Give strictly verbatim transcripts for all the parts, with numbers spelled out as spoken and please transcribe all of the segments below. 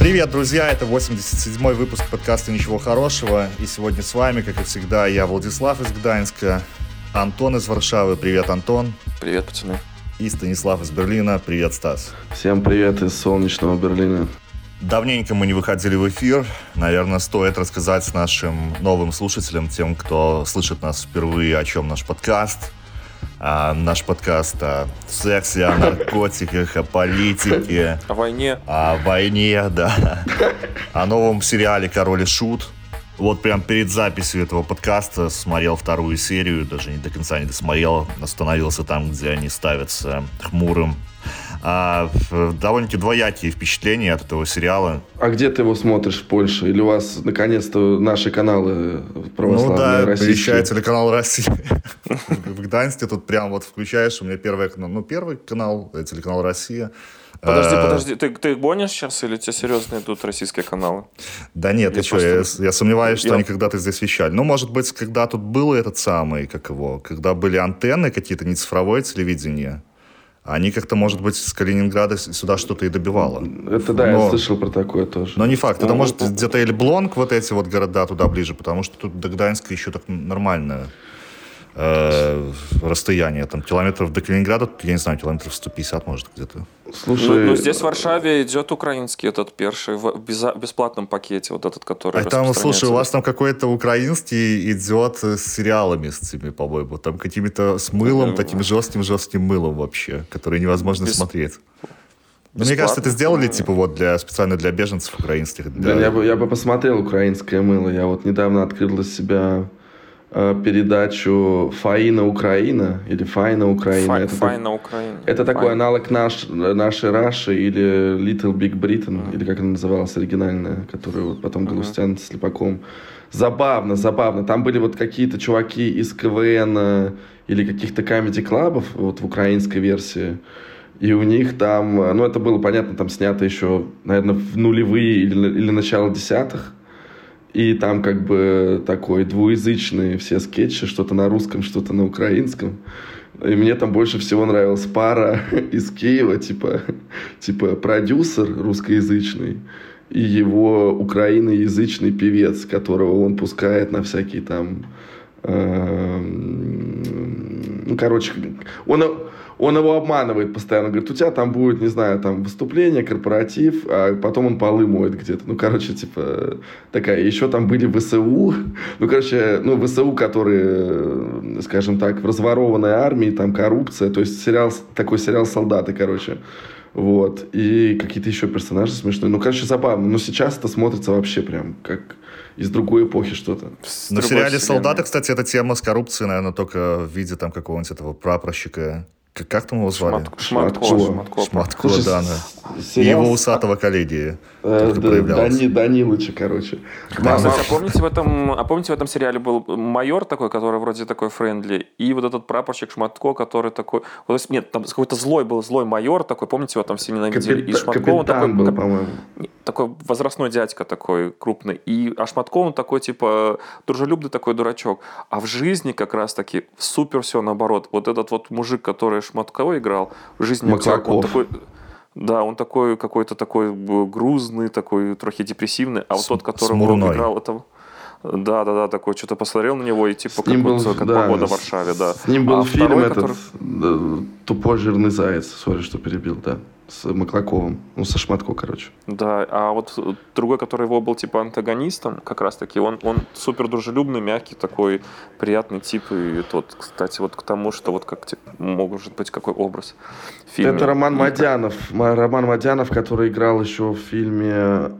Привет, друзья! Это восемьдесят седьмой выпуск подкаста «Ничего хорошего». И сегодня с вами, как и всегда, я, Владислав из Гданьска, Антон из Варшавы. Привет, Антон. Привет, пацаны. И Станислав из Берлина. Привет, Стас. Всем привет из солнечного Берлина. Давненько мы не выходили в эфир. Наверное, стоит рассказать нашим новым слушателям, тем, кто слышит нас впервые, о чем наш подкаст. А, наш подкаст о сексе, о наркотиках, о политике. О войне. О войне, да. О новом сериале «Король и Шут». Вот прям перед записью этого подкаста смотрел вторую серию, даже не до конца не досмотрел, остановился там, где они ставятся хмурым. А, довольно-таки двоякие впечатления от этого сериала. А где ты его смотришь в Польше? Или у вас наконец-то наши каналы православные, ну, да, российские? включаю телеканал «Россия». В Гданьске тут прям вот включаешь, у меня первый канал, ну, первый канал, телеканал «Россия». Подожди, подожди, ты, ты гонишь сейчас или у тебя серьезно идут российские каналы? Да нет, ты что, просто... я, я сомневаюсь, что я... они когда-то здесь вещали. Ну, может быть, когда тут был этот самый, как его, когда были антенны какие-то, не цифровое телевидение, они как-то, может быть, с Калининграда сюда что-то и добивало. Это да, но... я слышал про такое тоже. Но не факт. Это, может, где-то Эльблонг, вот эти вот города туда ближе, потому что тут до Гданьска еще так нормально э, расстояние. Там километров до Калининграда, я не знаю, километров сто пятьдесят, может, где-то. Слушай... Ну, ну, здесь в Варшаве идет украинский этот перший в бесплатном пакете, вот этот, который а там, слушай, у вас там какой-то украинский идет с сериалами с этими, по-моему, там какими-то с мылом, таким жестким-жестким мылом вообще, который невозможно Без... смотреть. Ну, мне кажется, это сделали, типа, вот для, специально для беженцев украинских. Для... Да, я бы, я бы посмотрел украинское мыло. Я вот недавно открыл для себя передачу «Фаина Украина» или «Файна Украина». Фай, это Файна так, Украина. Это Файн. такой аналог наш, нашей Раши или Little Big Britain, mm. или как она называлась, оригинальная, которую вот потом Галустян mm-hmm. с Слепаком. Забавно, забавно. Там были вот какие-то чуваки из КВН или каких-то комеди-клабов вот в украинской версии. И у них там, ну это было понятно, там снято еще, наверное, в нулевые или, или начало десятых. И там как бы такой двуязычные все скетчи, что-то на русском, что-то на украинском. И мне там больше всего нравилась пара из Киева, типа, типа продюсер русскоязычный и его украиноязычный певец, которого он пускает на всякие там... Э, ну, короче, он... Он его обманывает постоянно. Говорит, у тебя там будет, не знаю, там выступление, корпоратив, а потом он полы моет где-то. Ну, короче, типа, такая. Еще там были ВСУ. Ну, короче, ну, ВСУ, которые, скажем так, в разворованной армии, там коррупция. То есть сериал, такой сериал «Солдаты», короче. Вот. И какие-то еще персонажи смешные. Ну, короче, забавно. Но сейчас это смотрится вообще прям как... из другой эпохи что-то. На сериале «Солдаты», кстати, эта тема с коррупцией, наверное, только в виде там какого-нибудь этого прапорщика. Как, как там его звали? Шматко. Шматко, Шматко, Шматко да. И его усатого коллеги. Э, да, Дани, Данилыча, короче. Да, а, а, помните в этом, а помните в этом сериале был майор такой, который вроде такой френдли, и вот этот прапорщик Шматко, который такой... Вот, нет, там какой-то злой был, злой майор такой, помните, его там все ненавидели. Капит... И Шматко он такой, был, по-моему. Такой возрастной дядька такой крупный. И, а Шматко он такой, типа, дружелюбный такой дурачок. А в жизни как раз-таки супер все наоборот. Вот этот вот мужик, который Шматко играл, в жизни актер, он такой... Да, он такой какой-то такой грузный, такой трохи депрессивный, а вот С- тот, которого он играл, это... Да, да, да, такой, что-то посмотрел на него и типа как, был, вот, как да, погода в Варшаве, да. С ним был а фильм второй, этот который... «Тупой жирный заяц», сори, что перебил, да, с Маклаковым, ну, со Шматко, короче. Да, а вот другой, который его был типа антагонистом, как раз-таки, он, он супер дружелюбный, мягкий, такой приятный тип, и тот, кстати, вот к тому, что вот как, типа, может быть, какой образ в фильме. Это Роман Мадянов, Роман Мадянов, который играл еще в фильме,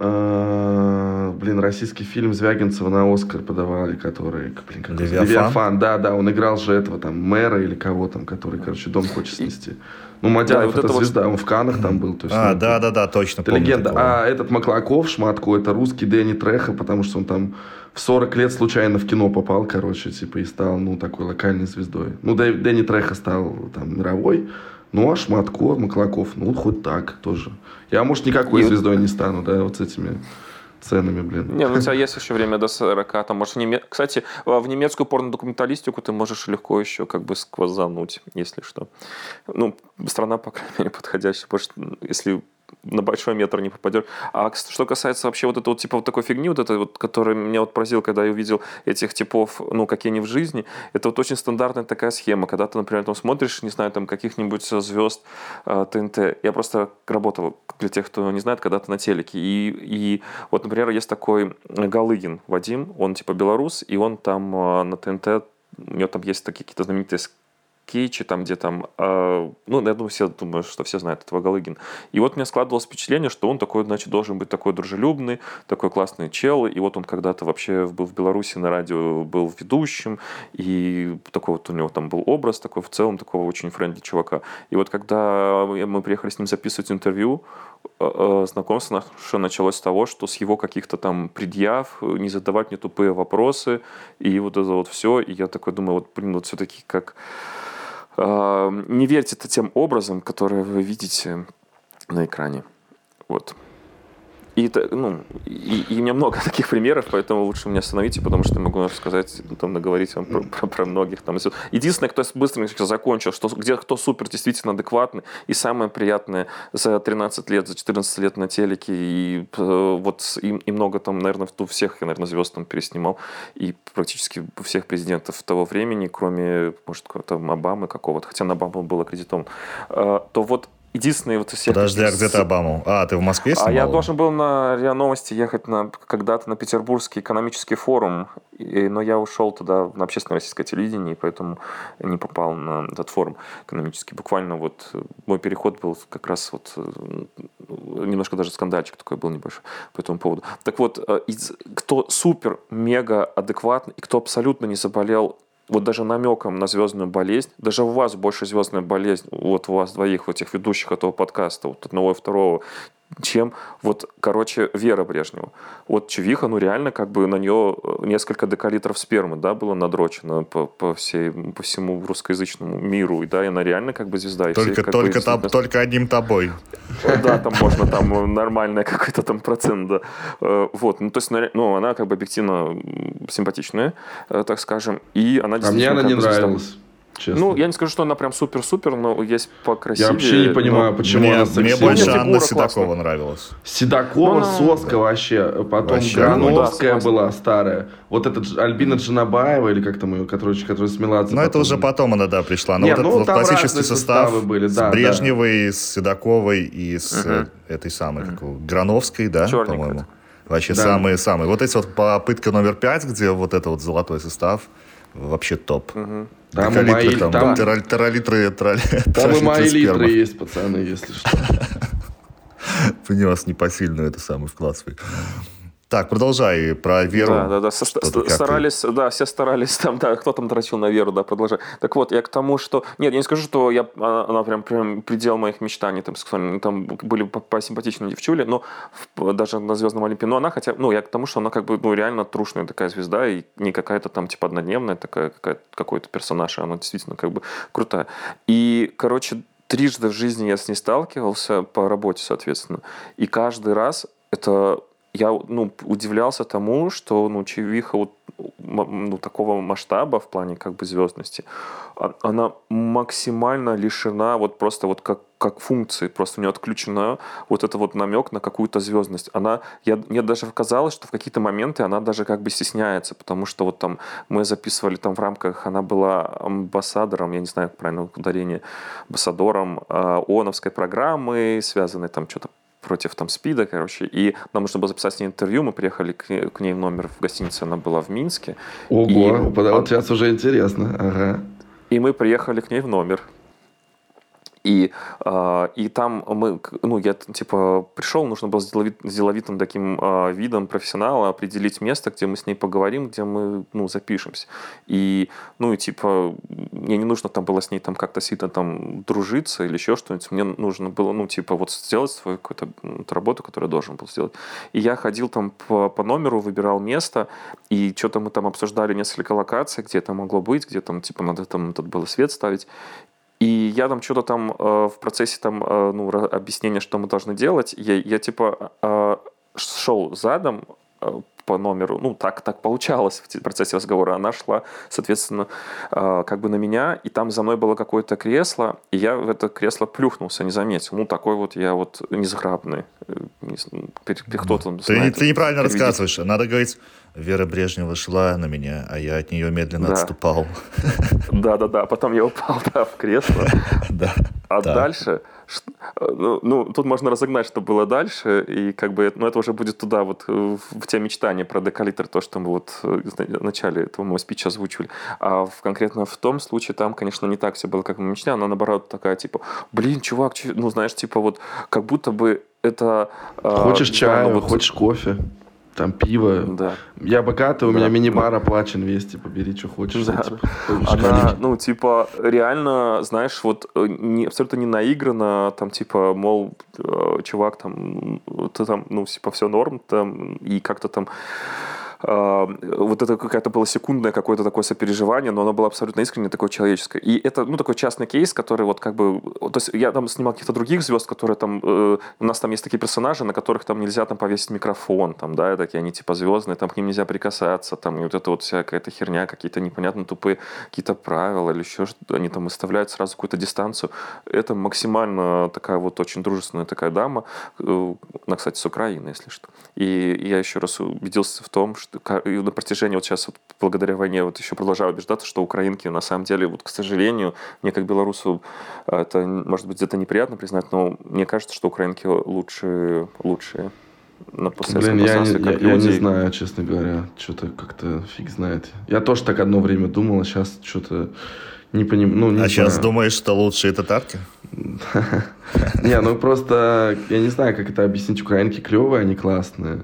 э, блин, российский фильм Звягинцева на Оскар подавали, который, блин, как Левиафан? Левиафан, да, да, он играл же этого там мэра или кого там, который, короче, дом хочет снести. Ну, Мадянов да, это, это звезда, вот... он в Каннах там был. То есть, а, ну, да-да-да, точно это помню. легенда. Такого. А этот Маклаков, Шматко, это русский Дэнни Трехо, потому что он там в сорок лет случайно в кино попал, короче, типа, и стал, ну, такой локальной звездой. Ну, Дэнни Трехо стал там мировой, ну, а Шматко, Маклаков, ну, хоть так тоже. Я, может, никакой и... звездой не стану, да, вот с этими... ценами, блин. Не, ну у тебя есть еще время до сорока. Там, можешь в неме... Кстати, в немецкую порнодокументалистику ты можешь легко еще как бы сквозануть, если что. Ну, страна, по крайней мере, подходящая. Потому что если на большой метр не попадешь. А что касается вообще вот этого, вот, типа, вот такой фигни, вот этой вот, которая меня вот поразила, когда я увидел этих типов, ну, какие они в жизни, это вот очень стандартная такая схема, когда ты, например, там смотришь, не знаю, там, каких-нибудь звезд э, ТНТ. Я просто работал, для тех, кто не знает, когда-то на телеке. И, и вот, например, есть такой Галыгин Вадим, он, типа, белорус, и он там э, на ТНТ, у него там есть такие какие-то знаменитые скетчи, там, где там, э, ну, я думаю, все думают, что все знают этого Галыгина. И вот у меня складывалось впечатление, что он такой, значит, должен быть такой дружелюбный, такой классный чел, и вот он когда-то вообще был в Беларуси на радио, был ведущим, и такой вот у него там был образ такой в целом, такого очень френдли чувака. И вот когда мы приехали с ним записывать интервью, знакомство наше началось с того, что с его каких-то там предъяв не задавать мне тупые вопросы, и вот это вот все, и я такой думаю, вот, блин, вот все-таки как... Не верьте тем образом, которые вы видите на экране. Вот. И, ну, и, и у меня много таких примеров, поэтому лучше меня остановите, потому что я могу рассказать, там, наговорить вам про, про, про многих. Там. Единственное, кто быстренько закончил, что, где кто супер действительно адекватный, и самое приятное за тринадцать лет, за четырнадцать лет на телеке, и вот и, и много там, наверное, у всех, я, наверное, звезд там переснимал, и практически у всех президентов того времени, кроме, может, там, Обамы какого-то, хотя на Обаму был аккредитован, то вот единственный вот из всех... Подожди, а где ты Обаму? А, ты в Москве снимал? А я должен был на РИА Новости ехать на, когда-то на Петербургский экономический форум, и, но я ушел туда на общественное российское телевидение, и поэтому не попал на этот форум экономический. Буквально вот мой переход был как раз вот... Немножко даже скандальчик такой был небольшой по этому поводу. Так вот, кто супер-мега адекватный, и кто абсолютно не заболел вот даже намеком на звездную болезнь, даже у вас больше звездная болезнь, вот у вас двоих, вот этих ведущих этого подкаста, вот одного и второго, чем вот, короче, Вера Брежнева. Вот Чувиха, ну реально как бы на нее несколько декалитров спермы, да, было надрочено по, по, всей, по всему русскоязычному миру, и да, и она реально как бы звезда. Только, все, только, бы, там, только одним тобой. Да, там можно, там нормальный какой-то там процент, да. Вот, ну то есть, ну она как бы объективно симпатичная, так скажем, и она действительно... А мне она не нравилась. Честно. Ну, я не скажу, что она прям супер-супер, но есть покрасивее. Я вообще не понимаю, но... почему мне, она мне больше Анна Седокова классная. Нравилась. Седокова, ну, Соска да. вообще. Потом вообще, Грановская да, была старая. Вот эта Альбина Джанабаева, или как там ее, которая, которая с Меладзе. Ну, это уже потом она, да, пришла. Но не, вот ну, этот вот классический состав были, да, с Брежневой, да. с Седоковой и с угу. этой самой, как его, Грановской, да, Черненькая. по-моему. Вообще да. самые-самые. Вот эти вот попытка номер пять, где вот это вот золотой состав, вообще топ. Угу. Там и мои там, там, тералитры, тералитры, там и мои литры есть, пацаны, если что. Внес непосильную это самый вклад свой. Так, продолжай про Веру. Да, да, да. Со- старались, ты... да, все старались там, да, кто там дрочил на Веру, да, продолжай. Так вот, я к тому, что... Нет, я не скажу, что я, она прям, прям предел моих мечтаний, там, там были посимпатичные девчули, но в, даже на Звездном Олимпе, но она хотя... Ну, я к тому, что она как бы, ну, реально трушная такая звезда, и не какая-то там, типа, однодневная такая, какой-то персонаж, она действительно как бы крутая. И, короче, трижды в жизни я с ней сталкивался по работе, соответственно, и каждый раз это... Я, ну, удивлялся тому, что, ну, Чувиха вот, ну, такого масштаба в плане как бы звездности, она максимально лишена вот просто вот как, как функции, просто у нее отключена вот это вот намек на какую-то звездность. Она, я, мне даже казалось, что в какие-то моменты она даже как бы стесняется, потому что вот там мы записывали там в рамках, она была амбассадором, я не знаю, как правильно ударение, амбассадором э, ООНовской программы, связанной там что-то против там СПИДа, короче, и нам нужно было записать с ней интервью, мы приехали к, к ней в номер в гостинице, она была в Минске. Ого, и, вот сейчас уже интересно, ага. И мы приехали к ней в номер. И, э, и там мы, ну, я типа пришел, нужно было с, деловит, с деловитым таким э, видом профессионала определить место, где мы с ней поговорим, где мы, ну, запишемся. И, ну, и типа, мне не нужно там было с ней там как-то сильно там дружиться или еще что-нибудь. Мне нужно было, ну, типа, вот сделать свою какую-то работу, которую я должен был сделать. И я ходил там по, по номеру, выбирал место, и что-то мы там обсуждали несколько локаций, где это могло быть, где там, типа, надо там тут было свет ставить. И я там что-то там э, в процессе там, э, ну, объяснения, что мы должны делать, я, я типа э, шел задом, э, по номеру, ну, так, так получалось в процессе разговора. Она шла, соответственно, э, как бы на меня, и там за мной было какое-то кресло, и я в это кресло плюхнулся, не заметил. Ну, такой вот я вот незграбный. Кто-то ты, знает, ты неправильно переведите. Рассказываешь. Надо говорить, Вера Брежнева шла на меня, а я от нее медленно да. отступал. Да-да-да, потом я упал да, в кресло. Да. А дальше... Ну, ну, тут можно разогнать, что было дальше, и как бы, ну, это уже будет туда, вот, в те мечтания про декалитр, то, что мы вот в начале этого моего спича озвучивали. А в, конкретно в том случае там, конечно, не так все было, как мы мечтали, она, наоборот, такая, типа, блин, чувак, чу... ну, знаешь, типа, вот, как будто бы это... Хочешь а, чаю, да, ну, вот... хочешь кофе. Там пиво. Да. Я богатый, у да. меня мини-бар оплачен весь, типа, бери, что хочешь. Да. Типа, она, ну, типа, реально, знаешь, вот не, абсолютно не наигранно, там, типа, мол, чувак, там, ты там, ну, типа, все норм, там, и как-то там вот это какая-то была секундное какое-то такое сопереживание, но оно было абсолютно искренне, такое человеческое. И это, ну, такой частный кейс, который вот как бы... То есть я там снимал каких-то других звезд, которые там... Э, у нас там есть такие персонажи, на которых там нельзя там повесить микрофон, там, да, такие они типа звездные, там к ним нельзя прикасаться, там, и вот это вот вся какая-то херня, какие-то непонятно тупые какие-то правила или еще что-то, они там выставляют сразу какую-то дистанцию. Это максимально такая вот очень дружественная такая дама, э, она, кстати, с Украины, если что. И я еще раз убедился в том, что на протяжении вот сейчас вот, благодаря войне вот еще продолжаю убеждаться, что украинки на самом деле, вот, к сожалению, мне как белорусу это, может быть, где-то неприятно признать, но мне кажется, что украинки лучше, лучшие на постсоветском Блин, пространстве, я, как я, люди. Я не знаю, честно говоря, что-то как-то фиг знает. Я тоже так одно время думал, а сейчас что-то не понимаю. Ну, а сейчас думаешь, что лучшие татарки? Не, ну просто я не знаю, как это объяснить. Украинки клевые, они классные.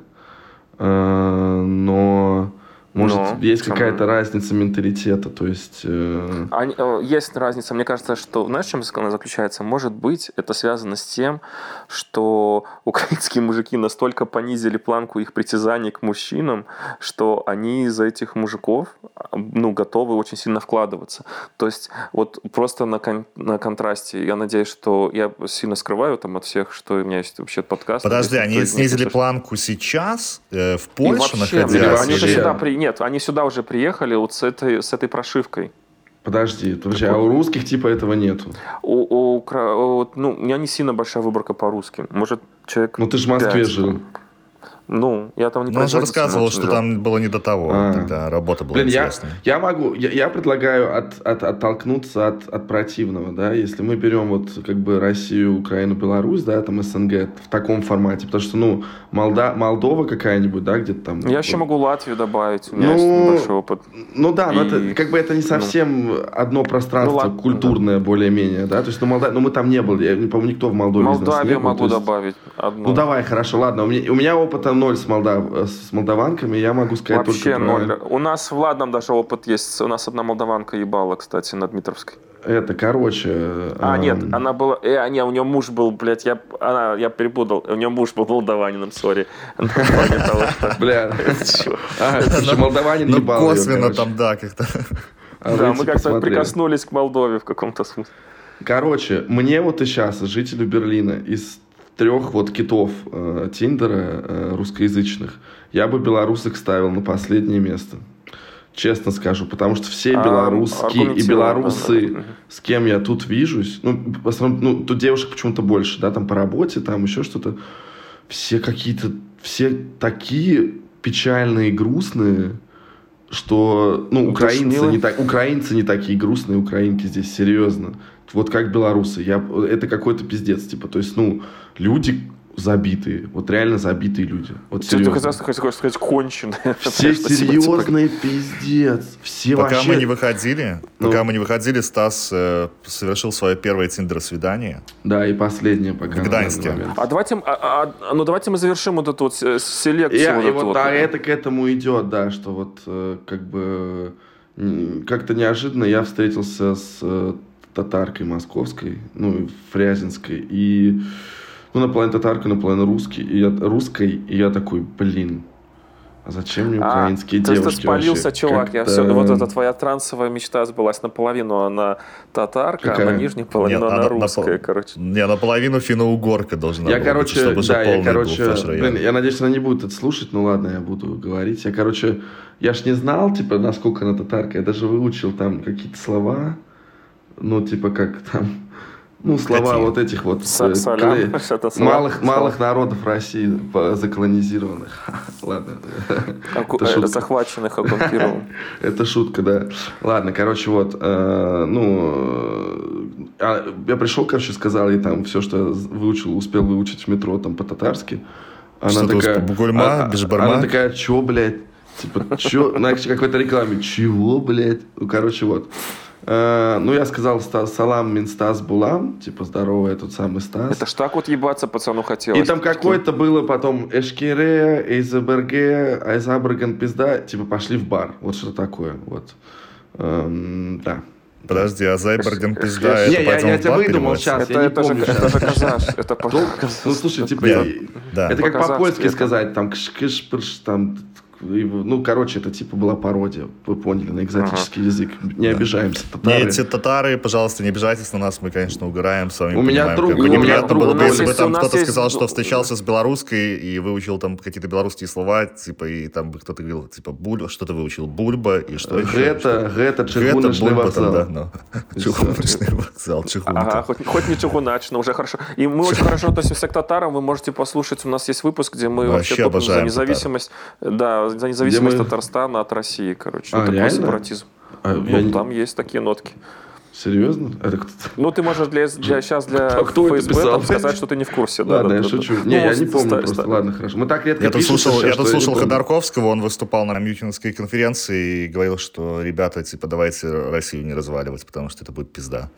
Но, может, Но, есть какая-то сам... разница менталитета, то есть... Э... Они, есть разница. Мне кажется, что... Знаешь, в чем она заключается? Может быть, это связано с тем, что украинские мужики настолько понизили планку их притязаний к мужчинам, что они из-за этих мужиков, ну, готовы очень сильно вкладываться. То есть, вот просто на, кон... на контрасте, я надеюсь, что я сильно скрываю там от всех, что у меня есть вообще подкаст. Подожди, они снизили слышит. планку сейчас, э, в Польше находясь? Они уже сюда при... Нет, они сюда уже приехали вот с этой, с этой прошивкой. Подожди, подожди, а у русских типа этого нету? У, у, у, ну, у меня не сильно большая выборка по русским. Может, человек... Ну, ты же в Москве пять, жил. Ну, я там не Ну, он же рассказывал, что жил. Там было не до того, а. тогда работа была Блин, интересная. Я, я могу, я, я предлагаю от, от, оттолкнуться от, от противного, да, если мы берем вот как бы Россию, Украину, Беларусь, да, там СНГ в таком формате, потому что, ну, Молда, Молдова какая-нибудь, да, где-то там... Я вот. еще могу Латвию добавить, у меня ну, есть небольшой опыт. Ну да, и... но это как бы это не совсем ну, одно пространство ну, культурное да. более-менее, да, то есть, ну, Молда... ну мы там не были, я, по-моему, никто в Молдове из нас не был. Молдавию могу есть... добавить одну. Ну давай, хорошо, ладно, у меня, у меня опыта ноль с Молдавией. С молдаванками я могу сказать вообще только ноль. про... У нас в Ладном даже опыт есть. У нас одна молдаванка ебала, кстати, на Дмитровской. Это, короче... А, эм... нет, она была... Э, не, у нее муж был, блядь, я, она, я перепутал. У нее муж был молдаванином, сори. Бля. А, слушай, молдаванин ебал ее, косвенно там, да, как-то. Да, мы как-то прикоснулись к Молдове в каком-то смысле. Короче, мне вот и сейчас, жителю Берлина, из трех вот китов э, Тиндера э, русскоязычных, я бы белорусок ставил на последнее место. Честно скажу, потому что все белорусские а, и белорусы, да, да. с кем я тут вижусь, ну, в основном, ну, тут девушек почему-то больше, да, там по работе, там еще что-то, все какие-то, все такие печальные и грустные, что, ну, украинцы не, так, украинцы не такие грустные, украинки здесь, серьезно. Вот как белорусы. Я, это какой-то пиздец, типа, то есть, ну, люди забитые, вот реально забитые люди. Вот серьезно. Ты хотел сказать конченые. Все серьезные пиздец. Все пока вообще... мы не выходили, ну, пока мы не выходили, Стас э, совершил свое первое тиндер-свидание. Да, и последнее пока. В Гданьске. А давайте, а, а, ну, давайте мы завершим вот эту вот селекцию. Я, вот и вот, вот вот, да, это к этому идет, да, что вот э, как бы как-то неожиданно я встретился с э, татаркой московской, ну, фрязинской, и ну, наполовину татарка, наполовину русский, и я, русской, и я такой, блин, А зачем мне украинские а, девушки? То есть ты спалился, вообще? чувак. Я Как-то... все, вот эта твоя трансовая мечта сбылась наполовину. Она татарка, Какая? а на нижней половину Нет, она она русская, напол- короче. Не, наполовину финно-угорка должна Я, была короче, быть, чтобы же да, я, полный короче, был флеш-рояль. блин, я надеюсь, она не будет это слушать, ну ладно, я буду говорить. Я, короче, я ж не знал, типа, насколько она татарка, я даже выучил там какие-то слова, ну, типа, как там, ну, слова Какие? вот этих вот Са- э, салям, кле- что-то салям. малых, малых народов России, по- заколонизированных. Ладно. Оку- Это э, шутка. захваченных, оккупированных. Это шутка, да. Ладно, короче, вот, э, ну, э, а я пришел, короче, сказал ей там все, что я выучил, успел выучить в метро там по-татарски. Она Что ты такая, успел? Бугульма, а- бешбарма? Она такая, чё, блядь? Типа, чё? Знаешь, как в этой рекламе, чего, блядь? Ну, короче, вот. Э, ну, я сказал Ста- салам мин Стас Булам, типа, здорово, я тот самый Стас. Это ж так вот ебаться пацану хотелось. И там какое-то было потом Эшкере, Эйзеберге, Айзабрген, пизда, типа пошли в бар. Вот что такое. Вот. Эм, да. Подожди, а Зайберген пизда, Не, это я, пойдем я в тебя бар выдумал переводится? сейчас, Это, я не это, же, помню это сейчас. же казаш. Это по- Ну, ну, слушай, типа, Нет, и- да. это как По-казахски по-польски это. сказать, там, кш-кш, пырш, там, и, ну, короче, это типа была пародия, вы поняли, на экзотический язык. Не обижаемся, Не, татары. эти татары, пожалуйста, не обижайтесь на нас, мы, конечно, угораем с вами. У меня понимаем, друг- как бы у меня неприятно друг- было у бы, нас если бы есть- там у нас кто-то есть- сказал, что встречался с белорусской и выучил там какие-то белорусские слова, типа, и там бы кто-то говорил, типа, буль, что ты выучил, бульба, и что еще? Гета, гета, Гета, чехуночный бульба, там, вокзал. да, ну, чехуночный вокзал, чехунка. Ага, хоть, хоть не чугуначно, уже хорошо. И мы очень хорошо относимся к татарам. Вы можете послушать, у нас есть выпуск, где мы Вообще вообще топим за обожаем независимость, да, за независимость мы- Татарстана от России, короче. А, Это реально? просто сепаратизм. А, Ну, я не- там есть такие нотки. Серьезно? Это кто-то? Ну, ты можешь для, для, сейчас для Кто- кто это ФСБ писал? там сказать, что ты не в курсе. да, Ладно, да, я да, шучу. да. Не, Ну, я не помню ста- просто. ста- Ладно, хорошо. Мы так редко Я тут пишемся слушал, сейчас, я тут что слушал не помню. Ходорковского, он выступал на мюнхенской конференции и говорил, что, ребята, типа, давайте Россию не разваливать, потому что это будет пизда.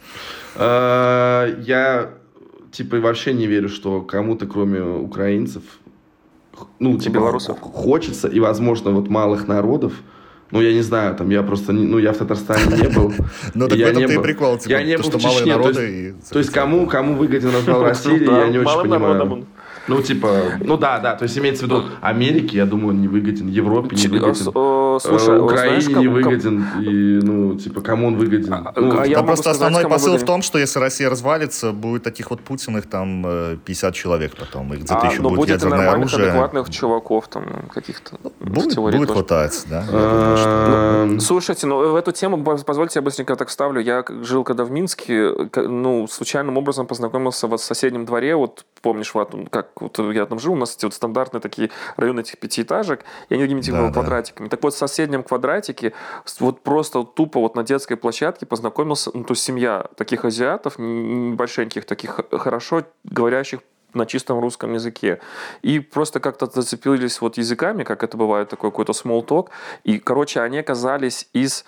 А, Я, типа, вообще не верю, что кому-то, кроме украинцев, х- ну, типа, белорусов. х- хочется, и, возможно, вот малых народов, ну, я не знаю, там, я просто, не- ну, я в Татарстане не был. Ну, и так в я не этом-то и был- прикол, типа, я не то, был что в малые Чечне, то народы есть- и- То есть, кому, кому выгоден развал России, Да, я не очень малым понимаю. народом. Ну, типа, ну да, да, то есть имеется в виду Америке, я думаю, он не выгоден, Европе не Ч- выгоден, э, Слушай, э, э, Украине знаешь, не кому- кому- выгоден, и, ну, типа, кому он выгоден? А, Ну, а я Там могу просто сказать, основной кому посыл выгоден. в том, что если Россия развалится, будет таких вот Путиных там э, пятьдесят человек потом, и где-то А, еще но будет будет и ядерное нормальных, оружие. адекватных чуваков там каких-то. в Будет, теории будет тоже. хватать, да. Я думаю, что- эм, Слушайте, ну в эту тему, поз- позвольте, я быстренько так вставлю. Я к- жил когда в Минске, к- ну, случайным образом познакомился вот в соседнем дворе, вот помнишь, вот, как вот я там жил, у нас эти вот стандартные такие районы этих пятиэтажек, и они какими-то Да, да. квадратиками. Так вот, в соседнем квадратике, с- вот просто тупо вот на детской площадке познакомился, ну, то есть семья таких азиатов, н- небольшеньких, таких х- хорошо говорящих на чистом русском языке. И просто как-то зацепились вот языками, как это бывает, такой какой-то small talk. И, короче, они оказались из...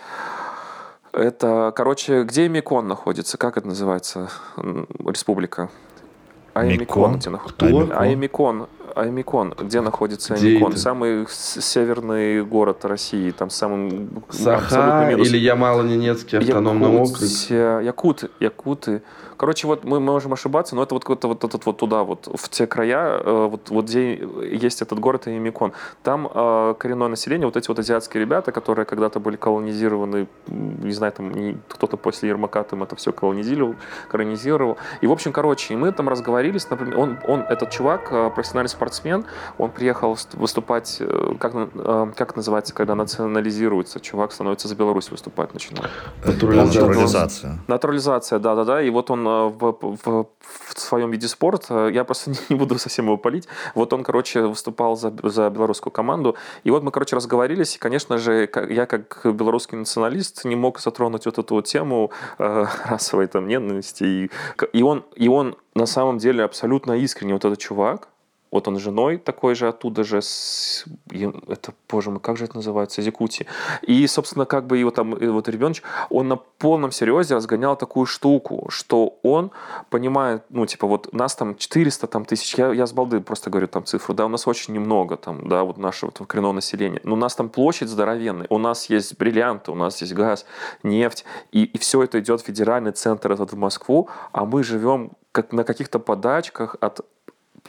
Это, короче, где Микон находится? Как это называется? М, Республика. Аймикон. Микон? Где нах- Кто? Аймикон. Аймикон. Где находится Где Аймикон? это? Самый с- северный город России. Там самый... Саха абсолютно минус. или Ямало-Ненецкий автономный округ? Якутия, Якуты, Якуты. Короче, вот мы можем ошибаться, но это вот, вот, вот этот вот туда, вот в те края, э, вот, вот где есть этот город Аймикон. Там э, коренное население, вот эти вот азиатские ребята, которые когда-то были колонизированы, м, не знаю, там не- кто-то после Ермака там это все колонизировал, колонизировал. И, в общем, короче, и мы там разговорились, например, он, он этот чувак, э, профессиональный спортсмен, он приехал вст- выступать, э, как, на- э, как это называется, когда национализируется, чувак становится за Беларусь выступать начинает. Натурализация. Натурализация. Натурализация, да-да-да. И вот он э, в, в, в своем виде спорта, я просто не буду совсем его палить, вот он, короче, выступал за, за белорусскую команду. И вот мы, короче, разговорились, и, конечно же, ка- я как белорусский националист не мог затронуть вот эту вот тему э, расовой там ненависти. И, к- и, он, и он на самом деле абсолютно искренне, вот этот чувак, вот он с женой такой же, оттуда же, с, я- это, боже мой, как же это называется, из Якутии. И, собственно, как бы его там, и вот ребеночек, он на полном серьезе разгонял такую штуку, что он понимает, ну, типа, вот нас там четыреста там, тысяч, я, я с балды просто говорю там цифру, да, у нас очень немного там, да, вот нашего вот, коренного населения, но у нас там площадь здоровенная, у нас есть бриллианты, у нас есть газ, нефть, и, и все это идет в федеральный центр этот в Москву, а мы живем как на каких-то подачках от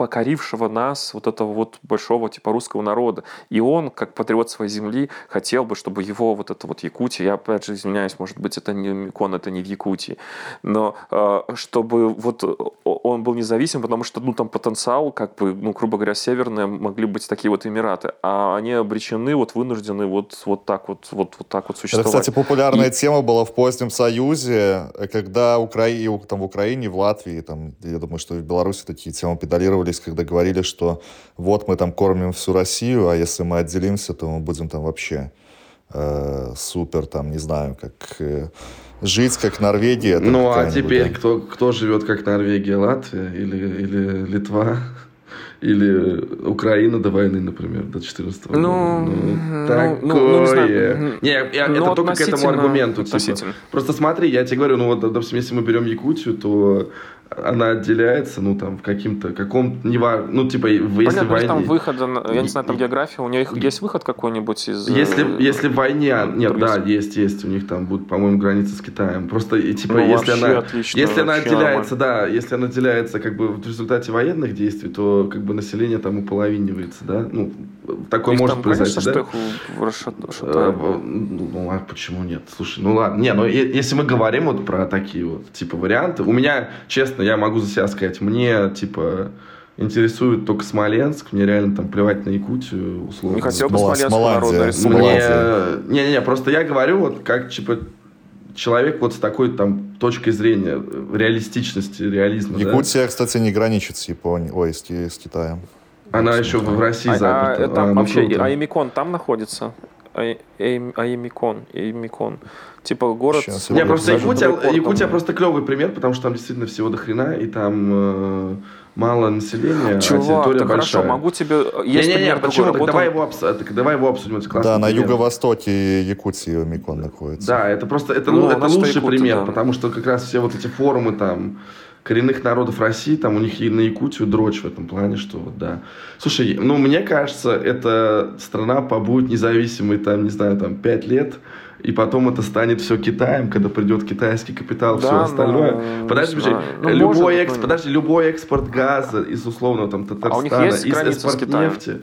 покорившего нас, вот этого вот большого типа русского народа. И он, как патриот своей земли, хотел бы, чтобы его вот это вот Якутия, я опять же извиняюсь, может быть, это не Микон, это не в Якутии, но э, чтобы вот он был независим, потому что, ну, там потенциал, как бы, ну, грубо говоря, северные могли быть такие вот Эмираты, а они обречены, вот вынуждены вот, вот так вот, вот, вот так вот существовать. Это, кстати, популярная И... тема была в позднем Союзе, когда Укра... там, в Украине, в Латвии, там, я думаю, что и в Беларуси такие темы педалировались, когда говорили, что вот мы там кормим всю Россию, а если мы отделимся, то мы будем там вообще э, супер, там, не знаю, как э, жить, как Норвегия. Ну, а теперь да? кто, кто живет, как Норвегия, Латвия или, или Литва? Или Украина до войны, например, до четырнадцатого ну, года. Ну, такое. Ну, ну, не знаю. Не, я, ну, это только к этому аргументу. Типа. Просто смотри, я тебе говорю, ну вот, допустим, если мы берем Якутию, то она отделяется, ну, там, в каким-то, каком, не важно, ну, типа, если Понятно, войне... там выход, я не знаю, там география, у них есть выход какой-нибудь из... Если, если в войне, нет, да, есть, есть, у них там будет, по-моему, граница с Китаем. Просто, типа, ну, если она, отлично, если она отделяется, нормально. Да, если она отделяется, как бы, в результате военных действий, то, как бы, население там уполовинивается, да, ну, такое их может там, произойти, конечно, да? Что их шатают. Ну, а почему нет? Слушай, ну, ладно, не, ну, если мы говорим вот про такие вот, типа, варианты, у меня, честно, я могу за себя сказать, мне, типа, интересует только Смоленск, мне реально там плевать на Якутию, условно. Не хотел бы Смоленского народа рисовать. Не-не-не, просто я говорю, вот, как, типа, человек вот с такой, там, точкой зрения, реалистичности, реализма, Якутия, да? кстати, не граничит с Японией, ой, с, с Китаем. Она еще в России а, заперта. А, там а, вообще, ну, а Эмикон там находится? Аэмикон, Аэмикон. Типа город... Сейчас, не, просто Якутия, Якутия просто клевый пример, потому что там действительно всего до хрена, и там э, мало населения, Чувак, а территория да большая. Хорошо, могу тебе... Есть не, не, не, почему? Так давай, его, Работал... так давай его обсудим, это классный Да, на пример. юго-востоке Якутии Аэмикон находится. Да, это просто, это, ну, ну, это лучший Якуты, пример, да. Потому что как раз все вот эти форумы там коренных народов России, там у них и на Якутию дрочь в этом плане, что вот, да. Слушай, ну, мне кажется, эта страна побудет независимой, там, не знаю, там, пять лет, и потом это станет все Китаем, когда придет китайский капитал, да, все остальное. Ну, подожди, подожди, ну, любой, экс... подожди, любой экспорт газа из условного там Татарстана, а у них есть из экспорт нефти.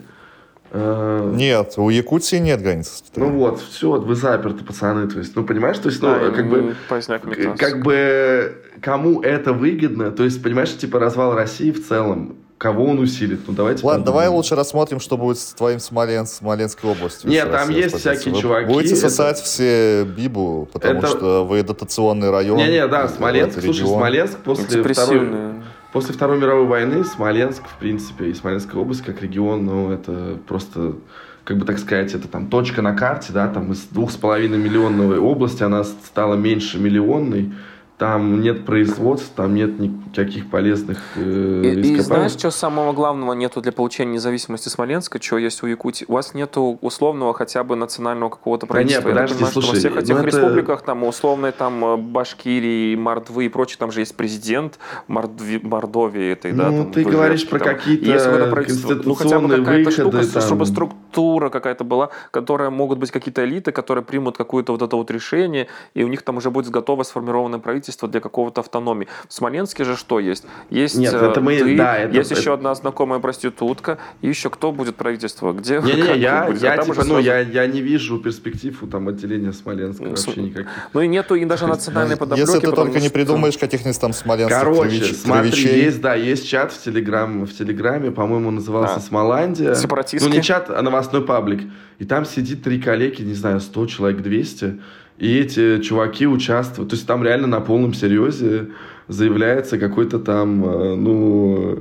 Нет, у Якутии нет границы с Китаем. Ну вот, все, вы заперты, пацаны. То есть, ну, понимаешь, то есть, ну, да, как бы, как бы, кому это выгодно, то есть, понимаешь, типа, развал России в целом, кого он усилит? Ну, давайте Ладно, подумаем. Давай лучше рассмотрим, что будет с твоим Смоленск, Смоленской областью. Нет, там есть всякие вы чуваки. Будете сосать это... все Бибу, потому это... что вы дотационный район. Не-не, да, Смоленск, слушай, Смоленск после второй... После Второй мировой войны Смоленск, в принципе, и Смоленская область как регион, ну, это просто, как бы так сказать, это там точка на карте, да, там из двух с половиной миллионной области она стала меньше миллионной. Там нет производств, там нет никаких полезных э, и, и знаешь, что самого главного нету для получения независимости Смоленска, что есть у Якутии? У вас нету условного хотя бы национального какого-то правительства. Да нет, подожди, Я понимаю, слушай, что во всех этих это... республиках, там, условной там Башкирии, Мордвы и прочее, там же есть президент Мордви, Мордовии этой, ну, да. Там, ты говоришь про какие-то конституционные ну, хотя бы какая-то штука, там... чтобы структура какая-то была, которая могут быть какие-то элиты, которые примут какое-то вот это вот решение, и у них там уже будет готово сформированное правительство для какого-то автономии. В Смоленске же что есть? Есть Нет, это мы, ты, да, это, есть это... еще одна знакомая проститутка, и еще кто будет правительство? Где? Не-не, я, я, типа, ну, сразу... я, я не вижу перспектив у там отделения Смоленска ну, вообще никаких. Ну и нету и даже национальной подоплеки. Если ты только не придумаешь каких-нибудь там смоленских Короче, кривич... смотри, кривичей. есть, да, есть чат в, Телеграм, в Телеграме, по-моему, назывался а. Смоландия. Сепаратистский? Ну не чат, а новостной паблик. И там сидит три коллеги, не знаю, сто человек, двести. И эти чуваки участвуют. То есть там реально на полном серьезе заявляется какой-то там, ну...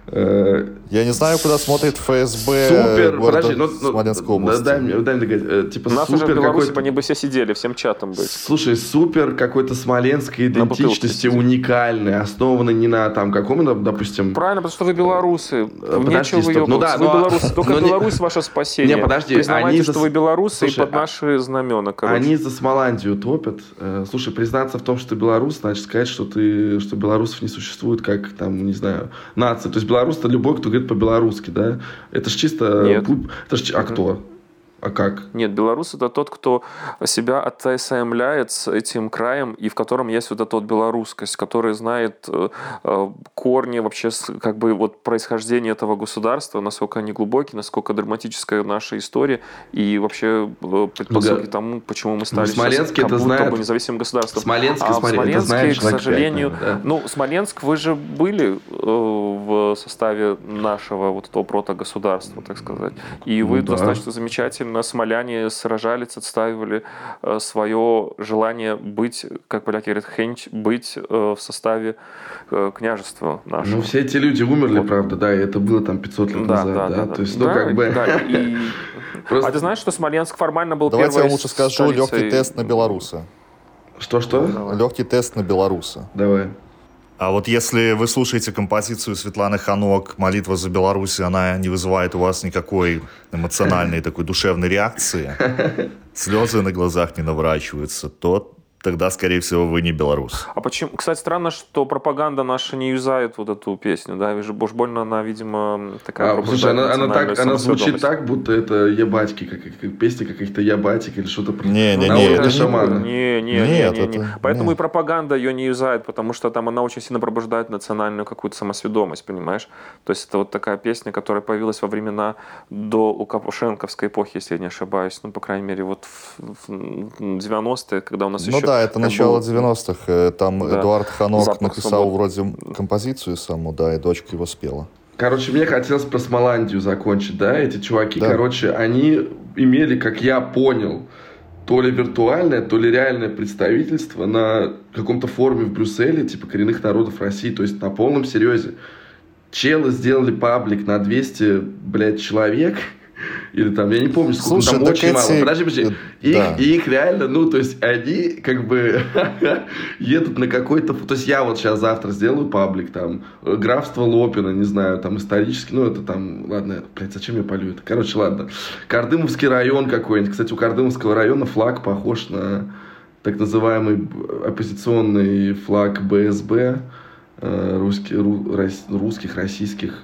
Э, Я не знаю, куда смотрит ФСБ супер, города подожди, ну, Смоленской области. Да, дай мне, дай мне говорить, типа у нас супер уже в Беларуси какой-то... они бы все сидели, всем чатом быть. Слушай, супер какой-то смоленской идентичности, уникальной, основанной не на там каком-то, допустим... Правильно, потому что вы белорусы. Подожди, нечего вы ну, да, вы но... белорусы. Только но Беларусь ваше спасение. Не, подожди, признавайте, они что за... вы белорусы Слушай, и под наши знамена, короче. Они за Смоландию топят. Слушай, признаться в том, что ты белорус, значит сказать, что ты, что белорусов не существует как, там, не знаю, нация. То есть белорус — это любой, кто говорит по-белорусски, да? Это ж чисто... Нет. Это ж... А кто? А как? Нет, белорус — это тот, кто себя отосоединяет с этим краем, и в котором есть вот эта вот белорусскость, который знает э, э, корни вообще, как бы вот происхождение этого государства, насколько они глубокие, насколько драматическая наша история, и вообще э, предпосылки ну, тому, почему мы стали сейчас как будто знает... бы независимым государством. Смоленск, а в Смоленске, знает к сожалению... да? Ну, Смоленск, вы же были э, в составе нашего вот этого протогосударства, так сказать, и вы ну, да. достаточно замечательно смоляне сражались, отстаивали э, свое желание быть, как поляки говорят, хенч, быть э, в составе э, княжества нашего. Ну, все эти люди умерли, вот. Правда, да, и это было там пятьсот лет да, назад, да, да, да, да. То есть, да, ну, как бы... Да, и... Просто... А ты знаешь, что Смоленск формально был Давайте первой я лучше скажу столицей... легкий тест на белоруса. Что-что? Давай. Легкий тест на белоруса. Давай. А вот если вы слушаете композицию Светланы Ханок «Молитва за Беларусь», она не вызывает у вас никакой эмоциональной такой душевной реакции, слезы на глазах не наворачиваются, то тогда, скорее всего, вы не белорус. А почему? Кстати, странно, что пропаганда наша не юзает вот эту песню, да? Уж больно она, видимо, такая... А, слушай, она, она, так, она звучит так, будто это ебатьки, как, как песня каких-то ебатик или что-то... Не-не-не, это шамана. Не-не-не. Поэтому нет. И пропаганда ее не юзает, потому что там она очень сильно пробуждает национальную какую-то самосведомость, понимаешь? То есть это вот такая песня, которая появилась во времена до Лукашенковской эпохи, если я не ошибаюсь. Ну, по крайней мере, вот в, в девяностые, когда у нас ну, еще... Да, это начало девяностых. Там да. Эдуард Ханок Запах написал свободы. Вроде композицию саму, да, и дочка его спела. Короче, мне хотелось про Смоландию закончить, да, эти чуваки, да. Короче, они имели, как я понял, то ли виртуальное, то ли реальное представительство на каком-то форуме в Брюсселе, типа коренных народов России, то есть на полном серьезе. Челы сделали паблик на двести, блядь, человек... Или там, я не помню, сколько. Слушай, там очень эти... мало. Подожди, подожди. Их, да. их реально, ну, то есть, они как бы едут на какой-то... То есть, я вот сейчас завтра сделаю паблик, там, графство Лопино, не знаю, там, исторический, ну, это там, ладно, блядь, зачем я полю это? Короче, ладно. Кардымовский район какой-нибудь. Кстати, у Кардымовского района флаг похож на так называемый оппозиционный флаг бэ эс бэ, русских, русских российских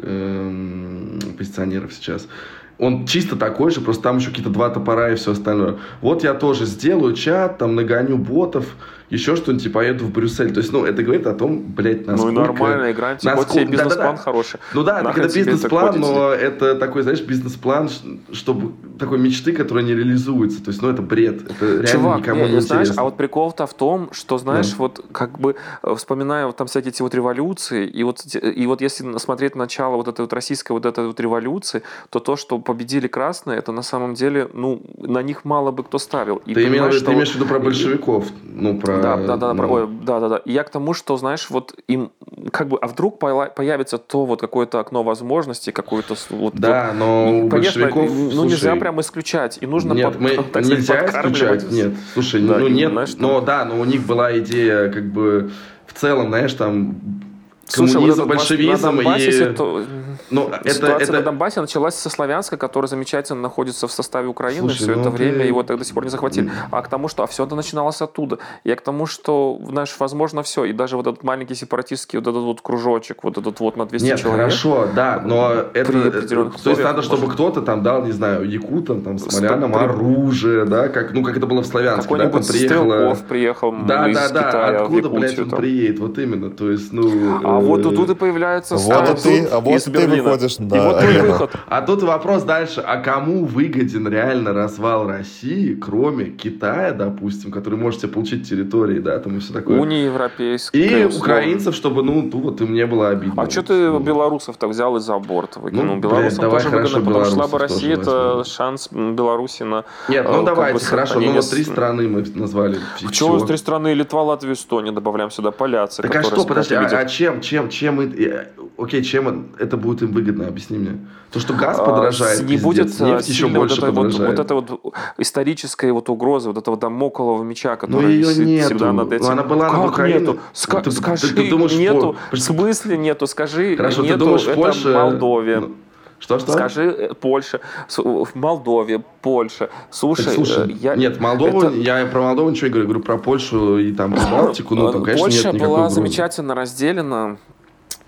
э, оппозиционеров сейчас. Он чисто такой же, просто там еще какие-то два топора и все остальное. Вот я тоже сделаю чат, там нагоню ботов, еще что-нибудь, и поеду в Брюссель. То есть, ну, это говорит о том, блядь, насколько... Ну, и нормально, играем, типа, вот тебе бизнес-план да, да, да. хороший. Ну да, это бизнес-план, но это такой, знаешь, бизнес-план, чтобы такой мечты, которая не реализуется. То есть, ну, это бред. Это реально Чувак, никому не, не знаешь, интересно. а вот прикол-то в том, что, знаешь, да. вот как бы вспоминая вот там всякие эти вот революции, и вот, и вот если смотреть начало вот этой вот российской вот этой вот революции, то то, что победили красные, это на самом деле, ну, на них мало бы кто ставил. И ты, имел, что... ты имеешь в виду про большевиков? Ну, про... Да, да, да, ну... про... да, да, да. И я к тому, что, знаешь, вот им как бы, а вдруг появится то вот какое-то окно возможностей, какое-то вот... Да, вот, но у конечно, большевиков... ну, слушай, нельзя прям исключать. И нужно нет, под, мы, так нельзя сказать, исключать, нет. Слушай, да, ну нет, знаешь, но там... да, но у них была идея, как бы, в целом, знаешь, там... Слушай, коммунизм, вот большевизм и... То... Ну, ситуация это, это... на Донбассе началась со Славянска, который замечательно находится в составе Украины. Слушай, все ну это ты... время его так до сих пор не захватили. А к тому, что а все это начиналось оттуда. Я к тому, что, знаешь, возможно, все. И даже вот этот маленький сепаратистский вот этот вот кружочек, вот этот вот на двести Нет, человек. хорошо, да, но это... То есть надо, чтобы может... кто-то там дал, не знаю, якутам, там, смолянам оружие, да, как, ну, как это было в Славянске. Какой-нибудь да, приехало... приехал да, из да, да, Китая откуда, в Якутию, блядь, он там. приедет, вот именно, то есть, ну... А э... вот тут и появляется вот ты, а вот ты выходишь, да. И вот твой выход. А тут вопрос дальше, а кому выгоден реально развал России, кроме Китая, допустим, который может себе получить территории, да, там и все такое. Унии европейской. И украинцев, чтобы, ну, вот им не было обидно. А что ты ну. белорусов-то взял и за борт выкинул? Ну, белорусам блядь, тоже выгодно, потому что шла бы Россия, это возьмем. Шанс Беларуси на... Нет, ну давайте, бы, хорошо, ну вот три страны мы назвали. Почему три страны? Литва, Латвия, Эстония, добавляем сюда поляцы. Так а что, подожди, а, а чем, чем, чем, окей, чем это будет им выгодно, объясни мне. То, что газ подорожает, не пиздец, будет нефть еще больше вот это, подорожает. Вот, вот эта вот историческая вот угроза, вот этого дамоклового меча, который ну, ее висит нету. всегда над этим. Ну, она была как над Украиной? Нету? Ска- ты, скажи, ты, ты думаешь, нету. По... В смысле нету? Скажи, хорошо, нету. Ты думаешь, это Польша... Молдове. Ну, что, что? Скажи, Польша, в Молдове, Польша. Слушай, так, слушай я... Нет, Молдову, это... я про Молдову ничего не говорю, говорю про Польшу и там Балтику, ну, там, конечно, Польша нет никакой была угрозы. замечательно разделена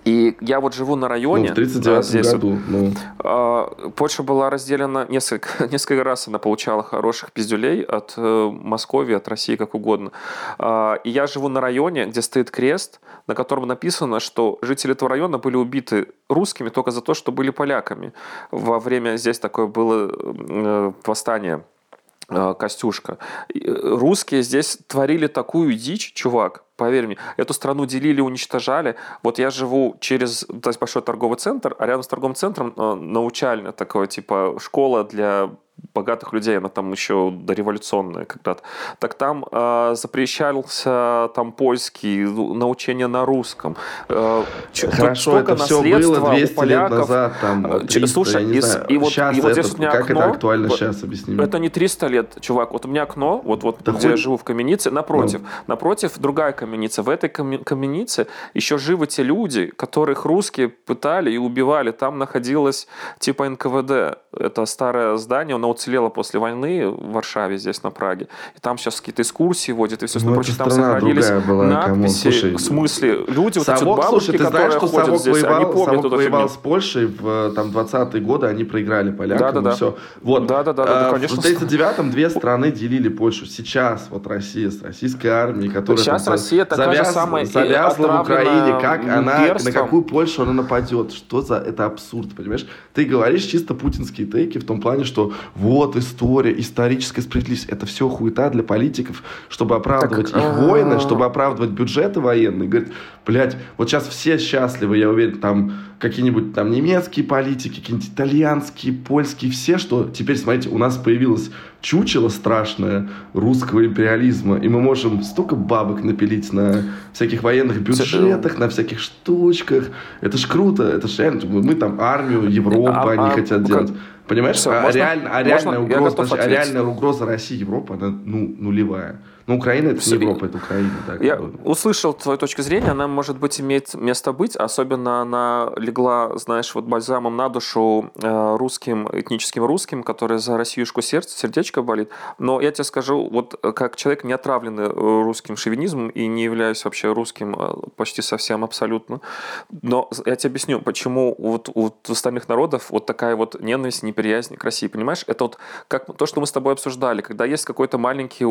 И я вот живу на районе. Ну, в тридцать девятом году. Ну. Вот, Польша была разделена несколько, несколько раз, она получала хороших пиздюлей от э, Москвы, от России, как угодно. Э, и я живу на районе, где стоит крест, на котором написано, что жители этого района были убиты русскими только за то, что были поляками. Во время здесь такое было э, восстание. Костюшка. Русские здесь творили такую дичь, чувак, поверь мне. Эту страну делили, уничтожали. Вот я живу через, то есть большой торговый центр, а рядом с торговым центром научальная такое, типа, школа для богатых людей, она там еще дореволюционная когда-то. Так там э, запрещался там польский, научение на русском. Э, Хорошо, это все было двести лет назад, там, триста, слушай, я не и, знаю. И вот, сейчас и вот это, здесь у меня как окно, это актуально вот, сейчас, объясни мне. Это не триста лет, чувак. Вот у меня окно, вот, вот да где хоть... я живу в каменице, напротив. Ну. Напротив другая каменица. В этой каменице еще живы те люди, которых русские пытали и убивали. Там находилось типа эн ка вэ дэ. Это старое здание, оно уцелело после войны в Варшаве, здесь, на Праге. И там сейчас какие-то экскурсии водят, и все, что прочее. Там сохранились была, надписи. Слушай, в смысле, люди, вот эти бабушки, слушай, ты знаешь, что ходят Совок здесь, воевал, они помнят Совок эту воевал фигню. с Польшей в там, двадцатые годы, они проиграли полякам, да, да, да. и все. Вот. Да, да, да, да, а, конечно. В тридцать девятом две страны делили Польшу. Сейчас вот Россия с российской армией, которая сейчас там, Россия такая завяз, же самая завязла в Украине, как она, имперством. на какую Польшу она нападет. Что за... Это абсурд, понимаешь? Ты говоришь чисто путинские тейки в том плане, что вот история, историческая справедливость. Это все хуета для политиков, чтобы оправдывать так, их а-а-а. войны, чтобы оправдывать бюджеты военные. Говорит, блядь, вот сейчас все счастливы, я уверен, там какие-нибудь там немецкие политики, какие-нибудь итальянские, польские, все, что теперь, смотрите, у нас появилось чучело страшное русского империализма, и мы можем столько бабок напилить на всяких военных бюджетах, на всяких штучках. Это ж круто, это ж реально, мы там армию Европы а, они а, хотят делать. Понимаешь, все, а, можно, реаль, а, реальная можно, угроза, значит, а реальная угроза России и Европы, она ну, нулевая. Но Украина это не Европа, это Украина. Так, я вот. услышал твою точку зрения, она, может быть, имеет место быть, особенно она легла, знаешь, вот бальзамом на душу э, русским, этническим русским, которые за Россиюшку сердце, сердечко болит. Но я тебе скажу, вот как человек, не отравленный русским шовинизмом и не являюсь вообще русским почти совсем абсолютно, но я тебе объясню, почему вот у остальных народов вот такая вот ненависть, неприязнь к России, понимаешь? Это вот как то, что мы с тобой обсуждали, когда есть какой-то маленький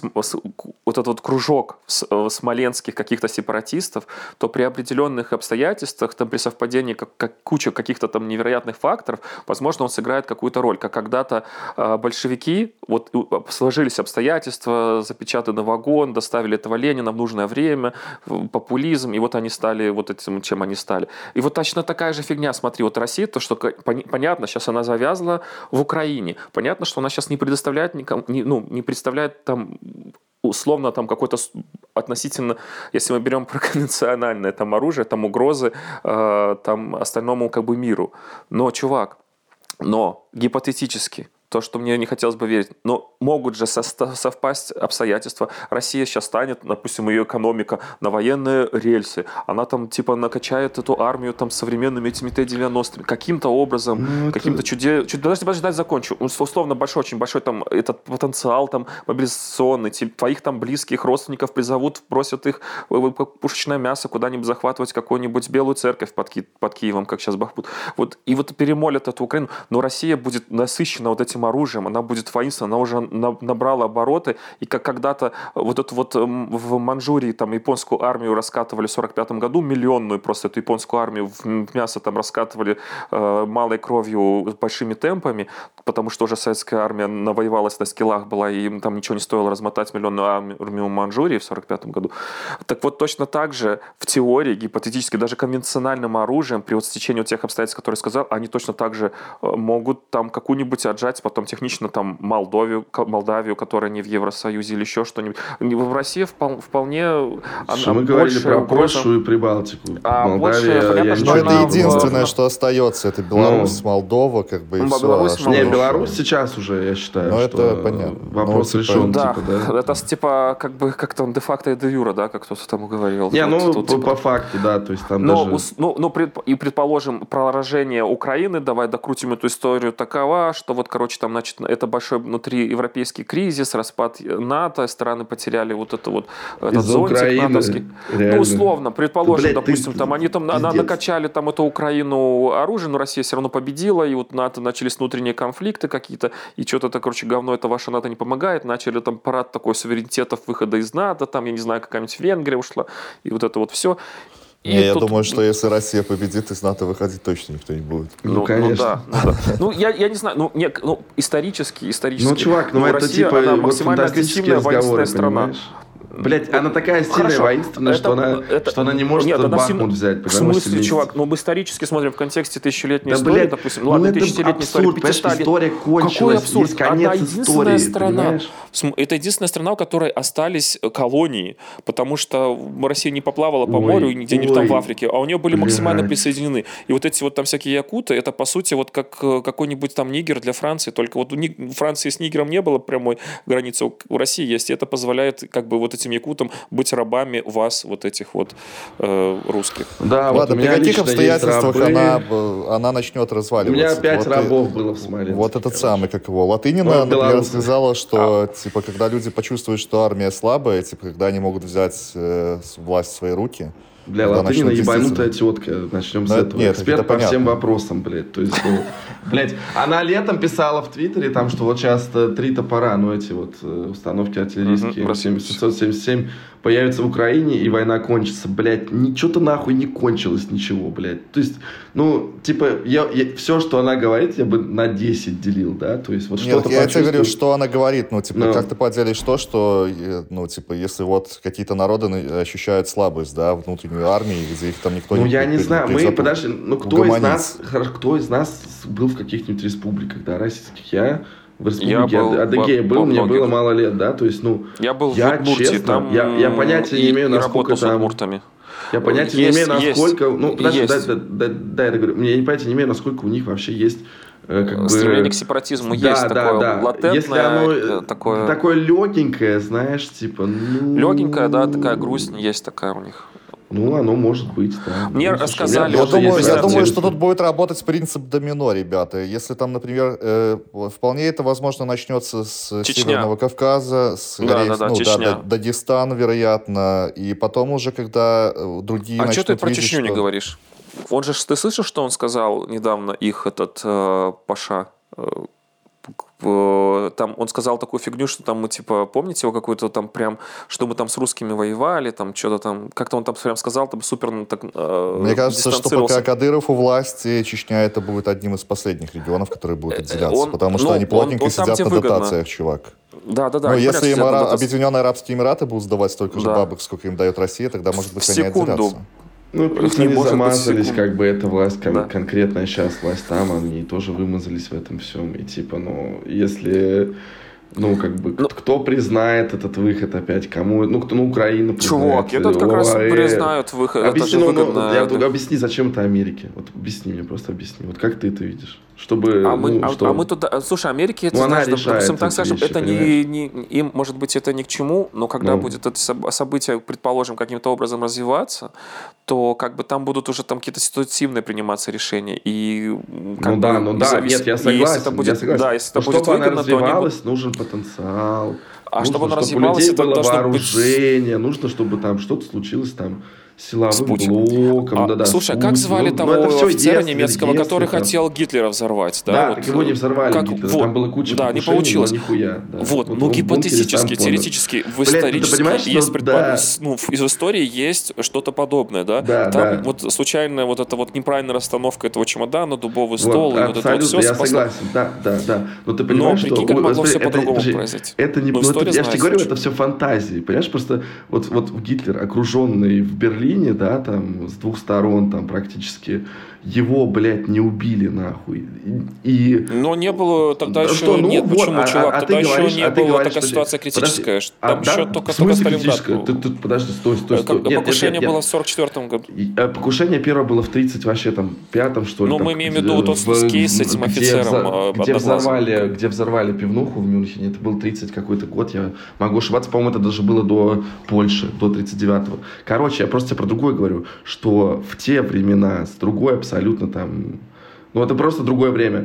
вот этот вот кружок смоленских каких-то сепаратистов, то при определенных обстоятельствах, там, при совпадении как, как куча каких-то там невероятных факторов, возможно, он сыграет какую-то роль. Как когда-то э, большевики, вот сложились обстоятельства, запечатанный вагон, доставили этого Ленина в нужное время, популизм, и вот они стали вот этим, чем они стали. И вот точно такая же фигня, смотри, вот Россия, то, что понятно, сейчас она завязла в Украине, понятно, что она сейчас не предоставляет никому, не, ну, не представляет там условно там какой-то относительно, если мы берем про конвенциональное там оружие, там угрозы э, там остальному как бы миру. Но, чувак, но гипотетически, то, что мне не хотелось бы верить, но могут же совпасть обстоятельства. Россия сейчас станет, допустим, ее экономика на военные рельсы. Она там типа накачает эту армию там современными этими Т девяносто. Каким-то образом, ну, каким-то это... чудесом. Чуд... Подожди, подожди, дать закончу. Условно большой, очень большой там этот потенциал там мобилизационный. Типа, твоих там близких родственников призовут, бросят их как пушечное мясо куда-нибудь захватывать какую-нибудь белую церковь под, Ки... под Киевом, как сейчас Бахмут. Вот. И вот перемолят эту Украину. Но Россия будет насыщена вот этим оружием, она будет воинственна, она уже набрала обороты, и как когда-то вот эту вот в Манчжурии там японскую армию раскатывали в сорок пятом году, миллионную просто эту японскую армию в мясо там раскатывали э, малой кровью с большими темпами, потому что уже советская армия навоевалась на скиллах была, и им там ничего не стоило размотать миллионную армию Манчжурии в сорок пятом году. Так вот точно так же в теории, гипотетически, даже конвенциональным оружием при вот стечении вот тех обстоятельств, которые я сказал, они точно так же могут там какую-нибудь отжать потом технично там Молдовию, Молдавию, которая не в Евросоюзе или еще что-нибудь. В России вполне... Что мы говорили про угроза... Польшу и Прибалтику. А Молдавия, больше, понятно, что это единственное, в... что остается. Это Беларусь, ну, Молдова, как бы и все. Беларусь, а не, Беларусь сейчас уже, я считаю, но что это понятно. Вопрос ну, решен. Да, типа, да, это типа как бы как там де-факто и де-юра, да, как кто-то там говорил. Не, вот, ну тут, по, типа... по факту, да, то есть там но, даже... Ну, ну пред... и предположим, поражение Украины, давай докрутим эту историю такова, что вот, короче, там, значит, это большой внутриевропейский кризис, распад НАТО, страны потеряли вот это вот этот зонтик Украины, натовский. реально. Ну, условно, предположим, Блядь, допустим, ты, там они там на, накачали там эту Украину оружием, но Россия все равно победила, и вот НАТО начались внутренние конфликты какие-то, и что-то, короче, говно, это ваше НАТО не помогает, начали там парад такой суверенитетов, выхода из НАТО, там, я не знаю, какая-нибудь Венгрия ушла, и вот это вот все. И не, тут... Я думаю, что если Россия победит, из НАТО выходить точно никто не будет. Ну, ну конечно. Ну, да, ну, да. ну я, я не знаю, ну, не, ну исторически, исторически. Ну, чувак, ну, ну это Россия, типа она вот максимально агрессивная воинственная страна. Понимаешь? Блять, она такая сильная, Хорошо, воинственная, это, что, она, это, что она не может нет, этот она Бахмут сильно... взять. В смысле, чувак, ну мы исторически смотрим в контексте тысячелетней да, истории, блядь, допустим, ну, ладно, это тысячелетней истории, абсурд, пятистолетней. история кончилась, Какой абсурд? есть конец Одна единственная истории, страна. понимаешь? Это единственная страна, у которой остались колонии, потому что Россия не поплавала по Ой, морю где-нибудь ой, там в Африке, а у нее были блядь. максимально присоединены. И вот эти вот там всякие якуты, это по сути вот как какой-нибудь там нигер для Франции, только вот у Франции с нигером не было прямой границы, у России есть, и это позволяет как бы вот этим якутам быть рабами вас, вот этих вот э, русских. Да, Ладно, вот у при меня каких лично обстоятельствах есть рабы. она, она начнет разваливаться? У меня пять вот рабов и, было в Смоленске. Вот этот короче. самый, как его, Латынина, Ну, например, белорусы. сказала, что, а. типа, когда люди почувствуют, что армия слабая, типа, когда они могут взять э, власть в свои руки, Бля, Латынина ебанутая тетка. Начнем с Но этого. нет, Эксперт это по понятно. всем вопросам, блядь. То есть, ну, блядь, она летом писала в Твиттере, там, что вот сейчас три топора, ну, эти вот э, установки артиллерийские, Мгм, семьсот семьдесят семь, появятся в Украине, и война кончится. Блядь, ничего-то нахуй не кончилось, ничего, блядь. То есть, ну, типа, я, я, все, что она говорит, я бы на десять делил, да? То есть, вот Нет, что-то я тебе говорю, почувствую. что она говорит, ну, типа, Ну. как ты поделишь то, что, э, ну, типа, если вот какие-то народы на- ощущают слабость, да, внутреннюю армию, где их там никто Ну, не я не при- знаю, мы, придет подожди, ну, кто из угомонить. нас, хорошо, кто из нас был в каких-нибудь республиках, да, российских? Я в республике Я был Ад- Адыгея во- был, во мне многих. было мало лет, да, то есть, ну, Я был я, в Удмуртии, честно, там я, я понятия и, не имею, и насколько работал с там... удмуртами. Я понятия Есть, не имею, насколько... есть, ну, подожди, есть. да, да, да, да, я говорю, я понятия не имею, насколько у них вообще есть... э, Как бы... Стремление к сепаратизму Да, есть да, такое да. латентное, Если оно э, такое... такое легенькое, знаешь, типа, ну... Легенькая, да, такая грусть есть такая у них. Ну, оно может быть, да. Мне Ну, слушай, рассказали, у меня Я вот тоже думаю, есть я есть думаю, разные- что тут будет работать принцип домино, ребята. Если там, например, э, вполне это, возможно, начнется с Чечня. Северного Кавказа, с Да, скорее, да, да, ну, Чечня. да, Дагестан, вероятно, и потом уже, когда э, другие А что начнут ты про видеть, Чечню не что- говоришь? Он же, ты слышал, что он сказал недавно, их этот э, Паша? э, в- Там он сказал такую фигню, что там мы, типа, помните его какую-то там прям, что мы там с русскими воевали, там что-то там, как-то он там прям сказал, там супер ну, так, э, Мне кажется, что дистанцировался. пока Кадыров у власти, Чечня это будет одним из последних регионов, которые будут Э, отделяться, он- потому что ну, они плотненько он- он там, сидят где на выгодно. дотациях, чувак. Да, да, да. Но они если им понятно, Ара- сидят на дотации. Объединенные Арабские Эмираты будут сдавать столько же Да. бабок, сколько им дает Россия, тогда, может быть, В они секунду. отделятся. Ну, плюс Не они может быть замазались, секунд. как бы, эта власть, кон- Да. конкретная сейчас власть там, они тоже вымазались в этом всем. И типа, ну, если, ну, как бы, Ну- кто признает этот выход опять, кому, ну, кто, ну, Украина признает. Чувак, этот как раз ОАЭ. признают выход. Это Объясни, же ну, ну, выгодно. я да. тут объясни, зачем это Америке? Вот объясни мне, просто объясни. Вот как ты это видишь? Чтобы, А мы, ну, а, что... а мы туда... Слушай, Америке, это, Ну, она знаешь, решает допустим, так эти скажем, вещи, это не, не... Им, может быть, это ни к чему, но когда Ну. будет это соб- событие, предположим, каким-то образом развиваться, то как бы там будут уже там какие-то ситуативные приниматься решения. И м, как Ну бы да, ну да, независ- нет, я и согласен, если это будет, я согласен. Да, если это Но будет чтобы она выгодно, то они будут... развивалась, нужен потенциал. А нужно, чтобы она чтобы у развивалась, людей это было должно быть... вооружение, нужно, чтобы там что-то случилось там с силовым Спутник. блоком. А, да, да, слушай, а как спутник. звали Ну, того ну, это всё офицера если, немецкого, если который там. хотел Гитлера взорвать? Да, Да, вот, так его не взорвали как- Гитлера, вот, там было куча да, не покушений, получилось. но нихуя. Да. Вот, он ну в бункере сам гипотетически, помер. теоретически, в Блядь, ну, ты исторически понимаешь, есть что- предпо- да. с- ну, в- из истории есть что-то подобное, да? Да, Там да. вот случайная вот эта вот неправильная расстановка этого чемодана, дубовый Вот, стол, и вот это вот абсолютно, все я спасло. согласен, да, да, да. Но ты понимаешь, прикинь, что... как Ой, могло смотри, всё это- по-другому подожди, произойти. Это не... Ну, ну, это- история я же знает тебе говорю, случаи. это все фантазии, понимаешь? Просто вот, вот в Гитлер, окруженный в Берлине, да, там, с двух сторон, там, практически, его, блядь, не убили, нахуй. И... Но не было тогда Да еще... что, ну Нет, вот, почему, а- чувак? а ты тогда еще говоришь- не а ты было говоришь, такая что- ситуация критическая. Подожди, Там а, еще да, только, в только смысле Сталинград критическое? был. Ты, ты, подожди, стой, стой, Э, стой. как- Нет, Покушение нет, нет, было нет. в сорок четвёртом году. И, э, Покушение первое было в тридцать вообще там пятом, что ли. Ну, там, мы имеем в где- виду тот в- кейс с этим где офицером, вза- э, где одноглазым. взорвали, где взорвали пивнуху в Мюнхене. Это был тридцать какой-то год, я могу ошибаться. По-моему, это даже было до Польши, до тридцать девятого. Короче, я просто тебе про другое говорю, что в те времена с другой абсолютно там... Ну, это просто другое время.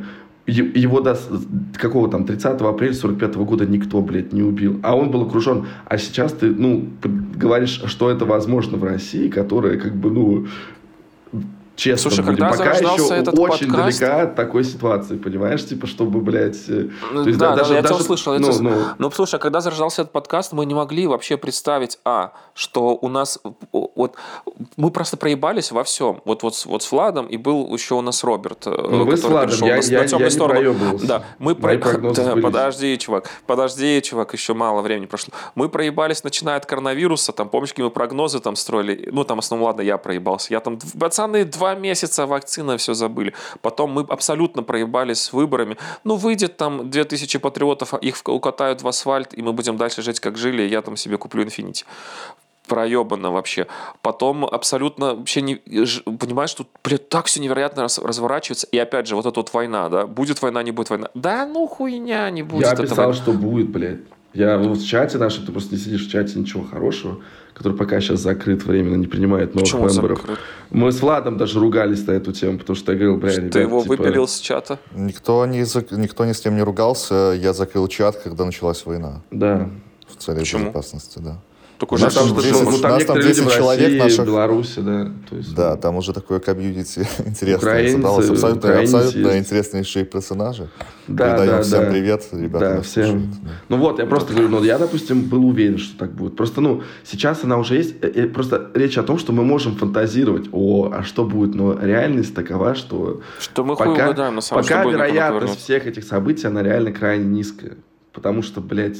его до какого там тридцатого апреля сорок пятого года никто, блядь, не убил. А он был окружен. А сейчас ты, ну, говоришь, что это возможно в России, которая, как бы, ну, честно, слушай, будем, когда пока еще этот очень подкаст... далека от такой ситуации, понимаешь? Типа, чтобы, блядь... Ну, то есть, да, даже, да, я даже, тебя услышал. ну, это... ну... Но, слушай, а когда зарождался этот подкаст, мы не могли вообще представить, а, что у нас... Вот, мы просто проебались во всем. Вот, вот, вот с Владом, и был еще у нас Роберт, ну, который с Владом. пришел я, на, я, на темную я сторону. Не проебывался. Да, мы Мои про... прогнозы да, сбылись. Подожди, чувак, подожди, чувак, еще мало времени прошло. Мы проебались, начиная от коронавируса, там, помнишь, какие мы прогнозы там строили? Ну, там, в основном, ладно, я проебался. Я там, пацаны, два месяца вакцина, все забыли. Потом мы абсолютно проебались с выборами. Ну, выйдет там две тысячи патриотов, их укатают в асфальт, и мы будем дальше жить, как жили, и я там себе куплю Infinity. Проебано вообще. Потом абсолютно вообще не... Понимаешь, тут, блядь, так все невероятно раз, разворачивается. И опять же, вот эта вот война, да? Будет война, не будет война. Да ну хуйня, не будет. Я писал, война. что будет, блядь. Я вот в чате нашем, ты просто не сидишь в чате ничего хорошего, который пока сейчас закрыт временно, не принимает новых Почему мемберов. закрыт? Мы с Владом даже ругались на эту тему, потому что я говорил, бля, ребят, ты его типа... выпилил с чата? Никто, не, никто ни с кем не ругался. Я закрыл чат, когда началась война. Да. В целях Почему? безопасности, да. Так У уже нас там, десять, ну, там нас некоторые там люди в человек России, наших... в Беларуси, да. То есть, да, ну... там уже такое комьюнити интересное Украинцы, собралось. Абсолютно, абсолютно есть. интереснейшие персонажи. Да, Передаем да, всем да. привет, ребята. Да, нас всем. слушают, да. Ну вот, я просто говорю, ну я, допустим, был уверен, что так будет. Просто, ну, сейчас она уже есть. Просто речь о том, что мы можем фантазировать. О, а что будет? Но реальность такова, что... Что мы пока, хуй угадаем, на самом деле. Пока вероятность всех этих событий, она реально крайне низкая. Потому что, блядь,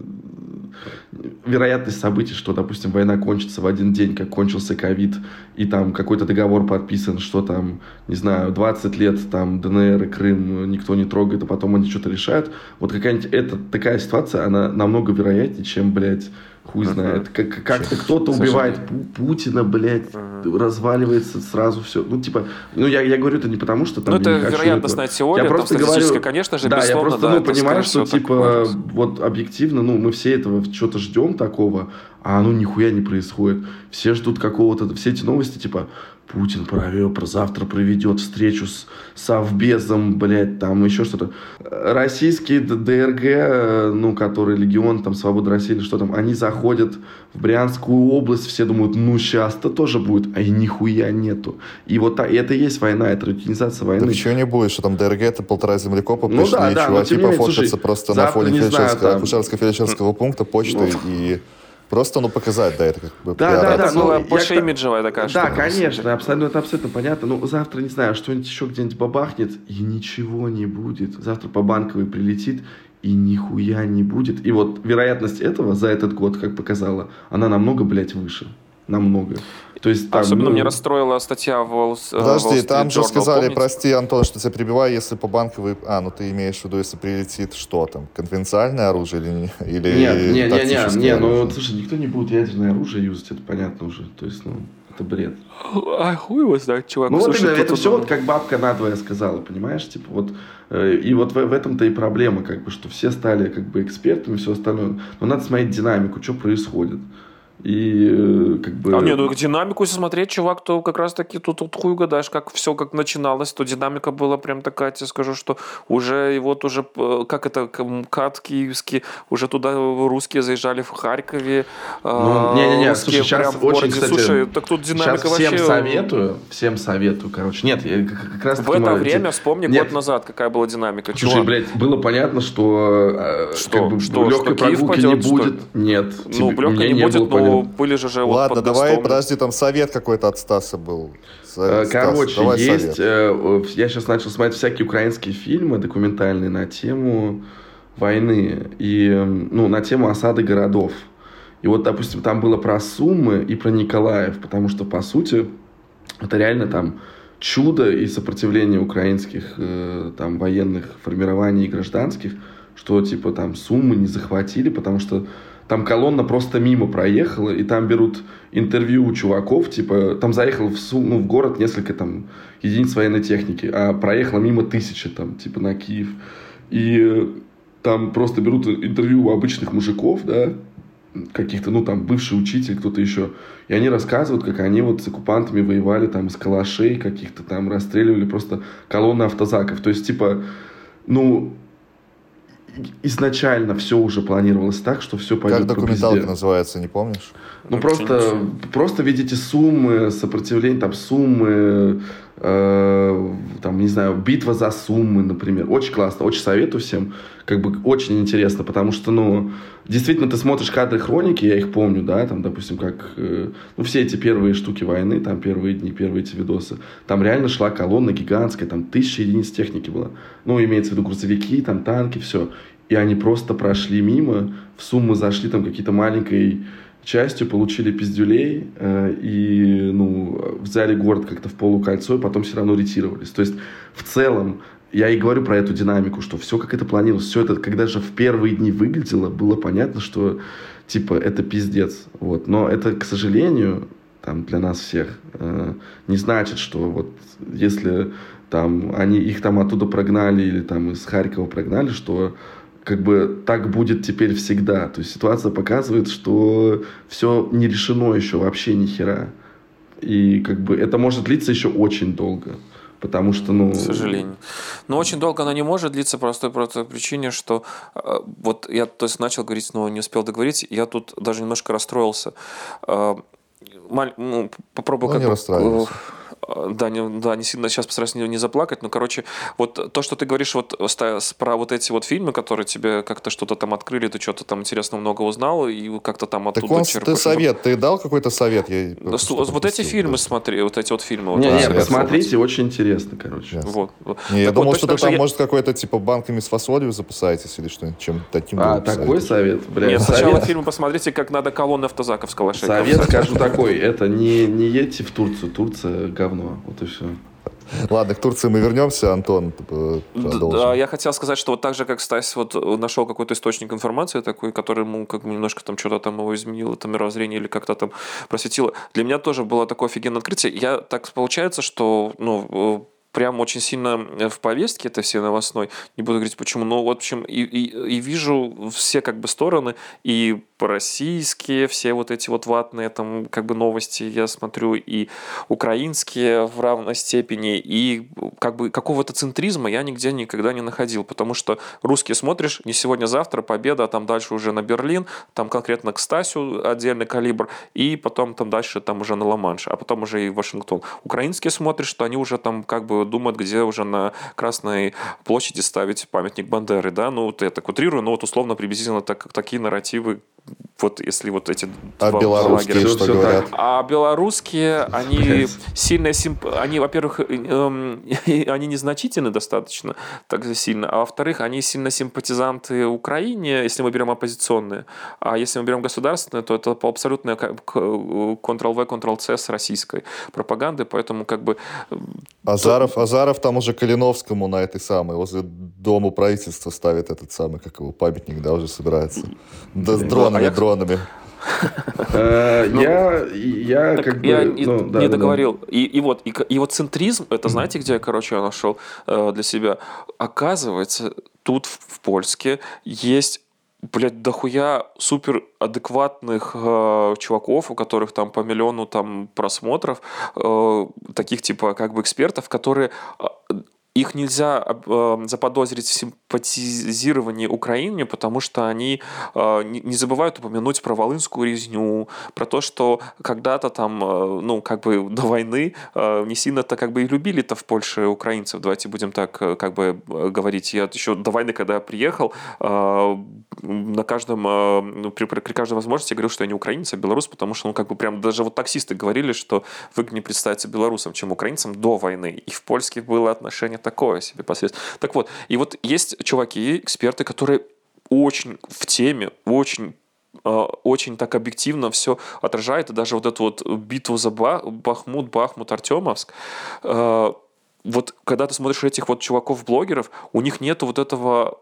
вероятность событий, что, допустим, война кончится в один день, как кончился ковид, и там какой-то договор подписан, что там, не знаю, двадцать лет там ДНР и Крым никто не трогает, а потом они что-то решают. Вот какая-нибудь эта такая ситуация, она намного вероятнее, чем, блядь, хуй знает. Как, как-то кто-то убивает Путина, блядь, uh-huh. разваливается сразу все. Ну, типа, ну, я, я говорю это не потому, что там... Ну, это я не хочу вероятностная этого. теория, я там просто статистическая, говорю, конечно же, да, безусловно. я просто, да, ну, понимаю, что, типа, так вот объективно, ну, мы все этого что-то ждем такого, а оно нихуя не происходит. Все ждут какого-то... Все эти новости, типа... Путин провел, про завтра проведет встречу с Совбезом, блядь, там еще что-то. Российские ДРГ, ну, которые Легион, там, Свобода России или что там, они заходят в Брянскую область, все думают, ну, сейчас-то тоже будет, а и нихуя нету. И вот так, и это и есть война, это рутинизация войны. Да ничего не будет, что там ДРГ, это полтора землекопа ну, пришли, да, да, чуваки пофоткаться просто на фоне Фельдшерско-Фельдшерского пункта почты ну, и... Просто, ну, показать, да, это как бы... Да, да, да. Это была больше-имиджевая такая штука. Да, конечно, абсолютно, это абсолютно понятно. Ну, завтра, не знаю, что-нибудь еще где-нибудь бабахнет, и ничего не будет. Завтра по Банковой прилетит, и нихуя не будет. И вот вероятность этого за этот год, как показала, она намного, блядь, выше. Намного. То есть, там, особенно ну... мне расстроила статья в Wall Street Подожди, там же Journal, сказали, помните? прости, Антон, что тебя перебиваю, если по Банковой... А, ну ты имеешь в виду, если прилетит что там, конвенциальное оружие или не? Или нет, нет, нет, нет, не, ну, оружие? слушай, никто не будет ядерное оружие юзать, это понятно уже. То есть, ну, это бред. А хуй его знает, чувак. Ну, Слушай, вот именно, это тут... все вот как бабка надвое сказала, понимаешь? Типа вот, э, и вот в, в этом-то и проблема, как бы, что все стали как бы экспертами и все остальное. Но надо смотреть динамику, что происходит. И э, как бы... А нет, ну динамику, если смотреть, чувак, то как раз таки тут, тут хуй угадаешь, как все как начиналось, то динамика была прям такая, тебе скажу, что уже, и вот уже, как это, МКАД киевский, уже туда русские заезжали в Харькове. Ну, не-не-не, слушай, сейчас в очень, городе. кстати, Слушай, так тут динамика сейчас всем вообще... советую, всем советую, короче. Нет, я как, как раз... В это думаю, время, те... вспомни, Нет. год назад, какая была динамика. Слушай, чувак. блядь, было понятно, что, что, как бы, что легкой что Киев прогулки пойдет, не будет. Нет. Ну, тебе, легкой не, не будет, было но понятно. были же уже Ладно, вот под давай, Гастомелем. подожди, там совет какой-то от Стаса был. Стас, Короче, давай есть... совет. Э, я сейчас начал смотреть всякие украинские фильмы документальные на тему войны и, ну, на тему осады городов. И вот, допустим, там было про Сумы и про Николаев, потому что, по сути, это реально там чудо и сопротивление украинских э, там военных формирований и гражданских, что, типа, там Сумы не захватили, потому что там колонна просто мимо проехала, и там берут интервью у чуваков, типа, там заехал в, Сум, ну, в город несколько там единиц военной техники, а проехала мимо тысячи, там, типа, на Киев. И там просто берут интервью у обычных мужиков, да, каких-то, ну, там, бывший учитель, кто-то еще, и они рассказывают, как они вот с оккупантами воевали там из калашей каких-то там, расстреливали просто колонны автозаков. То есть, типа, ну, изначально все уже планировалось так, что все пойдет Как по документалка пизде. называется, не помнишь? Ну, просто, просто видите суммы, сопротивление, там, суммы, э, там, не знаю, битва за суммы, например. Очень классно, очень советую всем. Как бы очень интересно, потому что, ну, действительно, ты смотришь кадры хроники, я их помню, да, там, допустим, как, э, ну, все эти первые штуки войны, там, первые дни, первые эти видосы, там реально шла колонна гигантская, там, тысяча единиц техники было. Ну, имеется в виду грузовики, там, танки, все. И они просто прошли мимо, в сумму зашли там какие-то маленькой частью, получили пиздюлей э, и, ну, взяли город как-то в полукольцо, и потом все равно ретировались. То есть, в целом, я и говорю про эту динамику, что все как это планировалось, все это, когда же в первые дни выглядело, было понятно, что, типа, это пиздец. Вот. Но это, к сожалению, там, для нас всех, э, не значит, что вот если там они их там оттуда прогнали или там из Харькова прогнали, что как бы так будет теперь всегда. То есть ситуация показывает, что все не решено еще вообще ни хера. И как бы это может длиться еще очень долго. Потому что, ну... К сожалению. Но очень долго она не может длиться просто по той причине, что э, вот я то есть, начал говорить, но не успел договорить. Я тут даже немножко расстроился. Э, маль, ну, попробую ну, как не бы... расстраивайся. Да, не, да, не сильно сейчас постараюсь не, не заплакать, но, короче, вот то, что ты говоришь вот про вот эти вот фильмы, которые тебе как-то что-то там открыли, ты что-то там интересно много узнал, и как-то там оттуда... Так он, черпаешь. ты совет, ты дал какой-то совет? Я да, вот эти фильмы да. смотри, вот эти вот фильмы. Не, вот, не, посмотрите, очень интересно, короче. Вот. Не, я так думал, вот, что ты там, я... может, какой-то типа банками с фасолью запасаетесь или что-нибудь, чем таким. А, такой совет? Бля, Нет, совет. сначала фильмы посмотрите, как надо колонны автозаков сколошить. Совет скажу такой, это не, не едьте в Турцию, Турция говно, вот и все. Ладно, к Турции мы вернемся, Антон, продолжим. Да, я хотел сказать, что вот так же, как Стась вот нашел какой-то источник информации такой, который ему как бы немножко там что-то там его изменило, это мировоззрение или как-то там просветило. Для меня тоже было такое офигенное открытие. Я так получается, что, ну, прям очень сильно в повестке это все новостной, не буду говорить почему, но в общем и, и, и вижу все как бы стороны, и российские, все вот эти вот ватные там как бы новости я смотрю, и украинские в равной степени, и как бы какого-то центризма я нигде никогда не находил, потому что русские смотришь, не сегодня-завтра, победа, а там дальше уже на Берлин, там конкретно к Стасю отдельный калибр, и потом там дальше там уже на Ла-Манш, а потом уже и Вашингтон. Украинские смотришь, что они уже там как бы думают, где уже на Красной площади ставить памятник Бандеры, да, ну вот я так утрирую, но вот условно приблизительно так, такие нарративы, вот если вот эти а два белорусские лагеря, что все говорят? Так. А белорусские, они сильно, симп... они, во-первых, эм, они незначительны достаточно, так сильно, а во-вторых, они сильно симпатизанты Украине, если мы берем оппозиционные, а если мы берем государственные, то это абсолютно контрол-В, контрол-С с российской пропаганды, поэтому как бы... Азаров, то... Азаров там уже Калиновскому на этой самой, возле Дома правительства ставит этот самый, как его, памятник, да, уже собирается. Да, с дронами, а дронами. Я, я как бы... Я не договорил. И вот и вот центризм, это знаете, где, короче, я нашел для себя? Оказывается, тут в Польске есть... блядь, дохуя супер адекватных э, чуваков, у которых там по миллиону там просмотров, э, таких типа как бы экспертов, которые э, их нельзя э, заподозрить в симпатизировании Украине, потому что они э, не, не забывают упомянуть про Волынскую резню, про то, что когда-то там, э, ну, как бы до войны э, не сильно-то как бы и любили-то в Польше украинцев, давайте будем так э, как бы говорить. Я еще до войны, когда я приехал, э, на каждом, э, ну, при, при каждой возможности я говорил, что я не украинец, а белорус, потому что, ну, как бы прям даже вот таксисты говорили, что выгоднее представиться белорусом, чем украинцем до войны. И в польских было отношение такое себе посредственно. Так вот, и вот есть чуваки, эксперты, которые очень в теме, очень очень так объективно все отражает, и даже вот эту вот битву за Бахмут, Бахмут, Артемовск, вот когда ты смотришь этих вот чуваков-блогеров, у них нету вот этого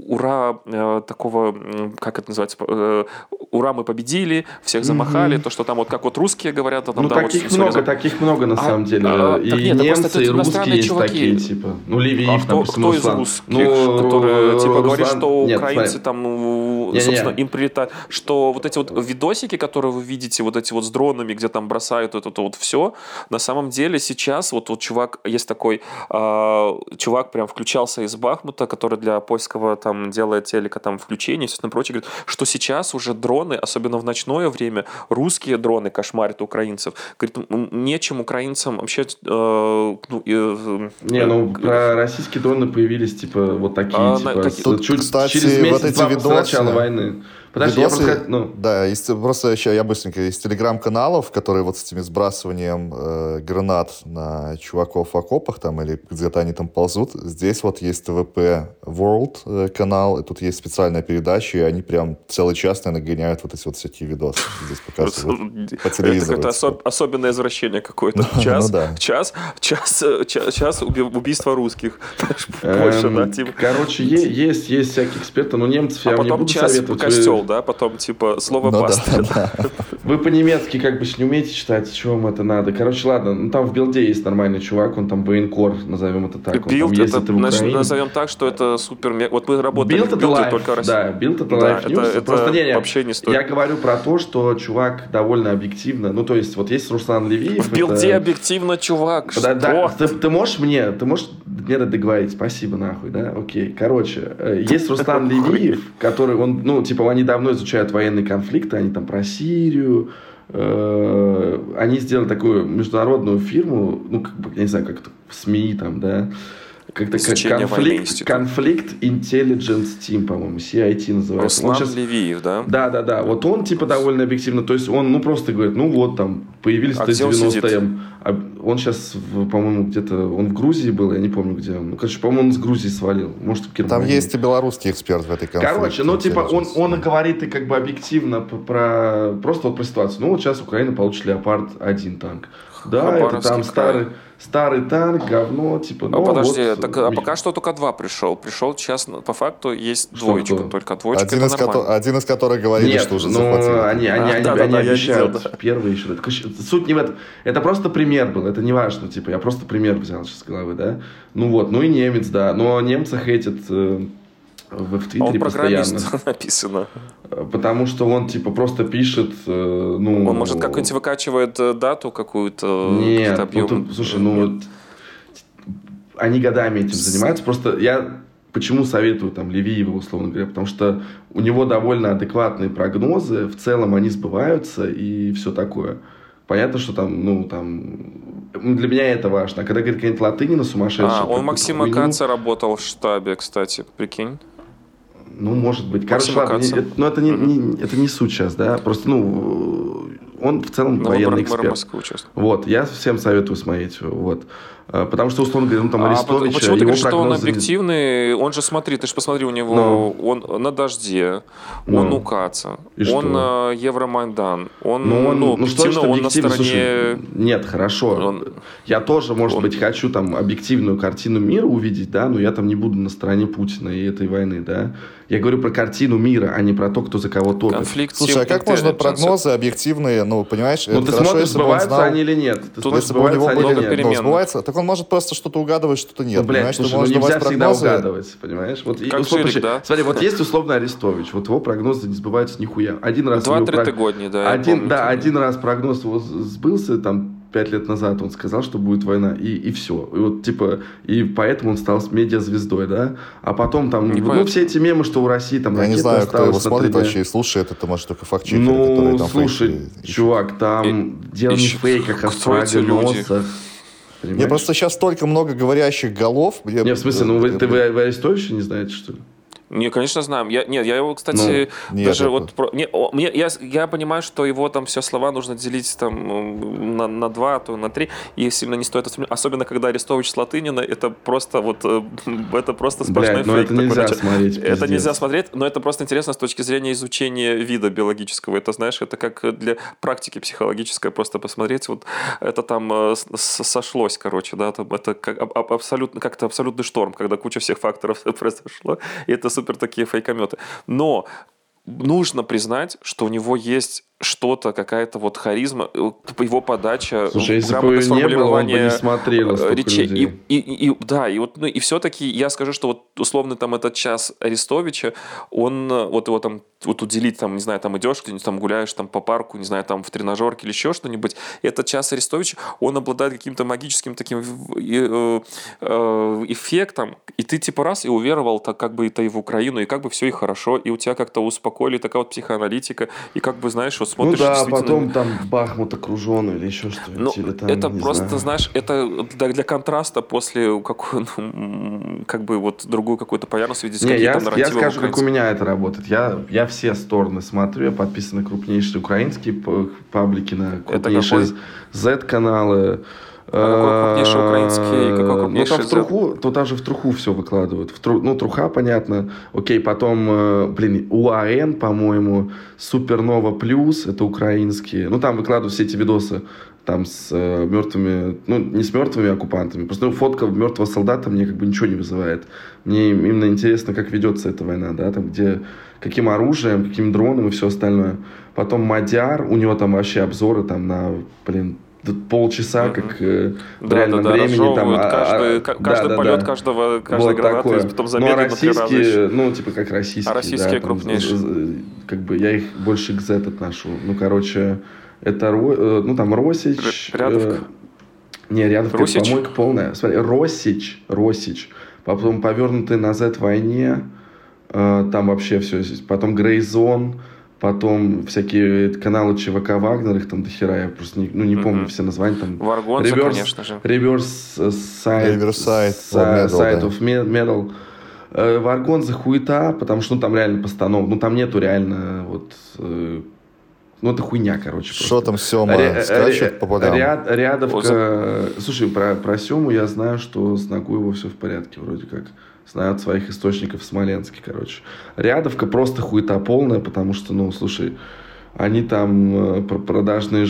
ура э, такого, как это называется, э, ура, мы победили, всех замахали, mm-hmm. то, что там вот как вот русские говорят. А там, ну, да, таких вот, много, все, таких много на а, самом деле. А, и нет, немцы, и русские есть чуваки. такие, типа. Ну, Левиев, а кто, допустим, кто Руслан. из русских, ну, которые, типа, Руслан... говорит, что нет, украинцы смотри. там, не, собственно, не. им прилетают, что вот эти вот видосики, которые вы видите, вот эти вот с дронами, где там бросают это, это вот все, на самом деле сейчас вот, вот чувак, есть такой э, чувак прям включался из Бахмута, который для польского там делает телека там включение, естественно, прочее, говорит, что сейчас уже дроны, особенно в ночное время, русские дроны кошмарят украинцев. Говорит, нечем украинцам вообще... Э, ну, э, не, ну, про российские дроны появились, типа, вот такие, а, типа, на, с, тут, чуть, кстати, через месяц, вот эти два видосы, после начала войны. Подожди, видосы, я просто... Ну. Да, есть, просто еще я быстренько, из телеграм-каналов, которые вот с этими сбрасыванием э, гранат на чуваков в окопах там, или где-то они там ползут. Здесь вот есть ТВП World э, канал, и тут есть специальная передача, и они прям целый час, наверное, гоняют вот эти вот всякие видосы. Здесь показывают по телевизору. Это какое-то особенное извращение какое-то. Час, час, час, час убийства русских. Больше, да, типа. Короче, есть есть всякие эксперты, но немцев я не буду советовать. Костел, да, потом типа слово ну, пастырь. Да, да. Вы по-немецки как бы не умеете читать, чего вам это надо. Короче, ладно, ну там в Билде есть нормальный чувак, он там военкор, назовем это так. Билд это, назовем так, что это супер... Вот мы работаем Build в Билде только в России. Да, Билд это Life News. Это, Просто это не, не, вообще не стоит. Я говорю про то, что чувак довольно объективно, ну то есть вот есть Руслан Левиев. В Билде это... объективно, чувак, да, что? Да, ты, ты можешь мне, ты можешь мне договорить, спасибо нахуй, да, окей. Короче, есть Руслан Левиев, который, он, ну типа они давно изучают военные конфликты, они там про Сирию, э, они сделали такую международную фирму, ну, как бы, я не знаю, как это, СМИ там, да, как-то как конфликт, конфликт Intelligence Team, по-моему, си ай ти называется. Руслан сейчас... Левиев, да? Да, да, да. Вот он типа довольно объективно, то есть он, ну, просто говорит, ну, вот там, появились а Т девяносто М. Он сейчас, в, по-моему, где-то, он в Грузии был, я не помню, где он. Ну, короче, по-моему, он с Грузии свалил. Может, в Там есть и белорусский эксперт в этой конфликте. Короче, ну, типа, он, он говорит и как бы объективно про, просто вот про ситуацию. Ну, вот сейчас Украина получит Леопард один танк. Да, это там старый, старый танк, говно, типа, ну, а подожди, вот, так, а пока что только два пришел. Пришел сейчас, по факту, есть что двоечка, кто? Только двоечка, один это из ко- Один из которых говорили, Нет, что уже ну, захватили. они, они, а, они, да, они да, обещают видел, да. первые еще. Суть не в этом. Это просто пример был, это не важно, типа, я просто пример взял сейчас с головы, да. Ну вот, ну и немец, да, но немца хейтят... Э, в, в Твиттере он постоянно. программист написано. Потому что он типа просто пишет, э, ну... Он может как-нибудь выкачивает дату какую-то? Нет, объем. Ну, ты, слушай, ну... Нет. Они годами этим занимаются. Просто я почему советую там Левиева, условно говоря, потому что у него довольно адекватные прогнозы, в целом они сбываются и все такое. Понятно, что там, ну, там... Для меня это важно. А когда говорит какая-нибудь латынина сумасшедшая... А, он Максима хуйню... Каца работал в штабе, кстати, прикинь. Ну, может быть. Короче, ладно, не, это, ну, это, не, не, это не суть сейчас, да. Просто, ну, он в целом ну, военный эксперт. Москвы, вот, я всем советую смотреть. Вот. Потому что, условно говоря, ну, там, Арестович... А почему ты говоришь, что он объективный? Он же, смотри, ты же посмотри, у него... Но. Он на «Дожде», Но. он у Каца, и он что? Евромайдан, он, ну, он, ну, ну, что объективно, он на стороне... Слушай, нет, хорошо. Он... Я тоже, может он... быть, хочу там объективную картину мира увидеть, да, но я там не буду на стороне Путина и этой войны, да. Я говорю про картину мира, а не про то, кто за кого топит. Конфликт. Слушай, а как можно прогнозы объективные, ну, понимаешь? Ну, ты смотришь, сбываются знал, они или нет. Ты смотришь, если бы у него были, ну, сбывается, так он может просто что-то угадывать, что-то нет. Ну, блядь, слушай, ну, нельзя всегда угадывать, понимаешь? Вот, как условно, Ширик, да? Смотри, вот есть условно Арестович, вот его прогнозы не сбываются нихуя. Один раз... Два тритогодни, да. Один, да, один раз прогноз его сбылся, там, пять лет назад он сказал, что будет война, и, и все. И вот, типа, и поэтому он стал медиазвездой, да? А потом там, не ну, понятно. Все эти мемы, что у России там я не знаю, кто его смотрит вообще и слушает, это, может, только факт-чекеры, ну, которые там слушай, фейки, чувак, там и, дело не в фейках, а в прогнозах. Мне просто сейчас столько много говорящих голов. Мне, не, в смысле, ну вы, ты, вы, вы Арестовича не знаете, что ли? Не, конечно, знаем. Я, нет, я его, кстати, ну, даже нет, вот... Про, не, о, мне, я, я понимаю, что его там все слова нужно делить там на, на два, то на три, и сильно не стоит вспоминать. Особенно, когда Арестович с латынина, это просто вот... Это просто сплошной Блядь, ну фейк. это нельзя такой, смотреть, Это пиздец. Нельзя смотреть, но это просто интересно с точки зрения изучения вида биологического. Это, знаешь, это как для практики психологической просто посмотреть. Вот это там сошлось, короче, да, там это как, абсолютно, как-то абсолютный шторм, когда куча всех факторов произошло, и это супер супер такие фейкометы. Но нужно признать, что у него есть что-то, какая-то вот харизма, его подача, слушай, если бы ее не было, он бы не смотрел речей. И, и, и, и, да, и вот, ну, и все-таки я скажу, что вот условно там этот час Арестовича, он вот его там вот уделить, там, не знаю, там идешь где-нибудь, там гуляешь там по парку, не знаю, там в тренажерке или еще что-нибудь, этот час Арестовича, он обладает каким-то магическим таким эффектом, и ты типа раз и уверовал так как бы это и в Украину, и как бы все и хорошо, и у тебя как-то успокоили, такая вот психоаналитика, и как бы, знаешь, вот смотришь... Ну да, потом там Бахмут окружен или еще что-нибудь. Ну, или там, это просто, знаю. знаешь, это для, для контраста после какой, ну, как бы вот другую какую-то полярность видеть, не, какие я, там нарративы. Я скажу, как у меня это работает. Я, я все стороны смотрю, я подписан на крупнейшие украинские паблики, на крупнейшие Z-каналы. А какой крупнейший украинский, какой крупнейший? Ну, там в труху, то даже в труху все выкладывают. В тру, ну, труха, понятно. Окей, потом, блин, УАН, по-моему, Супернова Плюс, это украинские. Ну, там выкладывают все эти видосы там с э, мертвыми, ну, не с мертвыми оккупантами. Просто ну, фотка мертвого солдата мне как бы ничего не вызывает. Мне именно интересно, как ведется эта война, да, там, где, каким оружием, каким дроном и все остальное. Потом Мадяр, у него там вообще обзоры там на, блин, полчаса, mm-hmm. как э, в да, реальном да, да, времени. Там, каждый, а, каждый да, полет да, каждого, каждой вот гранаты, такое. потом замедленно ну, а российские, ну, типа как российские. А российские да, крупнейшие. Там, как бы я их больше к Z отношу. Ну, короче, это, ну, там, Росич. Рядовка? Э, не, Рядовка, Русич? Помойка полная. Смотри, Росич, Росич. Потом Повернутый на Z войне. Э, там вообще все здесь. Потом Грейзон. Потом всякие каналы ЧВК Вагнер, их там дохера, я просто не, ну, не помню mm-hmm. все названия. Там Варгонца, конечно же. Reverse Side, Side of Metal. Варгонца хуета, потому что ну, там реально постанов, ну там нету реально вот... Ну, это хуйня, короче. Что там Сема скачет по полям? Ряд, рядовка... Слушай, про, про Сему я знаю, что с Нагуева все в порядке вроде как. Знаю от своих источников в Смоленске, короче. Рядовка просто хуета полная, потому что, ну, слушай, они там продажные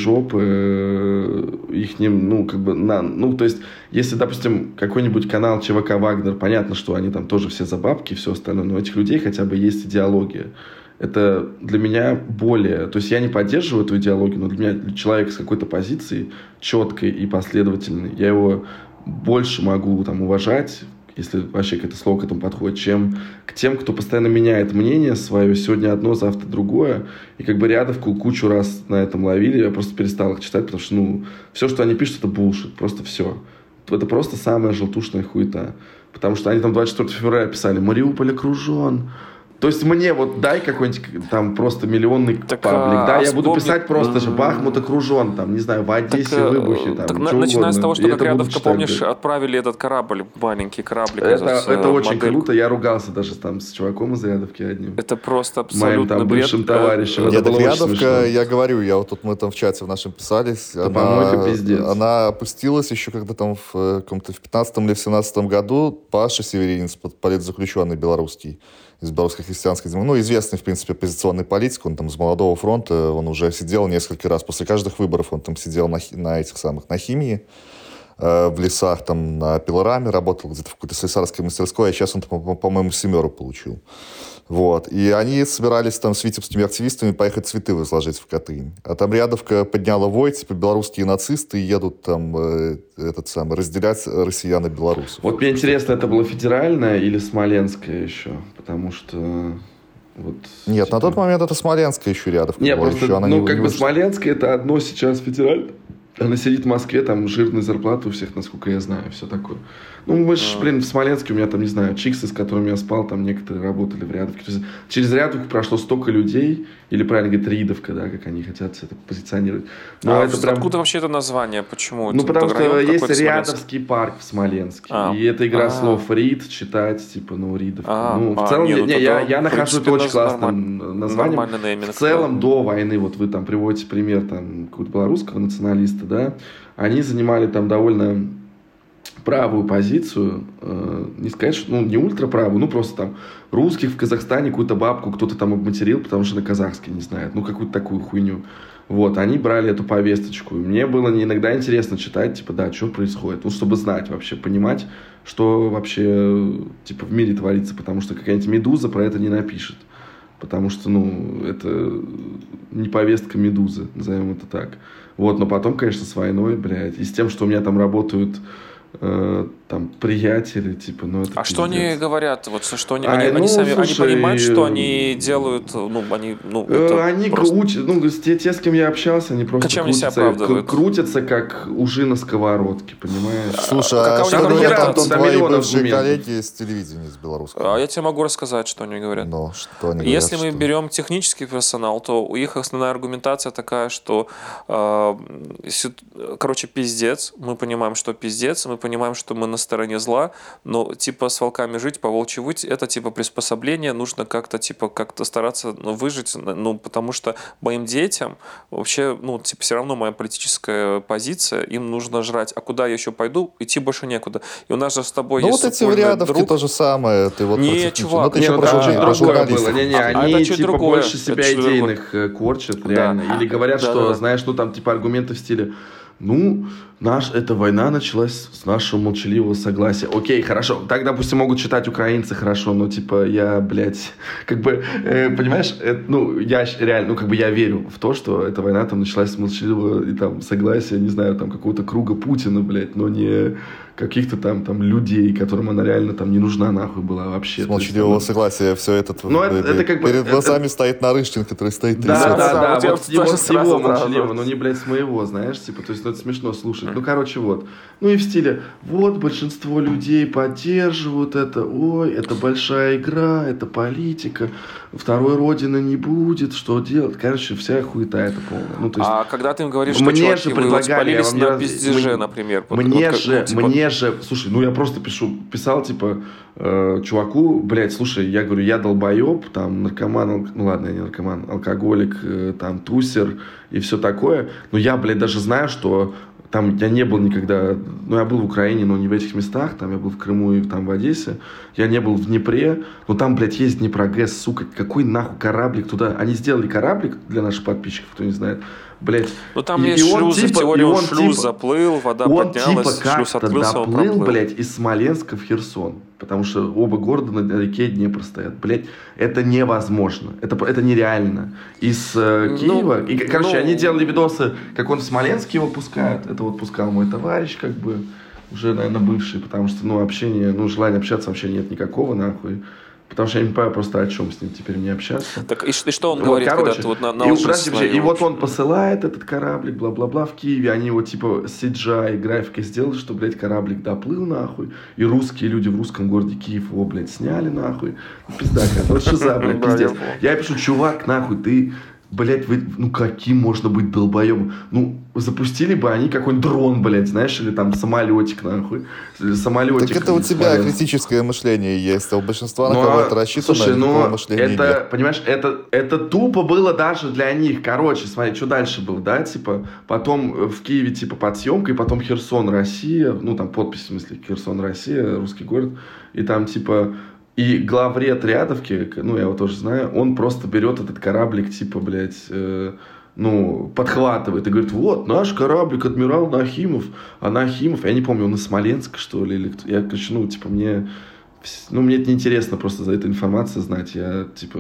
жопы, их не, ну, как бы, на, ну, то есть, если, допустим, какой-нибудь канал ЧВК Вагнер, понятно, что они там тоже все за бабки и все остальное, но у этих людей хотя бы есть идеология. Это для меня более... То есть я не поддерживаю эту идеологию, но для меня человек с какой-то позицией четкой и последовательной, я его больше могу там уважать, если вообще какое-то слово к этому подходит, чем к тем, кто постоянно меняет мнение свое, сегодня одно, завтра другое. И как бы Рядовку кучу раз на этом ловили, я просто перестал их читать, потому что, ну, все, что они пишут, это булшит, просто все. Это просто самая желтушная хуета. Потому что они там двадцать четвёртого февраля писали «Мариуполь окружен». То есть мне вот дай какой-нибудь там просто миллионный так, паблик, а, да, я вспомни... буду писать просто же «Бахмут окружен», там, не знаю, в Одессе так, выбухи, там, так, на, начиная угодно. с того, что, и как Рядовка, помнишь, читать, отправили этот корабль, маленький кораблик. Это, этот, это э, очень модельку. Круто, я ругался даже там с чуваком из Рядовки одним. Это просто абсолютно моим там бред. бывшим товарищем. Нет, так Рядовка, я говорю, я вот тут мы там в чате в нашем писались, она, она опустилась еще когда там в каком-то в пятнадцатом или в семнадцатом году Паша Северинец, политзаключенный белорусский, из белорусской христианской демократии, ну, известный, в принципе, оппозиционный политик, он там с молодого фронта, он уже сидел несколько раз, после каждых выборов он там сидел на, на этих самых, на химии, э, в лесах, там, на пилораме работал, где-то в какой-то слесарской мастерской, а сейчас он, по- по-моему, семеру получил. Вот. И они собирались там с витебскими активистами поехать цветы возложить в Катынь. А там Рядовка подняла вой, типа, белорусские нацисты едут там э, этот самый, разделять россиян и белорусов. Вот мне интересно, это было федеральное или смоленское еще? Потому что... Вот, Нет, типа... на тот момент это Смоленская еще Рядовка. Нет, была, просто, еще она ну, не, как не бы вышла. Смоленская это одно сейчас федеральное. Она сидит в Москве, там жирные зарплаты у всех, насколько я знаю, все такое. Ну, мы же, блин, в Смоленске у меня там, не знаю, чиксы, с которыми я спал, там некоторые работали в Рядовке. То есть, через Рядовку прошло столько людей, или правильно говорить, Ридовка, да, как они хотят это позиционировать. Но а это прям... откуда вообще это название? Почему? Ну, это потому что есть Рядовский Рядовский парк в Смоленске. А. И это игра А. слов Рид, читать, типа, ну, Ридовка. А. Ну, в А, целом, не, ну, не, я, я в нахожу принципе, это очень классным нормаль... названием. нейминг, В целом, да. до войны, вот вы там приводите пример там какого-то белорусского националиста, да, они занимали там довольно правую позицию, э, не сказать, что, ну, не ультраправую, ну, просто там русских в Казахстане какую-то бабку кто-то там обматерил, потому что на казахский не знает, ну, какую-то такую хуйню. Вот, они брали эту повесточку. И мне было иногда интересно читать, типа, да, что происходит. Ну, чтобы знать вообще, понимать, что вообще, типа, в мире творится. Потому что какая-нибудь «Медуза» про это не напишет. Потому что, ну, это не повестка «Медузы», назовем это так. Вот, но потом, конечно, с войной, блядь, и с тем, что у меня там работают э, там приятели, типа, ну это А пиздец. что они говорят? Вот что они, а, они, ну, они сами, слушай, они понимают, что они делают, ну, они, ну, э, они просто... крутят, ну, те, те, с кем я общался, они просто Чем они себя крутятся, оправдывают? крутятся, как ужи на сковородке, понимаешь? Слушай, А а, какая что у них говорят аргументация? там Там твои миллион бывшие аргументов. коллеги из телевидения, из белорусского? А я тебе могу рассказать, что они говорят. Но что они говорят? Если мы что... берем технический персонал, то у их основная аргументация такая, что, э, сю- короче, пиздец. Мы понимаем, что пиздец, мы понимаем, что мы на стороне зла, но типа с волками жить, по волчьи выть, это типа приспособление, нужно как-то типа как-то стараться ну, выжить, ну потому что моим детям вообще, ну типа все равно моя политическая позиция, им нужно жрать, а куда я еще пойду, идти больше некуда. И у нас же с тобой Ну есть вот эти супольный вариадовки друг. то же самое. Ты вот Не, против- чувак, ну, ты Не, еще ну про там журналистов- чуть про другое журналистов. было. Не-не, А, они это чуть типа другое. больше себя Это чуть идейных э, корчат, Да. реально. Или говорят, Да, что, да, да. знаешь, ну там типа аргументы в стиле, ну, наш, эта война началась с нашего молчаливого согласия. Окей, хорошо. Так, допустим, могут читать украинцы хорошо, но типа я, блядь, как бы, э, понимаешь, э, ну, я щ- реально, ну, как бы я верю в то, что эта война там началась с молчаливого и там согласия, не знаю, там какого-то круга Путина, блядь, но не каких-то там, там людей, которым она реально там не нужна нахуй была вообще. С То есть, молчаливого ну, согласия все это, Ну, это- э, это как бы- перед это- глазами стоит Нарышкин, который стоит Да, трясется. да, да, Вот я вот, тоже с его, с сразу, его да, молчаливого, да. но не, блядь, с моего, знаешь, типа, то есть, ну, это смешно слушать. Ну, короче, вот. Ну, и в стиле, вот, большинство людей поддерживают это, ой, это большая игра, это политика, второй родины не будет, что делать? Короче, вся хуета это полная. Ну, то есть, А когда ты им говоришь, что мне чуваки, же вы вот предлагали, я спалились вам не на раз- пиздеже, мне- например. вот- мне вот как, же, ну, типа, мне же, слушай, ну я просто пишу, писал, типа, э, чуваку, блядь, слушай, я говорю, я долбоеб, там, наркоман, алк- ну ладно, я не наркоман, алкоголик, э, там, тусер и все такое, но я, блядь, даже знаю, что там я не был никогда, ну, я был в Украине, но не в этих местах, там я был в Крыму и там в Одессе, я не был в Днепре, но там, блядь, есть Днепрогэс, сука, какой нахуй кораблик туда, они сделали кораблик для наших подписчиков, кто не знает, блядь. Ну там И- есть и он шлюзы, типа- в теории и он он шлюз типа- заплыл, вода Он поднялась, типа шлюз как-то открылся, он доплыл, проплыл. блядь, из Смоленска в Херсон. Потому что оба города на реке Днепр стоят. Блядь, это невозможно. Это, это нереально. Из э, Ну, Киева... И, короче, ну- они делали видосы, как он в Смоленске его пускает. Это вот пускал мой товарищ, как бы, уже, наверное, бывший. Потому что, ну, общение, ну, желания общаться вообще нет никакого, нахуй. Потому что я не понимаю просто, о чем с ним теперь мне общаться. Так и, ш- и что он Вот, говорит, короче, когда ты вот на, на и, ужин подожди, свои и вот вообще? он посылает этот кораблик, бла-бла-бла, в Киеве. Они его типа си джи ай графикой сделали, что, блядь, кораблик доплыл нахуй. И русские люди в русском городе Киев его, блядь, сняли нахуй. Ну, пизда, как вот шиза, блядь, Да, пиздец. я понял. Я пишу, чувак, нахуй, ты... Блять, вы, ну каким можно быть долбоебом? Ну, запустили бы они какой-нибудь дрон, блядь, знаешь, или там самолетик, нахуй. Самолетик. Так это у тебя Смоленск. критическое мышление есть, а у большинства на Ну, кого а, это рассчитано, слушай, никакого ну, мышления это, нет. понимаешь, это, это тупо было даже для них. Короче, смотри, что дальше было, да, типа, потом в Киеве, типа, под съемкой, потом Херсон, Россия, ну, там подпись, в смысле, Херсон, Россия, русский город, и там, типа, и главред Рядовки, ну, я его тоже знаю, он просто берет этот кораблик, типа, блядь, э, ну, подхватывает и говорит, вот, наш кораблик, адмирал Нахимов, а Нахимов, я не помню, он из Смоленска, что ли, или кто, я, короче, ну, типа, мне, ну, мне это неинтересно просто за эту информацию знать, я, типа,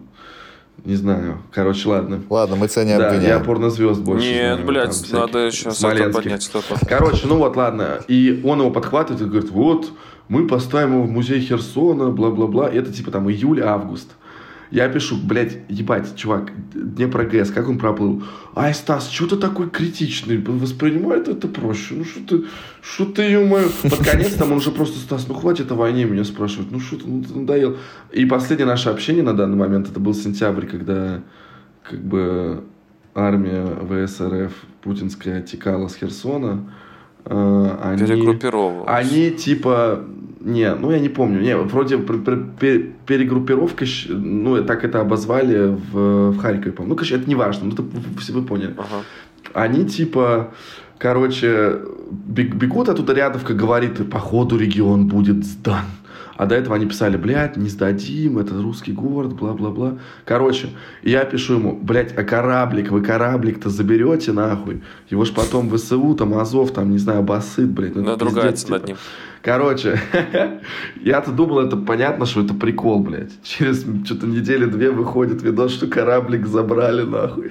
не знаю, короче, ладно. Ладно, мы тебя не Да, обвиняем. я порнозвезд больше Нет, знаю, блядь, там, всяких надо сейчас это смоленских. поднять что-то. Короче, ну вот, ладно. И он его подхватывает и говорит, вот, мы поставим его в музей Херсона, бла-бла-бла. Это типа там июль-август. Я пишу, блядь, ебать, чувак, Днепрогэс, как он проплыл? Ай, Стас, что ты такой критичный? Воспринимает это проще. Ну что ты, что ты, ё-моё. Под конец там он уже просто, Стас, ну хватит о войне меня спрашивать. Ну что ты, ну ты надоел. И последнее наше общение на данный момент, это был сентябрь, когда как бы армия вэ эс эр эф путинская текала с Херсона. Э, Они, Перегруппировалась. они типа... Не, ну я не помню. Не, вроде пер- пер- пер- перегруппировка, щ- ну так это обозвали в, в Харькове, по-моему. Ну, короче, это не важно, ну это вы, вы поняли. Ага. Они типа короче, бегут оттуда, рядовка говорит, походу регион будет сдан. А до этого они писали, блядь, не сдадим, это русский город, бла-бла-бла. Короче, я пишу ему, блядь, а кораблик, вы кораблик-то заберете нахуй? Его ж потом ВСУ, там, Азов, там, не знаю, басыт, блядь. Ну, надругается над ним. Короче, я-то думал, это понятно, что это прикол, блядь. Через что-то недели-две выходит видос, что кораблик забрали нахуй.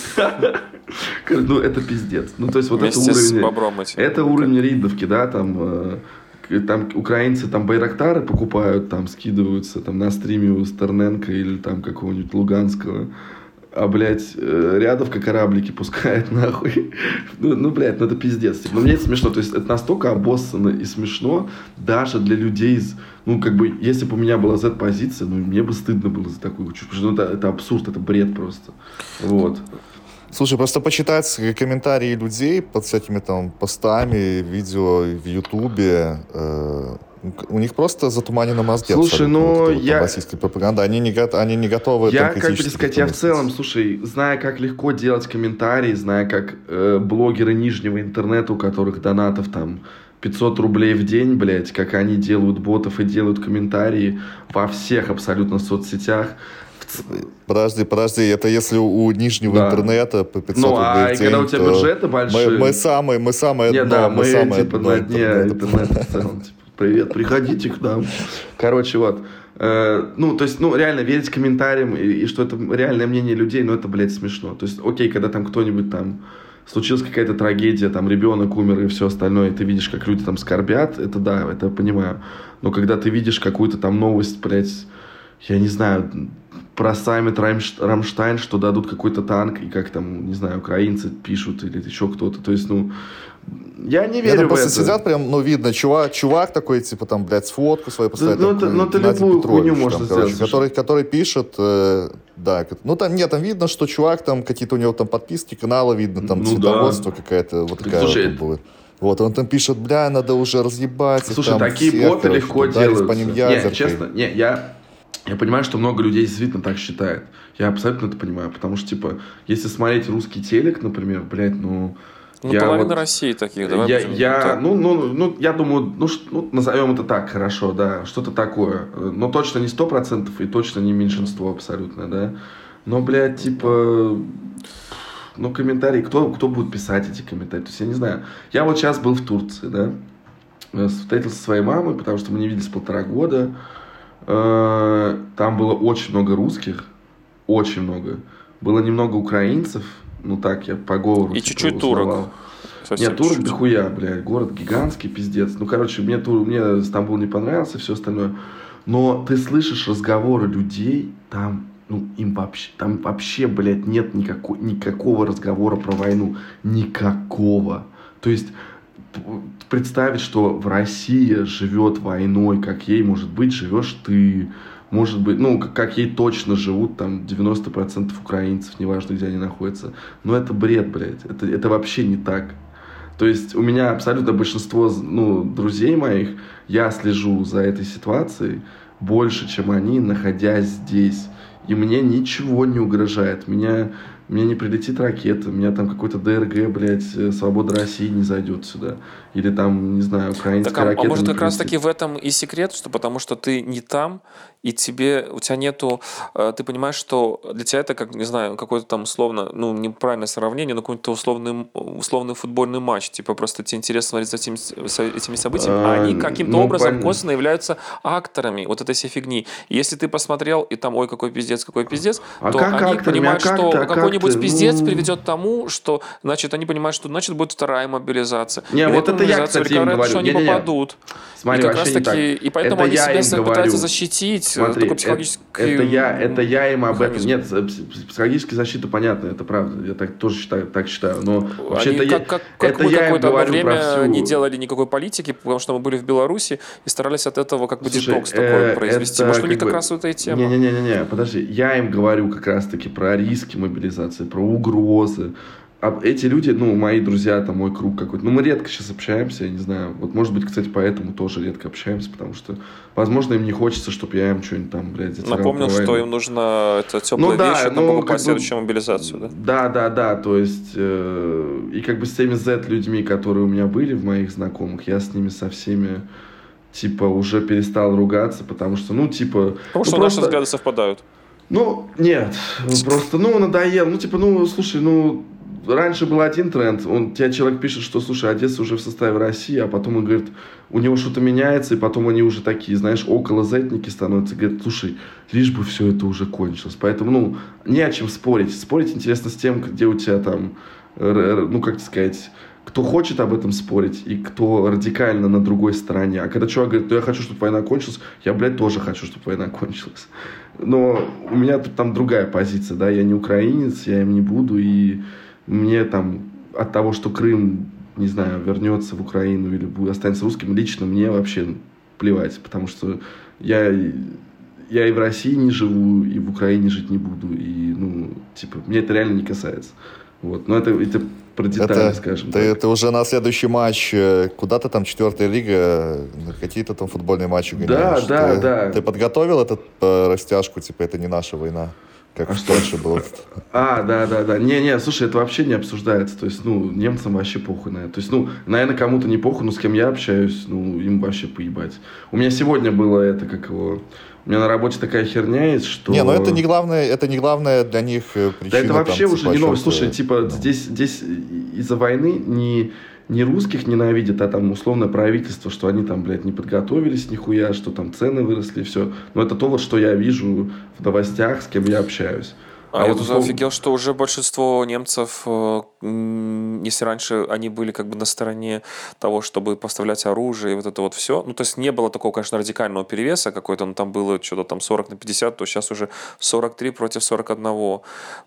Ну, это пиздец. Ну, то есть, вот это уровень... Это уровень ридовки, да, там... Там украинцы там байрактары покупают, там скидываются там на стриме у Стерненко или там какого-нибудь Луганского. А, блядь, рядовка кораблики пускает нахуй. Ну, ну, блядь, ну это пиздец. Ну, мне это смешно. То есть, это настолько обоссано и смешно даже для людей из... Ну, как бы, если бы у меня была Z-позиция, ну, мне бы стыдно было за такую чушь. Потому что ну, это, это абсурд, это бред просто. Вот. Слушай, просто почитать комментарии людей под всякими там постами, видео в Ютубе, э, у них просто затуманены мозги. Слушай, ну я... российской пропаганды, они не, они не готовы... Я, как бы сказать, я в целом, слушай, зная, как легко делать комментарии, зная, как э, блогеры нижнего интернета, у которых донатов там пятьсот рублей в день, блядь, как они делают ботов и делают комментарии во всех абсолютно соцсетях. Подожди, подожди, это если у, у нижнего да. интернета по пятьсот ну, рублей а в день, когда у тебя бюджеты большие... Мы, мы самые, мы самое Нет, дно, да, мы, мы самое типа дно на дне интернета в целом. Типа, привет, приходите к нам. Короче, вот. Э, ну, то есть, ну, реально верить комментариям и, и что это реальное мнение людей, ну, это, блядь, смешно. То есть, окей, когда там кто-нибудь там... Случилась какая-то трагедия, там ребенок умер и все остальное, и ты видишь, как люди там скорбят, это да, это я понимаю. Но когда ты видишь какую-то там новость, блядь, я не знаю, про саммит Рамштайн, что дадут какой-то танк, и как там, не знаю, украинцы пишут или еще кто-то. То есть, ну, я не верю там в просто это. сидят прям, ну, видно, чувак, чувак такой, типа, там, блядь, сфотку свою поставит. Ну, ну, ну ты любую хуйню можно там, сделать. Короче, который, который пишет, э, да, ну, там, нет, там видно, что чувак, там, какие-то у него там подписки, каналы видно, там, ну, цветоводство да. какая-то, вот такая Слушай, вот будет. Вот, он там пишет, бля, надо уже разъебать. Слушай, там, такие всех, боты короче, легко там, делаются. По ним не, честно, не, я... Я понимаю, что много людей действительно так считает. Я абсолютно это понимаю. Потому что, типа, если смотреть русский телек, например, блядь, ну... Ну, я половина вот, России таких, давай я, будем, я, ну, ну, ну, я думаю, ну, ш, ну, назовем это так, хорошо, да, что-то такое. Но точно не сто процентов и точно не меньшинство абсолютно, да. Но, блядь, типа... Ну, комментарии, кто, кто будет писать эти комментарии? То есть, я не знаю. Я вот сейчас был в Турции, да. Встретился со своей мамой, потому что мы не виделись полтора года. Там было очень много русских, очень много. Было немного украинцев, ну так я по говору. И типа, чуть-чуть турок. Совсем Нет, турок дохуя, блядь, город гигантский, пиздец. Ну, короче, мне, мне Стамбул не понравился, все остальное. Но ты слышишь разговоры людей, там, ну, им вообще, там вообще, блядь, нет никакой, никакого разговора про войну. Никакого. То есть... Представить, что в России живет войной, как ей, может быть, живешь ты, может быть, ну, как ей точно живут там девяносто процентов украинцев, неважно, где они находятся. Но это бред, блядь, это, это вообще не так. То есть у меня абсолютно большинство, ну, друзей моих, я слежу за этой ситуацией больше, чем они, находясь здесь. И мне ничего не угрожает. Меня... Мне не прилетит ракета, у меня там какой-то ДРГ, блядь, Свобода России не зайдет сюда. Или там, не знаю, украинская так, а, ракета. А может, как прилетит. раз таки в этом и секрет, что потому что ты не там, и тебе, у тебя нету, ты понимаешь, что для тебя это, как, не знаю, какое-то там условно, ну, неправильное сравнение, но какой-то условный, условный футбольный матч. Типа просто тебе интересно смотреть за этими, за этими событиями, а, а они каким-то ну, образом пон... косвенно являются акторами вот этой всей фигни. И если ты посмотрел, и там, ой, какой пиздец, какой пиздец, а то как они акторами? понимают, а что как какой-нибудь пиздец ну... приведет к тому, что, значит, они понимают, что, значит, будет вторая мобилизация. Не, и вот это я, кстати, им говорю. Что они не, не, не. попадут. Смотри, и, как раз таки, и поэтому это они себя, себя говорю. пытаются защитить. Смотри, такой психологический... это, это, я, это я им об этом... механизм. Нет, психологическая защита, понятно, это правда. Я так тоже считаю, так считаю. Но вообще они, это как, я, как, как это мы я какое-то им говорю время про всю... не делали никакой политики, потому что мы были в Беларуси и старались от этого как бы Слушай, детокс такой э, произвести. это Может, у них как как бы... раз вот эта тема. Не-не-не, подожди. Я им говорю как раз-таки про риски мобилизации, про угрозы. а эти люди, ну, мои друзья, там, мой круг какой-то. Ну, мы редко сейчас общаемся, я не знаю. Вот, может быть, кстати, поэтому тоже редко общаемся, потому что, возможно, им не хочется, чтобы я им что-нибудь там, блядь, затирал. Напомнил, что им нужно это теплая ну, да, вещь, ну, покупать как следующую бы, мобилизацию, да? Да, да, да, то есть, э, и как бы с теми Z-людьми, которые у меня были в моих знакомых, я с ними со всеми, типа, уже перестал ругаться, потому что, ну, типа... Потому ну, что просто... наши взгляды совпадают. Ну, нет, просто, ну, надоел. Ну, типа, ну, слушай, ну, раньше был один тренд. Он, тебе человек пишет, что, слушай, Одесса уже в составе России, а потом он говорит, у него что-то меняется, и потом они уже такие, знаешь, околозетники становятся. Говорят, слушай, лишь бы все это уже кончилось. Поэтому, ну, не о чем спорить. Спорить интересно с тем, где у тебя там, ну, как сказать... кто хочет об этом спорить и кто радикально на другой стороне. А когда чувак говорит, ну я хочу, чтобы война кончилась, я, блядь, тоже хочу, чтобы война кончилась. Но у меня тут там другая позиция, да, я не украинец, я им не буду, и мне там от того, что Крым, не знаю, вернется в Украину или будет, останется русским, лично мне вообще плевать, потому что я, я и в России не живу, и в Украине жить не буду, и, ну, типа, мне это реально не касается. Вот, но это, это про детали, это, скажем ты, так. Ты уже на следующий матч, куда-то там, четвертая лига, какие-то там футбольные матчи гоняешь. Да, да, ты, да. Ты подготовил этот э, растяжку, типа, это не наша война, как а в что? Польше было? А, да, да, да. Не-не, слушай, это вообще не обсуждается. То есть, ну, немцам вообще похуй на это. То есть, ну, наверное, кому-то не похуй, но с кем я общаюсь, ну, им вообще поебать. У меня сегодня было это, как его... У меня на работе такая херня есть, что... Не, ну это не главное, это не главное для них причина. Да это вообще там, уже типа, не новость. Слушай, типа, ну. здесь, здесь из-за войны не, не русских ненавидят, а там условное правительство, что они там, блядь, не подготовились нихуя, что там цены выросли, все. Но это то, вот, что я вижу в новостях, с кем я общаюсь. А, а я вот услов... офигел, что уже большинство немцев, если раньше они были как бы на стороне того, чтобы поставлять оружие и вот это вот все, ну то есть не было такого, конечно, радикального перевеса какой-то, но там было что-то там сорок на пятьдесят, то сейчас уже сорок три против сорок один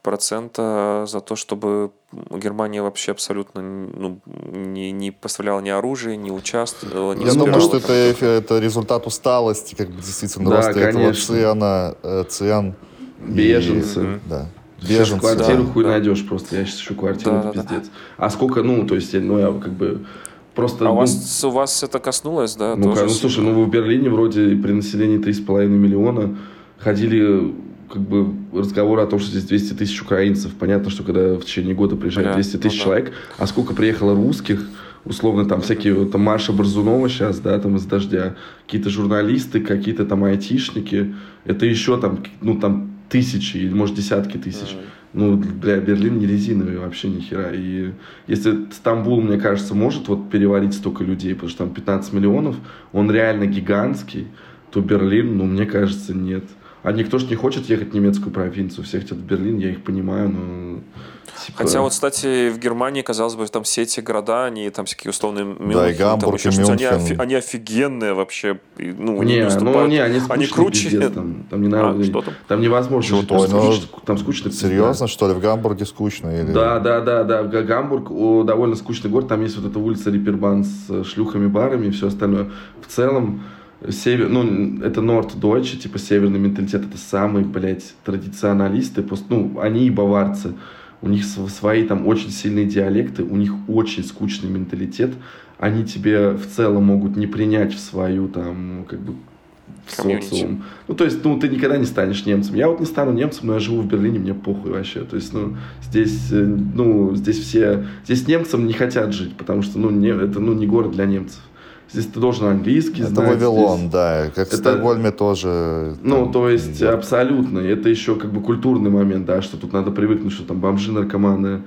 процента за то, чтобы Германия вообще абсолютно ну, не, не поставляла ни оружие, не участвовала, не Я думаю, что это, это результат усталости, как бы действительно, да, роста конечно. этого цена, цен. Беженцы. И, да. Беженцы. Сейчас квартиру да, хуй да. найдешь просто. Я сейчас ищу квартиру, да, это да, пиздец. да. А сколько, ну, то есть, ну, я как бы просто... А ну, у, вас, у вас это коснулось, да? Ну, тоже ну слушай, ну, в Берлине вроде при населении три с половиной миллиона ходили как бы разговоры о том, что здесь двести тысяч украинцев. Понятно, что когда в течение года приезжает двести тысяч ну, человек, да. а сколько приехало русских, условно, там всякие, там Маша Борзунова сейчас, да, там из «Дождя», какие-то журналисты, какие-то там айтишники, это еще там, ну, там тысячи или, может, десятки тысяч. Mm-hmm. Ну, бля, Берлин не резиновый вообще ни хера. И если Стамбул, мне кажется, может вот переварить столько людей, потому что там пятнадцать миллионов, он реально гигантский, то Берлин, ну, мне кажется, нет. А никто же не хочет ехать в немецкую провинцию, все хотят в Берлин, я их понимаю, но... Типа... Хотя вот, кстати, в Германии, казалось бы, там все эти города, они там всякие условные Мюнхен, да, и Гамбург, там, и Мюнхен. Они, офи- они офигенные вообще. Ну, они не, не ну не, они скучные, они круче. Пиздец, там, там, не надо, а, что там? Там невозможно жить, там, ну, скучно, там скучно. Серьезно, что ли? В Гамбурге скучно? Или... Да, да, да, да. Гамбург о, довольно скучный город, там есть вот эта улица Риппербан с шлюхами, барами и все остальное. В целом, север, ну, это Норд-Дойче, типа северный менталитет, это самые, блядь, традиционалисты, просто, ну, они и баварцы. У них свои там очень сильные диалекты, у них очень скучный менталитет. Они тебе в целом могут не принять в свою там, как бы, в социум. Ну, то есть, ну, ты никогда не станешь немцем. Я вот не стану немцем, но я живу в Берлине, мне похуй вообще. То есть, ну, здесь, ну, здесь все... Здесь немцам не хотят жить, потому что, ну, не, это, ну, не город для немцев. Здесь ты должен английский это знать. Это Вавилон, здесь... да. Как это... в Стокгольме тоже. Ну, там... то есть, абсолютно. Это еще как бы культурный момент, да, что тут надо привыкнуть, что там бомжи, наркоманы,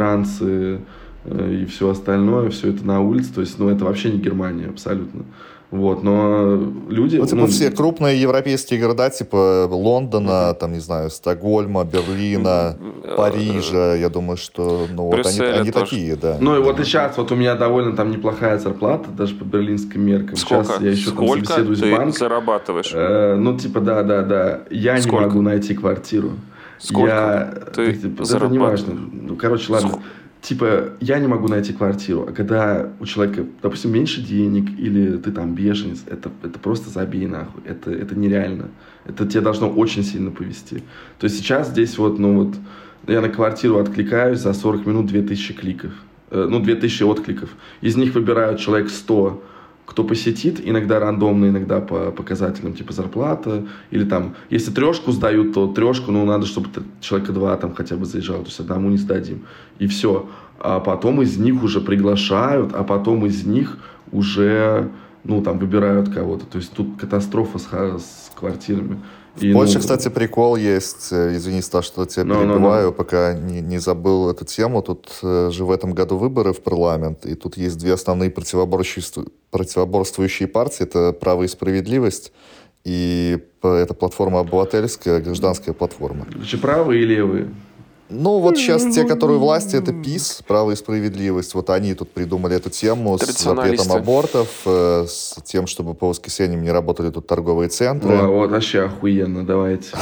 трансы э, и все остальное, все это на улице. То есть, ну, это вообще не Германия, абсолютно. Вот, но люди... Ну, типа, ну, все крупные европейские города, типа Лондона, там, не знаю, Стокгольма, Берлина, Парижа, я думаю, что, ну, вот они, они такие, да. Ну, и вот и сейчас вот у меня довольно там неплохая зарплата, даже по берлинским меркам. Сколько? Сейчас я еще Сколько там собеседуюсь ты в банк. зарабатываешь? Э, ну, типа, да, да, да. Я Сколько? не могу найти квартиру. Сколько я... ты Это зарабатываешь? не важно. Ну, короче, ладно. Сколько? типа, я не могу найти квартиру, а когда у человека, допустим, меньше денег, или ты там беженец, это, это просто забей нахуй, это, это нереально. Это тебе должно очень сильно повезти. То есть сейчас здесь вот, ну вот, я на квартиру откликаюсь за сорок минут две тысячи кликов, э, ну, две тысячи откликов. Из них выбирают человек сто, кто посетит, иногда рандомно, иногда по показателям, типа зарплата, или там, если трешку сдают, то трешку, ну, надо, чтобы человека два там хотя бы заезжало, то есть одному не сдадим, и все. А потом из них уже приглашают, а потом из них уже, ну, там, выбирают кого-то, то есть тут катастрофа с, с квартирами. В И, Польше, ну, кстати, прикол есть. Извини, Стас, что тебя no, перебиваю, no, no. пока не, не забыл эту тему. Тут э, же в этом году выборы в парламент, и тут есть две основные противоборствующие, противоборствующие партии. Это «Право и справедливость», и это платформа обывательская, гражданская платформа. Че, правые и левые? Ну, вот сейчас те, которые у власти, это ПиС, «Право и справедливость». Вот они тут придумали эту тему с запретом абортов, э, с тем, чтобы по воскресеньям не работали тут торговые центры. О, вот, вообще охуенно, давайте.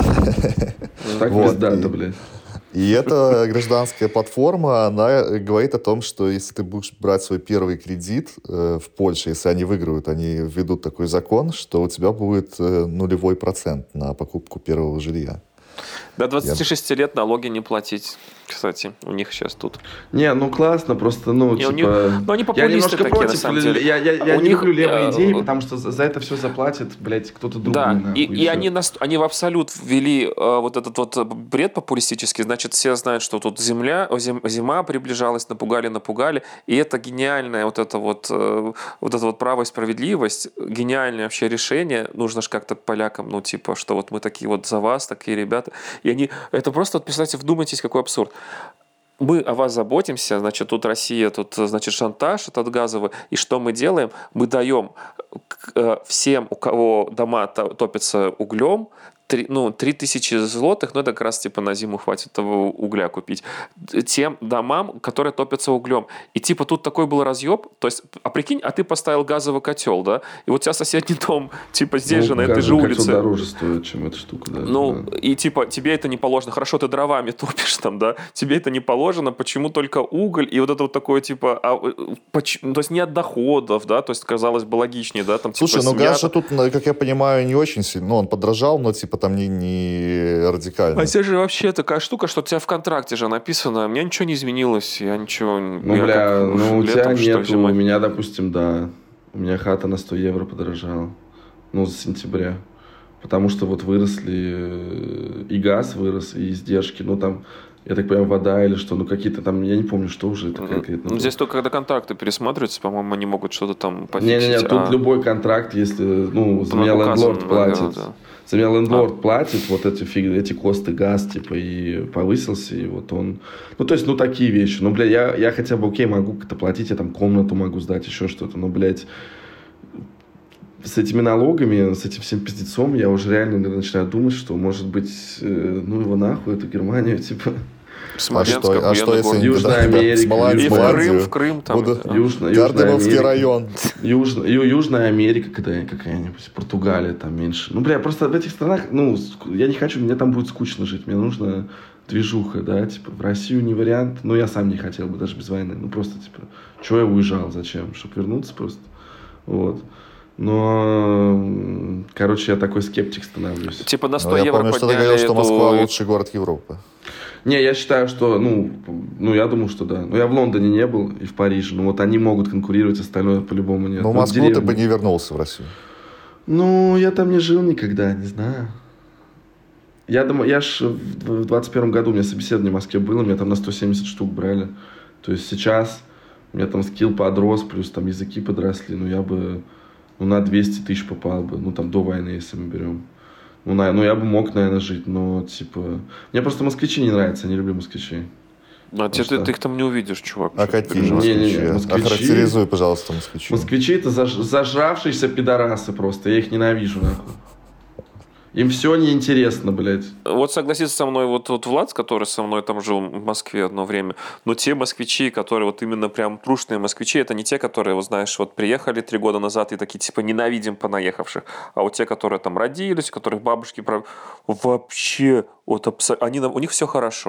Так пиздато, блядь. И эта гражданская платформа, она говорит о том, что если ты будешь брать свой первый кредит э, в Польше, если они выиграют, они введут такой закон, что у тебя будет э, нулевой процент на покупку первого жилья. До двадцати шести лет налоги не платить, кстати, у них сейчас тут. Не, ну классно, просто, ну, и типа... Них, ну, они популисты я немножко такие, против, на самом деле. Я, я, я у не них, люблю левые э, идеи, потому что за, за это все заплатит, блядь, кто-то другой. Да, нахуй, и, и, и они, нас, они в абсолют ввели э, вот этот вот бред популистический, значит, все знают, что тут земля, зим, зима приближалась, напугали-напугали, и это гениальное вот это вот, э, вот это вот право и справедливость, гениальное вообще решение, нужно же как-то полякам, ну, типа, что вот мы такие вот за вас, такие ребята, и они, это просто, вот, представьте, вдумайтесь, какой абсурд. Мы о вас заботимся, значит, тут Россия, тут, значит, шантаж этот газовый. И что мы делаем? Мы даем всем, у кого дома топятся углем, три, ну, три тысячи злотых, ну, это как раз, типа, на зиму хватит этого угля купить, тем домам, которые топятся углем. И, типа, тут такой был разъеб, то есть, а прикинь, а ты поставил газовый котел, да, и вот у тебя соседний дом, типа, здесь ну, же, на этой же улице. Газовый котел дороже стоит, чем эта штука, да. Ну, да. И, типа, тебе это не положено, хорошо, ты дровами топишь там, да, тебе это не положено, почему только уголь, и вот это вот такое, типа, а, почему, то есть, не от доходов, да, то есть, казалось бы, логичнее, да, там, Слушай, типа, ну, газ же тут, как я понимаю, не очень сильно, ну, он подорожал, но, типа, там не, не радикально. А здесь же вообще такая штука, что у тебя в контракте же написано, у меня ничего не изменилось, я ничего... Ну, я бля, ну у тебя нету, что, у меня, допустим, да, у меня хата на сто евро подорожала, ну, с сентября, потому что вот выросли, и газ вырос, и издержки, ну, там, я так понимаю, вода или что, ну, какие-то там, я не помню, что уже это конкретно. Ну, здесь только когда контракты пересматриваются, по-моему, они могут что-то там пофиксить. Не-не-не, тут а... любой контракт, если, ну, за меня лендлорд платит, да. За меня лендлорд а. платит вот эти, фиг, эти косты, газ, типа, и повысился, и вот он... Ну, то есть, ну, такие вещи. Ну, бля, я, я хотя бы, окей, могу как-то платить, я там комнату могу сдать, еще что-то, но, блядь, с этими налогами, с этим всем пиздецом я уже реально начинаю думать, что, может быть, э, ну, его нахуй, эту Германию, типа... Смоленск, а что, а что если Южная Америка, Смоландию, и в Крым, в Крым там. Буду... Южно, Кардемовский район. Южно, ю, Южная Америка, когда какая-нибудь, Португалия там меньше. Ну, бля, просто в этих странах, ну, я не хочу, мне там будет скучно жить, мне нужно движуха, да, типа, в Россию не вариант, ну, я сам не хотел бы даже без войны, ну, просто, типа, чего я уезжал, зачем, чтобы вернуться просто, вот. Но, короче, я такой скептик становлюсь. Типа на сто ну, евро я помню, что ты говорил, эту... что Москва лучший город Европы. Не, я считаю, что, ну, ну, я думаю, что да. Ну, я в Лондоне не был и в Париже, но вот они могут конкурировать, остальное по-любому нет. Ну, в Москву вот ты бы не вернулся в Россию. Ну, я там не жил никогда, не знаю. Я думаю, я ж в двадцать первом году, у меня собеседование в Москве было, меня там на сто семьдесят штук брали. То есть сейчас у меня там скилл подрос, плюс там языки подросли, ну, я бы, ну, на двести тысяч попал бы, ну, там, до войны, если мы берем. Ну, на, ну, я бы мог, наверное, жить, но, типа... Мне просто москвичи не нравятся, я не люблю москвичей. А тебе, ты, ты их там не увидишь, чувак. А какие же москвичи? Не, не, не, москвичи? Охарактеризуй, пожалуйста, москвичи. Москвичи — это заж, зажравшиеся пидорасы просто, я их ненавижу, нахуй. Им все неинтересно, блядь. Вот согласится со мной вот, вот Влад, который со мной там жил в Москве одно время, но те москвичи, которые вот именно прям трушные москвичи, это не те, которые, вот знаешь, вот приехали три года назад и такие типа ненавидим понаехавших, а вот те, которые там родились, у которых бабушки прав... вообще вот абсо... они, у них все хорошо.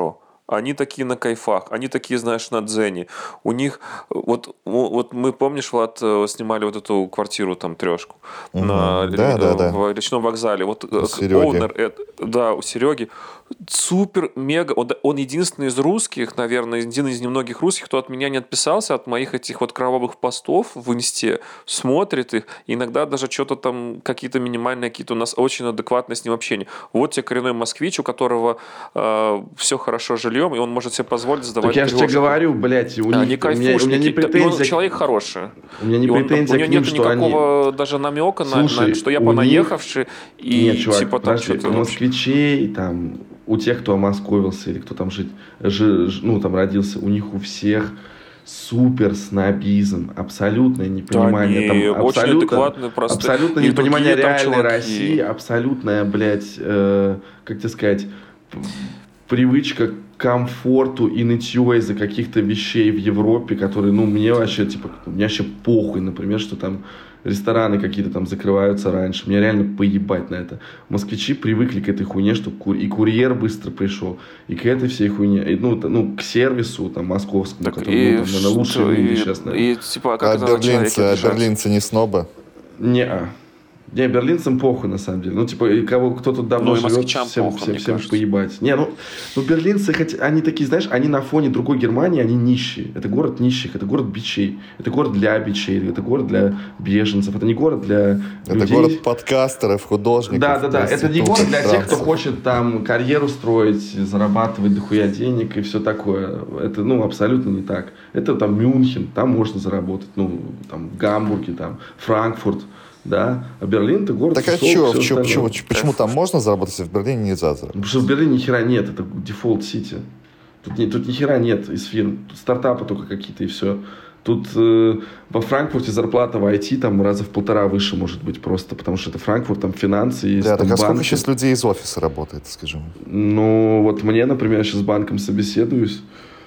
они такие на кайфах, они такие, знаешь, на дзене. У них, вот, вот мы, помнишь, Влад, снимали вот эту квартиру, там, трешку, угу. на, да, в, да, да. в речном вокзале. Вот Оунер, да, у Сереги. Супер, мега. Он, он единственный из русских, наверное, один из немногих русских, кто от меня не отписался, от моих этих вот кровавых постов в инсте, смотрит их, иногда даже что-то там, какие-то минимальные, какие-то у нас очень адекватные с ним общения. Вот тебе коренной москвич, у которого э, все хорошо с жильем, и он может себе позволить задавать так я же тебе говорю, блядь, у, а, них, не у, меня, у меня не претензия. Человек хороший. У меня не и претензия он, у к него ним, нет что никакого они... даже намека, Слушай, на, на, что я у понаехавший. них... И Нет, чувак, типа там подожди, что-то... у москвичей, там, у тех, кто омосковился или кто там жить, жи, ну, там родился, у них у всех супер снобизм, абсолютное непонимание, да, не, там, абсолютно, абсолютно непонимание реальной чуваки. России, абсолютная, блядь, э, как тебе сказать, привычка к комфорту и нытье из-за каких-то вещей в Европе, которые, ну, мне вообще, типа, мне вообще похуй, например, что там рестораны какие-то там закрываются раньше. Мне реально поебать на это. Москвичи привыкли к этой хуйне, что и курьер быстро пришел, и к этой всей хуйне, и, ну, ну, к сервису там московскому, так который, и, ну, там, наверное, лучший в мире и, сейчас, наверное. И, типа, а как а это берлинцы, а берлинцы не снобы? Не-а. Не, берлинцам похуй, на самом деле. Ну, типа, и кого, кто тут давно ну, живет, всем, похуй, всем, всем кажется. поебать. Не, ну, ну, берлинцы, хоть, они такие, знаешь, они на фоне другой Германии, они нищие. Это город нищих, это город бичей. Это город для бичей, это город для беженцев. Это не город для это людей... город подкастеров, художников. Да, да, да. Это не город для тех, кто хочет там карьеру строить, зарабатывать дохуя денег и все такое. Это, ну, абсолютно не так. Это там Мюнхен, там можно заработать. Ну, там, в Гамбурге, там, Франкфурт. Да, а Берлин это город. Так а что, почему, почему там можно заработать, а в Берлине нельзя заработать? Потому что в Берлине ни хера нет, это дефолт сити. Тут, не, тут ни хера нет из фирм, тут стартапы только какие-то и все. Тут э, во Франкфурте зарплата в ай ти там раза в полтора выше может быть просто, потому что это Франкфурт, там финансы есть. Да, там так а сколько банки. сейчас людей из офиса работает, скажи мне? Ну, вот мне, например, я сейчас с банком собеседуюсь.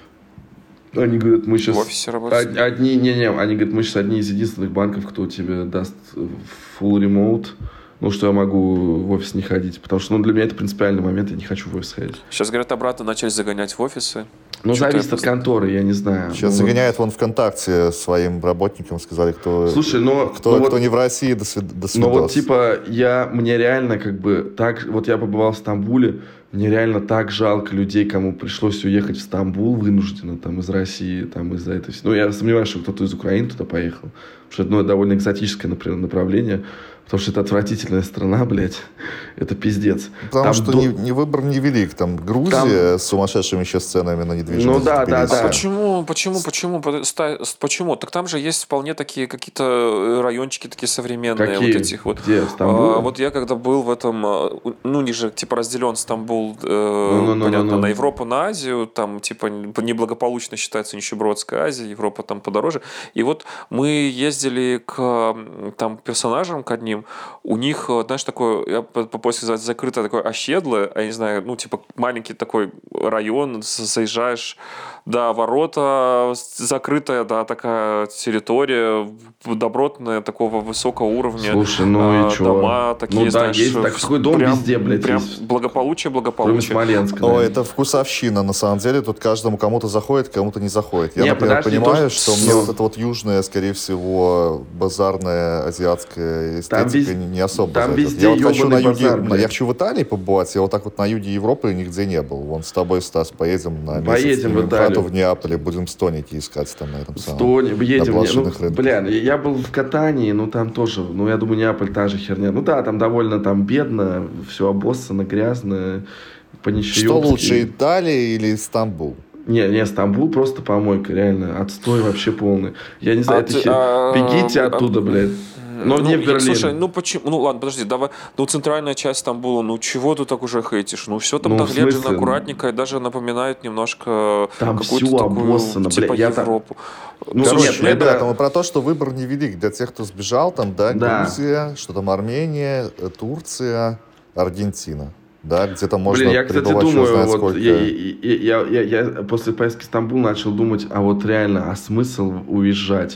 Они говорят, мы сейчас... В офисе работаете? Одни, не-не, они говорят, мы сейчас одни из единственных банков, кто тебе даст full remote. Ну, что я могу в офис не ходить. Потому что, ну, для меня это принципиальный момент, я не хочу в офис ходить. Сейчас, говорят, обратно начали загонять в офисы. Ну, Что-то зависит от конторы, я не знаю. Сейчас ну, загоняют вон ВКонтакте своим работникам, сказали, кто, Слушай, но, кто, но кто вот, не в России, до, свид... до Ну, вот, типа, я, мне реально, как бы, так, вот я побывал в Стамбуле, мне реально так жалко людей, кому пришлось уехать в Стамбул вынужденно, там, из России, там, из-за этого. Ну, я сомневаюсь, что кто-то из Украины туда поехал. Потому что это, ну, довольно экзотическое, например, направление. Потому что это отвратительная страна, блядь. Это пиздец. Потому там что до... не, не выбор невелик. Там Грузия там... с сумасшедшими еще сценами на недвижимость. Ну да, да, да. А почему, почему, почему, почему? Так там же есть вполне такие какие-то райончики такие современные. Какие? Вот этих вот. Где? В Стамбуле? А, вот я когда был в этом, ну, ниже, типа, разделен Стамбул, э, ну, ну, понятно, ну, ну. на Европу, на Азию, там, типа, неблагополучно считается нищебродская Азия, Европа там подороже. И вот мы ездили к там персонажам, к одним, у них, знаешь, такое, я после закрытое такое оседлое, я не знаю, ну, типа, маленький такой район, заезжаешь, да, ворота, закрытая, да, такая территория, добротная, такого высокого уровня. Слушай, ну а, и чё? Дома такие, ну, да, знаешь, есть такой дом прям, везде, блядь, прям есть. благополучие, благополучие. Кроме Смоленска. О, это вкусовщина, на самом деле. Тут каждому кому-то заходит, кому-то не заходит. Я, не, например, подожди, понимаю, то, что что... мне вот эта вот южная, скорее всего, базарная, азиатская эстетика вез... не, не особо там зайдет. везде Я вот хочу на юге, базар, я хочу в Италии побывать, я вот так вот на юге Европы нигде не был. Вон с тобой, Стас, поедем на месяц. Поедем в Италию. хату в Неаполе, будем стоники искать там на этом самом. Стони, едем. Ну, рынках. бля, я был в Катании, ну там тоже, ну я думаю, Неаполь та же херня. Ну да, там довольно там бедно, все обоссано, грязно, по-нищеёбски. Что лучше, Италия или Стамбул? Не, не, Стамбул просто помойка, реально, отстой вообще полный. Я не знаю, а это ты, хер... а... Бегите оттуда, блядь. Но ну, не в Берлин. Слушай, ну почему? Ну ладно, подожди, давай. Ну, центральная часть Стамбула, ну чего ты так уже хейтишь? Ну, все там ну, так гледжено, аккуратненько, и даже напоминает немножко там какую-то всё такую, обоссано, типа, бля, Европу. Ну, короче, нет, ребята, это... мы про то, что выбор невелик для тех, кто сбежал, там, да, да. Грузия, что там Армения, Турция, Аргентина. Да, где-то можно Блин, я, кстати, думаю, знает, вот сколько... я, я, я, я, я после поездки в Стамбул начал думать, а вот реально, а смысл уезжать?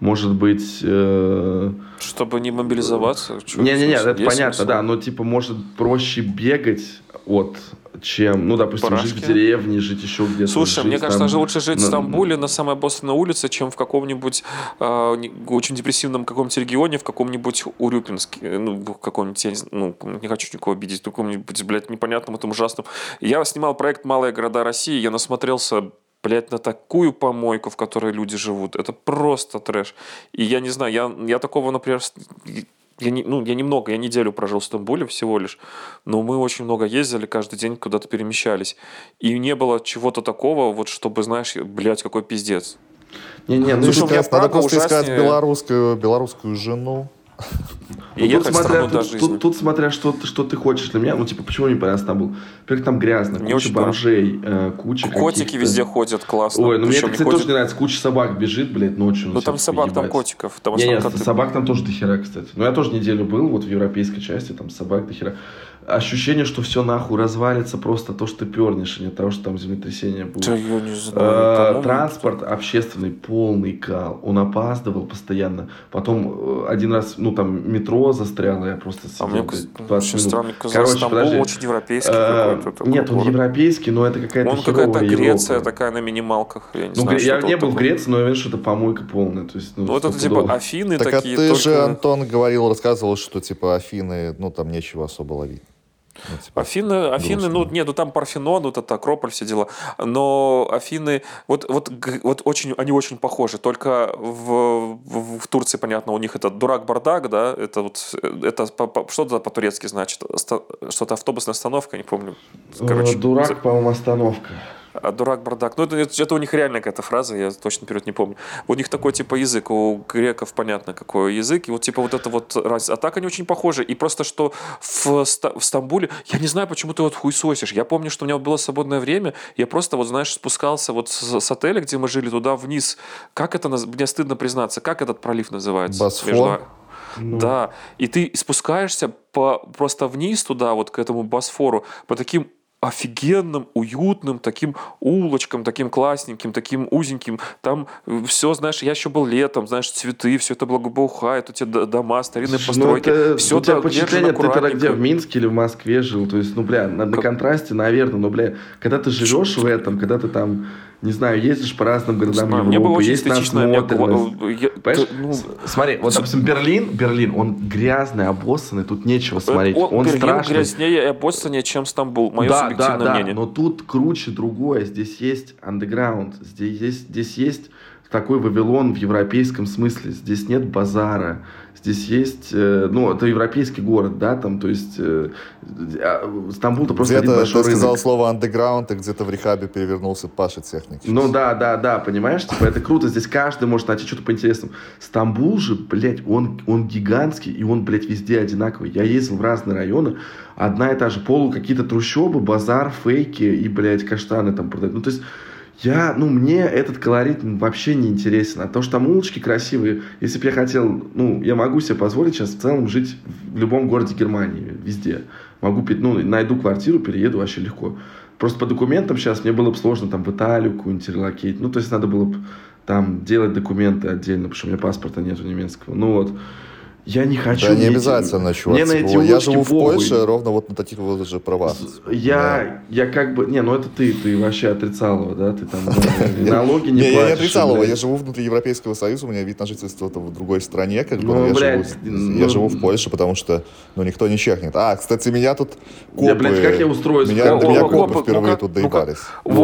может быть... Э... Чтобы не мобилизоваться? Не-не-не, это понятно, смысл? Да, но типа может проще бегать от... чем, ну, допустим, Парашки. Жить в деревне, жить еще где-то. Слушай, жить мне кажется, там... даже лучше жить на... в Стамбуле на самой обоссанной улице, чем в каком-нибудь э, очень депрессивном каком-нибудь регионе, в каком-нибудь Урюпинске, ну, в каком-нибудь, я не, ну, не хочу никого обидеть, в каком-нибудь, блядь, непонятном, этом ужасном. Я снимал проект «Малые города России», я насмотрелся, блядь, на такую помойку, в которой люди живут. Это просто трэш. И я не знаю, я, я такого, например... Я, не, ну, я немного, я неделю прожил в Стамбуле всего лишь, но мы очень много ездили, каждый день куда-то перемещались. И не было чего-то такого, вот чтобы, знаешь, блядь, какой пиздец. Не-не, ну, слушай, кажется, надо просто ужаснее... искать белорусскую, белорусскую жену. И ну, тут, смотря, тут, тут, тут смотря, что, что ты хочешь. Для меня, ну, типа, почему мне понравился Стамбул? Во-первых, там грязно, не куча бомжей, э, куча котики каких-то... везде ходят, классно. Ой, ну мне это, кстати, ходят... тоже не нравится. Куча собак бежит, блядь, ночью. Ну, там собак, поебать. Там котиков. Там не, нет, собак там тоже дохера, кстати. Но я тоже неделю был, вот в европейской части, там собак дохера. Ощущение, что все нахуй развалится просто то, что ты пернешь, а не того, что там землетрясение будет. Да я не знаю. Э, транспорт общественный полный кал. Он опаздывал постоянно. Потом один раз, ну, там метро застряло, я просто сидел. А мне очень странно, короче, Стамбул подожди. очень европейский э, какой-то. Нет, он европейский, но это какая-то Он какая-то Греция Европа. Такая на минималках. Я не ну, знаю, я не был в Греции, но я вижу, что это помойка полная. То есть, ну, ну это типа Афины так, такие. А ты только... же, Антон, говорил, рассказывал, что типа Афины, ну там нечего особо ловить. Ну, типа, Афины, Афины, ну нет, ну там Парфенон, вот это Акрополь, все дела. Но Афины, вот, вот, вот очень, они очень похожи. Только в, в, в Турции, понятно, у них это дурак-бардак, да, это вот, это что-то по-турецки значит, что-то автобусная остановка, не помню. Короче, дурак, по-моему, остановка. А дурак-бардак. Ну, это, это у них реально какая-то фраза, я точно вперед не помню. У них такой, типа, язык. У греков понятно, какой язык. И вот, типа, вот это вот раз. А так они очень похожи. И просто, что в, в Стамбуле... Я не знаю, почему ты вот хуесосишь. Я помню, что у меня было свободное время. Я просто, вот, знаешь, спускался вот с, с отеля, где мы жили, туда вниз. Как это... Мне стыдно признаться. Как этот пролив называется? Босфор. Между... Ну. Да. И ты спускаешься по, просто вниз туда, вот к этому Босфору, по таким офигенным, уютным таким улочкам, таким классненьким, таким узеньким. Там все, знаешь, я еще был летом, знаешь, цветы, все это благоухает, эти дома, старинные Слушай, постройки. Ну это, все у тебя впечатление, ты тогда где, в Минске или в Москве жил? То есть, ну, бля, на, на контрасте, наверное, но, бля, когда ты живешь в этом, когда ты там, не знаю, ездишь по разным городам Европы, мне было очень есть насмотренность. Я... Ну, смотри, вот, допустим, Берлин, Берлин, он грязный, обоссанный, тут нечего смотреть. Он, он Берлин страшный. грязнее и обоссаннее, чем Стамбул, мое да, субъективное да, мнение. Да, но тут круче другое. Здесь есть андеграунд, здесь есть, здесь есть такой Вавилон в европейском смысле. Здесь нет базара. Здесь есть, э, ну, это европейский город, да, там, то есть э, Стамбул-то просто где-то один большой ты рынок. сказал слово андеграунд, и где-то в рехабе перевернулся Паша Техник. Ну да, да, да, понимаешь, типа это круто, здесь каждый может найти что-то поинтересному. Стамбул же, блядь, он, он гигантский, и он, блядь, везде одинаковый. Я ездил в разные районы, одна и та же, полу какие-то трущобы, базар, фейки и, блядь, каштаны там продают. Ну, то есть я, ну, мне этот колорит вообще не интересен. А то, что там улочки красивые, если бы я хотел, ну, я могу себе позволить сейчас в целом жить в любом городе Германии, везде. Могу, ну, найду квартиру, перееду вообще легко. Просто по документам сейчас мне было бы сложно там в Италию какую-нибудь релокейтить. Ну, то есть надо было бы там делать документы отдельно, потому что у меня паспорта нету немецкого. Ну, вот. Я не хочу... Да не обязательно, чувак. Мне на эти я живу в похуй. Польше ровно вот на таких вот же правах. Я, да. я как бы... Не, ну это ты, ты вообще отрицал его, да? Ты там налоги не платишь. Я не отрицал его, я живу внутри Европейского Союза, у меня вид на жительство в другой стране, как бы, я живу в Польше, потому что, ну, никто не чекнет. А, кстати, меня тут копы... Я, блядь, как я устроюсь? Меня копы впервые тут доебались.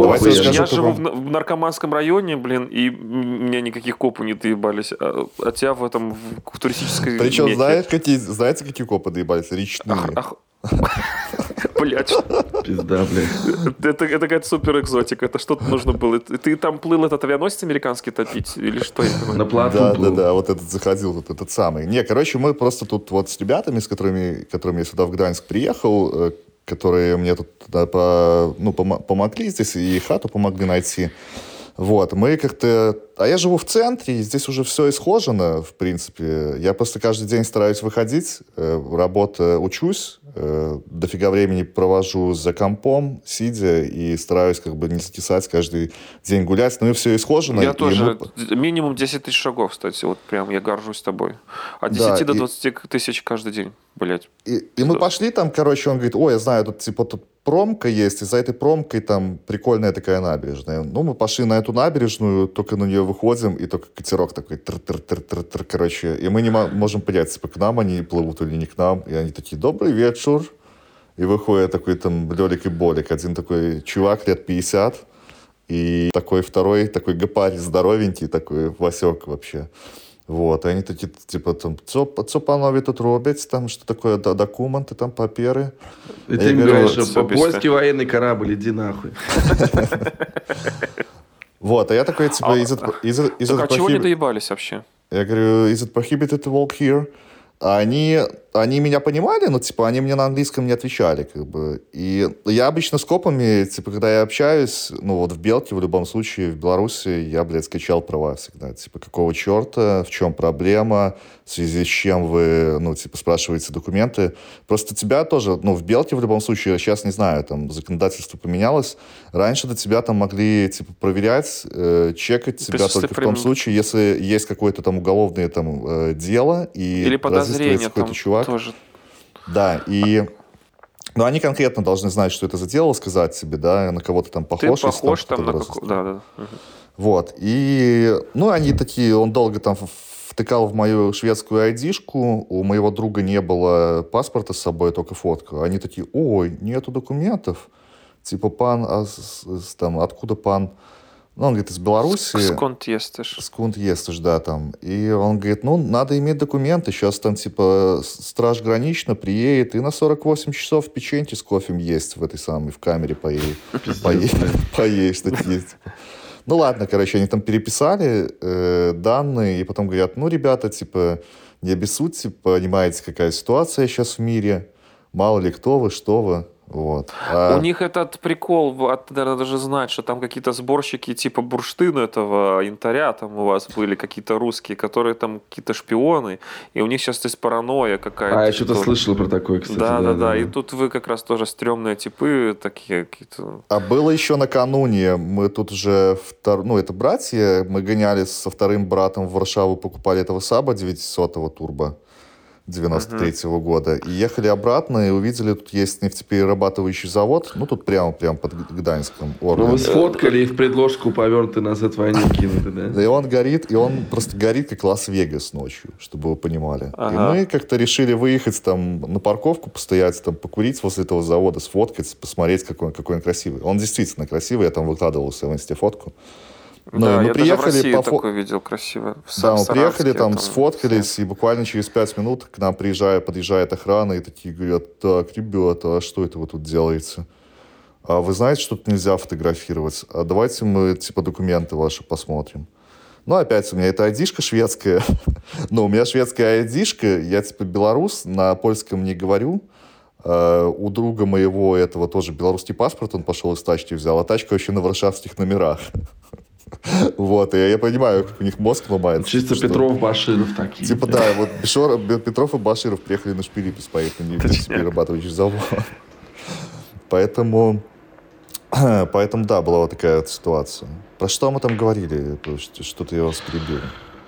Я живу в наркоманском районе, блин, и меня никаких копов не доебались. А тебя в этом, в туристической... Причем, знаешь, какие, знаете, какие копы доебались? Речные. Ах, ах. Блядь. Пизда, блядь. Это, это какая-то супер экзотика. Это что-то нужно было. Ты там плыл этот авианосец американский топить? Или что? На плоту да, плыл. Да, да, вот этот заходил, вот этот самый. Не, короче, мы просто тут вот с ребятами, с которыми, которыми я сюда в Гданьск приехал, которые мне тут по, ну, помогли здесь и хату помогли найти. Вот, мы как-то... А я живу в центре, и здесь уже все исхожено, в принципе. Я просто каждый день стараюсь выходить, э, работа, учусь, э, дофига времени провожу за компом, сидя, и стараюсь как бы не закисать, каждый день гулять. Ну и все исхожено. Я тоже. Мы... Минимум десять тысяч шагов, кстати. Вот прям я горжусь тобой. От десяти да, до двадцати тысяч каждый день, блядь. И, и мы пошли там, короче, он говорит, ой, я знаю, тут типа тут промка есть, и за этой промкой там прикольная такая набережная. Ну, мы пошли на эту набережную, только на нее выходим, и только катерок такой, тр-тр-тр-тр-тр, короче. И мы не можем понять, типа, к нам они плывут или не к нам. И они такие, добрый вечер. И выходит такой там Лёлик и Болик. Один такой чувак лет пятьдесят, и такой второй, такой гопарь здоровенький, такой Васек вообще. Вот, и они такие, типа, там, что панове тут робить, там, что такое, документы, там, паперы. И ты им говоришь, что польский военный корабль, иди нахуй. Вот, а я такой, типа, is it prohibited? Так а чего не доебались вообще? Я говорю, is it prohibited to walk here? А они, они меня понимали, но, типа, они мне на английском не отвечали, как бы. И я обычно с копами, типа, когда я общаюсь, ну, вот в Белке, в любом случае, в Беларуси, я, блядь, скачал права всегда. Типа, какого черта, в чем проблема, в связи с чем вы, ну, типа, спрашиваете документы. Просто тебя тоже, ну, в Белке, в любом случае, я сейчас не знаю, там, законодательство поменялось. Раньше до тебя там могли, типа, проверять, э, чекать тебя Без только в том случае, если есть какое-то там уголовное там э, дело, и или подозрение какой-то там чувак. тоже. Да, и... Ну, они конкретно должны знать, что это за дело, сказать себе, да, на кого-то там похож. Ты похож там, там на какого-то... Да, да. Угу. Вот, и... Ну, они такие... Он долго там втыкал в мою шведскую айдишку, у моего друга не было паспорта с собой, только фотка. Они такие, ой, нету документов. Типа, пан... А, там, откуда пан... Ну, он говорит, из Беларуси. Сконт естешь. Сконт естешь, да, там. И он говорит, ну, надо иметь документы. Сейчас там, типа, страж гранично приедет и на сорок восемь часов печеньки с кофем есть в этой самой, в камере поесть. Поесть такие. Ну, ладно, короче, они там переписали э, данные, и потом говорят, ну, ребята, типа, не обессудьте, понимаете, какая ситуация сейчас в мире. Мало ли кто вы, что вы. Вот. А... У них этот прикол, надо даже знать, что там какие-то сборщики типа бурштына этого янтаря там у вас были, какие-то русские, которые там какие-то шпионы, и у них сейчас есть паранойя какая-то. А, я что-то слышал про такое, кстати. Да, да, да, да. И тут вы как раз тоже стрёмные типы такие какие-то. А было еще накануне, мы тут уже, втор... ну, это братья, мы гоняли со вторым братом в Варшаву, покупали этого Саба девятисотого турбо девяносто третьего uh-huh. года. И ехали обратно, и увидели, тут есть нефтеперерабатывающий завод, ну, тут прямо, прямо под Гданьском. Ну, вы сфоткали и в предложку повернутый назад войны кинули, да? Да, и он горит, и он просто горит, как Лас-Вегас ночью, чтобы вы понимали. Ага. И мы как-то решили выехать там на парковку, постоять, там, покурить возле этого завода, сфоткать, посмотреть, какой он, какой он красивый. Он действительно красивый, я там выкладывал в инсте фотку. Ну, да, мы я приехали даже в России по... такой видел красиво. В да, мы приехали, там, там сфоткались, и буквально через пять минут к нам приезжает, подъезжает охрана, и такие говорят, так, ребята, а что это вы тут делаете? А вы знаете, что тут нельзя фотографировать? А давайте мы, типа, документы ваши посмотрим. Ну, опять у меня это айдишка шведская. Ну, у меня шведская айдишка, я, типа, белорус, на польском не говорю. Uh, у друга моего этого тоже белорусский паспорт, он пошел из тачки взял, а тачка вообще на варшавских номерах. Вот, и я понимаю, как у них мозг ломается. Чисто что... Петров, Баширов такие. Типа, да, вот Бешор, Петров и Баширов приехали на шпилипис поехали, не перерабатывающий завод. Поэтому, поэтому, да, была вот такая вот ситуация. Про что мы там говорили? Что-то я вас перебил.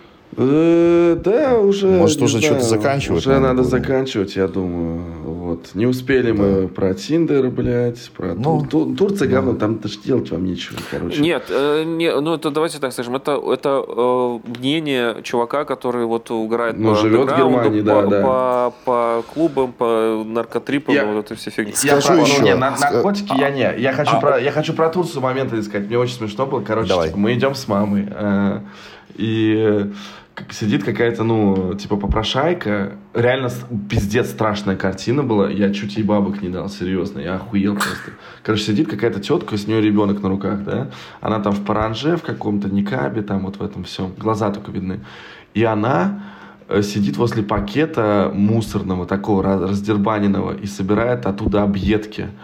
Да, уже. Может, уже что-то заканчивать? Уже надо заканчивать, я думаю. Вот. Не успели мы про Тиндер, блядь, про Ну, Тур... Турция, говно, там даже делать вам нечего, короче. Нет, э, не, ну это давайте так скажем, это, это э, мнение чувака, который вот угорает ну, по живет в Германии, по, да, по, да. По, по клубам, по наркотрипам, я, вот это все фигни. Я Скажу про, еще. ну, не, на, наркотики а, я не. Я хочу, а, про, я хочу про Турцию момент сказать. Мне очень смешно было. Короче, типа, мы идем с мамой. Э, и... Сидит какая-то, ну, типа, попрошайка. Реально пиздец страшная картина была. Я чуть ей бабок не дал, серьезно. Я охуел просто. Короче, сидит какая-то тетка, с нее ребенок на руках, да. Она там в паранже, в каком-то никабе, там вот в этом всем. Глаза только видны. И она сидит возле пакета мусорного, такого раздербаненного, и собирает оттуда объедки.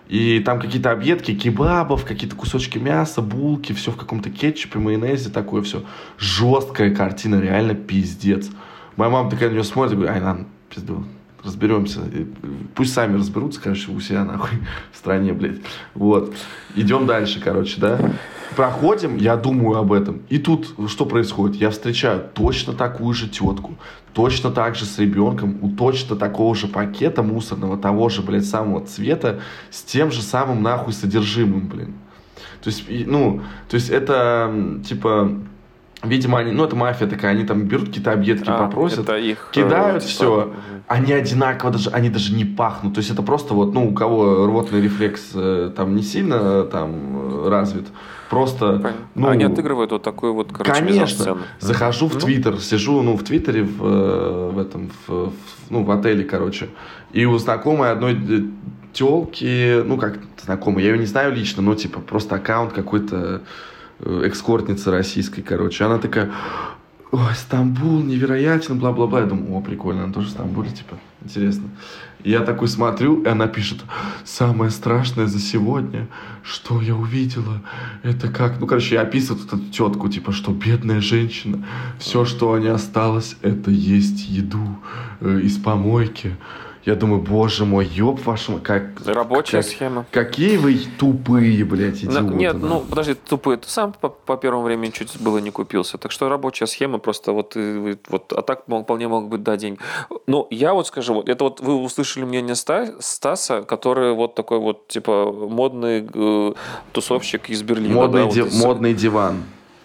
И там какие-то объедки кебабов, какие-то кусочки мяса, булки, все в каком-то кетчупе, майонезе, такое все. Жесткая картина, реально пиздец. Моя мама такая на нее смотрит и говорит, ай, ладно, пизду, разберемся. И пусть сами разберутся, короче, у себя, нахуй, в стране, блядь. Вот. Идем дальше, короче, да. Проходим, я думаю об этом. И тут что происходит? Я встречаю точно такую же тетку, точно так же с ребенком, у точно такого же пакета мусорного, того же, блядь, самого цвета, с тем же самым, нахуй, содержимым, блин. То есть, ну, то есть это, типа... Видимо, они, ну, это мафия такая, они там берут какие-то объедки, а, попросят, их, кидают э, все, угу. Они одинаково, даже, они даже не пахнут. То есть это просто вот, ну, у кого рвотный рефлекс э, там не сильно там развит, просто... Ну, они отыгрывают вот такую вот, короче, конечно. Захожу в Твиттер, ну? сижу, ну, в Твиттере, в, в этом, в, в, ну, в отеле, короче, и у знакомой одной тёлки, ну, как знакомой, я ее не знаю лично, но, типа, просто аккаунт какой-то... экскортница российской, короче. Она такая, ой, Стамбул невероятен, бла-бла-бла. Я думаю, о, прикольно, она тоже в Стамбуле, типа, интересно. И я такой смотрю, и она пишет, самое страшное за сегодня, что я увидела, это как... Ну, короче, я описываю эту тетку, типа, что бедная женщина, все, что у нее осталось, это есть еду э, из помойки. Я думаю, боже мой, ёб вашу... Как, Рабочая как, схема. Какие вы тупые, блядь, идиоты. No, нет, ну, подожди, тупые. Ты сам по, по первому времени чуть было не купился. Так что рабочая схема просто вот... вот а так вполне могут быть, да, деньги. Ну, я вот скажу, вот это вот вы услышали мнение Стаса, который вот такой вот, типа, модный э, тусовщик из Берлина. Модный, да, ди- вот из... модный диван.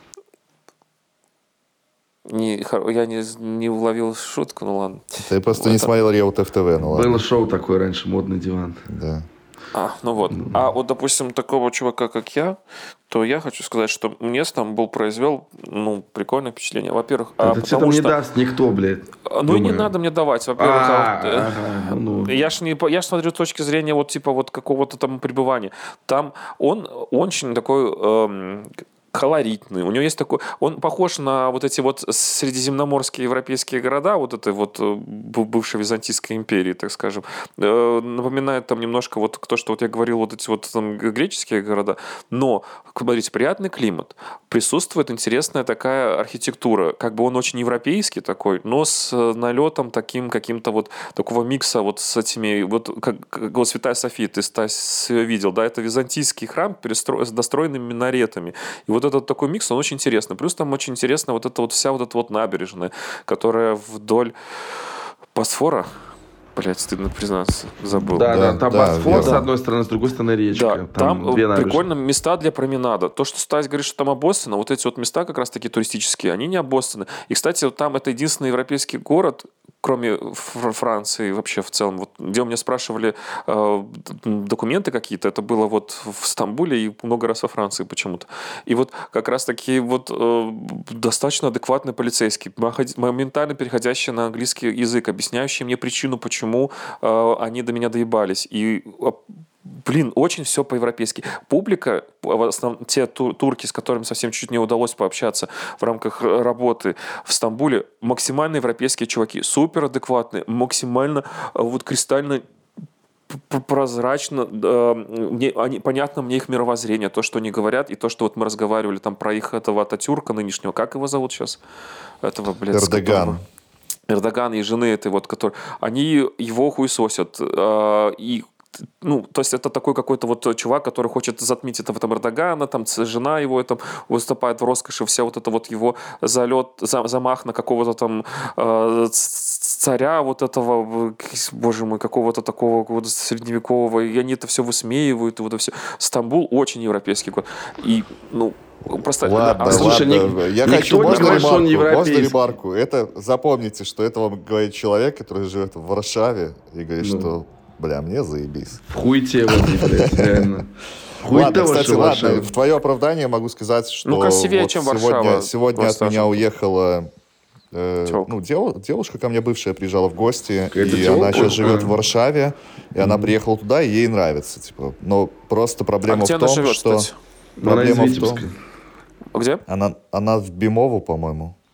Не, я не, не уловил шутку, ну ладно. Ты просто вот не это... смотрел Реутов ТВ, ну ладно. Было шоу такое раньше, модный диван. Да. А, ну вот. Mm-hmm. А вот, допустим, такого чувака, как я, то я хочу сказать, что мне Стамбул произвел, ну, прикольное впечатление. Во-первых, а, а это тебе там что... не даст никто, блядь. Ну, думаю. И не надо мне давать, во-первых. А, а вот, ага, ну. Я ж не, я ж смотрю с точки зрения вот типа вот какого-то там пребывания. Там он очень такой... Эм, колоритный. У него есть такой... Он похож на вот эти вот средиземноморские европейские города, вот этой вот бывшей Византийской империи, так скажем. Напоминает там немножко вот то, что вот я говорил, вот эти вот там греческие города. Но, смотрите, приятный климат. Присутствует интересная такая архитектура. Как бы он очень европейский такой, но с налетом таким каким-то вот такого микса вот с этими... Вот как, как вот Святая София, ты, Стась, видел, да? Это византийский храм перестро... с достроенными минаретами. И вот этот такой микс, он очень интересный. Плюс там очень интересно вот эта вот вся вот эта вот набережная, которая вдоль Босфора, блять, стыдно признаться, забыл. Да, да, там да, Босфор верно. с одной стороны, с другой стороны речка. Да, там там две прикольно места для променада. То, что Стась говорит, что там обоссано, вот эти вот места как раз таки туристические, они не обоссаны. И, кстати, вот там это единственный европейский город, кроме Франции вообще в целом, вот, где у меня спрашивали э, документы какие-то, это было вот в Стамбуле и много раз во Франции почему-то. И вот как раз-таки вот э, достаточно адекватный полицейский, моментально переходящий на английский язык, объясняющий мне причину, почему э, они до меня доебались. И блин, очень все по-европейски. Публика, в основном, те тур- турки, с которыми совсем чуть-чуть не удалось пообщаться в рамках работы в Стамбуле, максимально европейские чуваки, супер адекватные, максимально вот кристально прозрачно, э, мне, они, понятно мне их мировоззрение, то, что они говорят, и то, что вот мы разговаривали там про их этого Ататюрка нынешнего, как его зовут сейчас? Этого, блядь, Эрдоган. Эрдоган и жены этой вот, которые... Они его хуесосят, э, и ну, то есть это такой какой-то вот чувак, который хочет затмить этого там Эрдогана, там жена его там выступает в роскоши, вся вот это вот его залет, замах на какого-то там э, царя вот этого, боже мой, какого-то такого какого-то средневекового, и они это все высмеивают, и вот это все. Стамбул очень европейский город. И, ну, просто... Ладно, а, слушай, ладно. Я Никто хочу, не можно говорит, что он ремарку? Можно европейский. ремарку? Это, запомните, что это вам говорит человек, который живет в Варшаве, и говорит, ну. что... Бля, мне заебись. В хуйте вот, блядь, реально. Ладно, кстати, ладно, в твое оправдание могу сказать, что ну, красивее, вот чем сегодня, Варшава, сегодня от меня уехала э, ну, дев, девушка ко мне бывшая приезжала в гости, Какая-то и телка? Она сейчас живет в Варшаве, и mm-hmm. она приехала туда, и ей нравится, типа. Но просто проблема а где в том, она живет, что... Кстати? Проблема в том... Где? Она, она в Бимову, по-моему.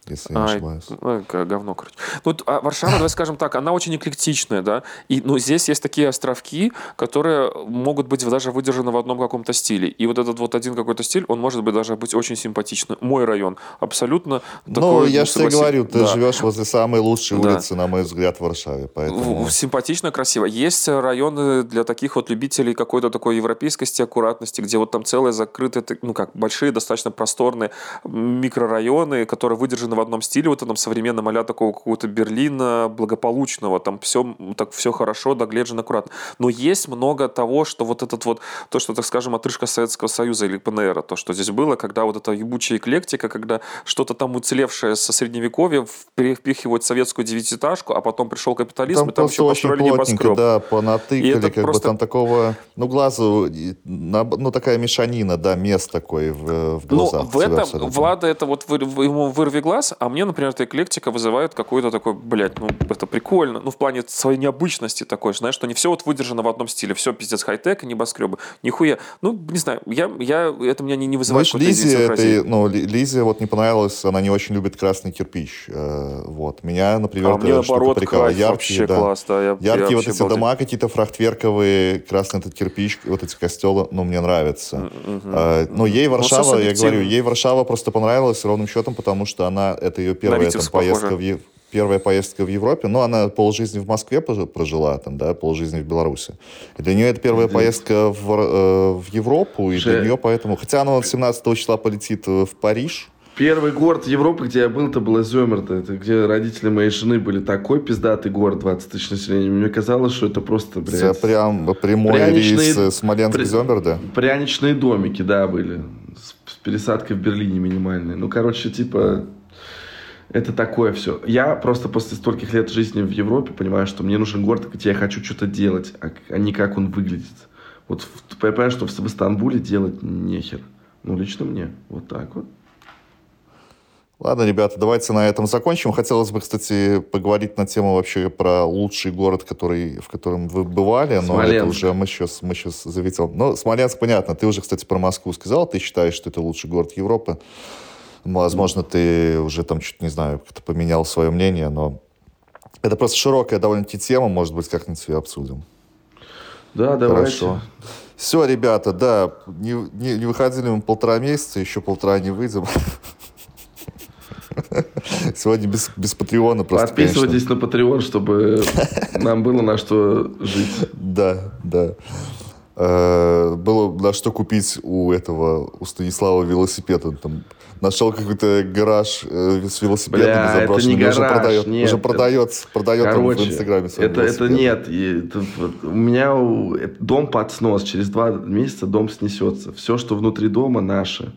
если я не Ай, ошибаюсь. ой, говно, короче. Ну, а Варшава, давай скажем так, она очень эклектичная, да, и, ну, здесь есть такие островки, которые могут быть даже выдержаны в одном каком-то стиле, и вот этот вот один какой-то стиль, он может быть даже быть очень симпатичный. Мой район абсолютно ну, такой... Ну, я же тебе говорю, ты да. живешь возле самой лучшей да. улицы, на мой взгляд, в Варшаве, поэтому... Симпатично, красиво. Есть районы для таких вот любителей какой-то такой европейскости, аккуратности, где вот там целые закрытые, ну, как, большие, достаточно просторные микрорайоны, которые выдержаны в одном стиле, вот этом современном а-ля такого какого-то Берлина благополучного, там все, так все хорошо, догледжено, аккуратно. Но есть много того, что вот этот вот, то, что, так скажем, отрыжка Советского Союза или ПНР, то, что здесь было, когда вот эта ебучая эклектика, когда что-то там уцелевшее со Средневековья впихивают в советскую девятиэтажку, а потом пришел капитализм, там и там еще построили небоскреб. Да, понатыкали, как просто... бы там такого, ну, глазу, ну, такая мешанина, да, мест такой в, в глазах. Ну, в этом, Влада, это вот вы, ему вырви глаз, а мне, например, эта эклектика вызывает какой-то такой, блядь, ну, это прикольно. Ну, в плане своей необычности такой, знаешь, что не все вот выдержано в одном стиле. Все, пиздец, хай-тек и небоскребы. Нихуя. Ну, не знаю, я, я, это меня не, не вызывает какой-то Лизе, это, ну, Лизе вот не понравилось, она не очень любит красный кирпич. Э, вот. Меня, например, а мне, наоборот, кайф, яркие, вообще да, класс, да. Я, яркие я вот эти балдею. дома какие-то фрахтверковые, красный этот кирпич, вот эти костелы, ну, мне нравятся. Mm-hmm. Э, но ей Варшава, я говорю, ей Варшава просто понравилась ровным счетом, потому что она, это ее первая там, поездка в Европу. Первая поездка в Европе, ну, она полжизни в Москве прожила, там, да, полжизни в Беларуси. И для нее это первая Здесь. поездка в, э, в Европу, и Же... для нее поэтому... Хотя она семнадцатого числа полетит в Париж. Первый город Европы, где я был, это было Зёмерда, это где родители моей жены были. Такой пиздатый город, двадцать тысяч населения. Мне казалось, что это просто, блядь... Это прям прямой Пряничные... рейс Смоленск-Зёмерда? При... Пряничные домики, да, были. С, с пересадкой в Берлине минимальной. Ну, короче, типа... Это такое все. Я просто после стольких лет жизни в Европе понимаю, что мне нужен город, где я хочу что-то делать, а не как он выглядит. Вот я понимаю, что в Стамбуле делать нехер. Ну, лично мне. Вот так вот. Ладно, ребята, давайте на этом закончим. Хотелось бы, кстати, поговорить на тему вообще про лучший город, который, в котором вы бывали. Но Смоленск. Это уже мы сейчас, мы сейчас завител. Ну, Смоленск, понятно. Ты уже, кстати, про Москву сказал. Ты считаешь, что это лучший город Европы. Возможно, ты уже там, чуть не знаю, как-то поменял свое мнение, но это просто широкая довольно-таки тема, может быть, как-нибудь ее обсудим. Да, давайте. Хорошо. Все, ребята, да, не, не, не выходили мы полтора месяца, еще полтора не выйдем. Сегодня без, без Патреона просто, Подписывайтесь конечно. На Патреон, чтобы нам было на что жить. Да, да. Было на что купить у этого, у Станислава велосипед. Он там нашел какой-то гараж э, с велосипедами Бля, заброшенными. Это не гараж, уже продает, нет. Уже продается, продает Короче, в Инстаграме свой это, это нет. Это, вот, у меня это, дом под снос. Через два месяца дом снесется. Все, что внутри дома, наше.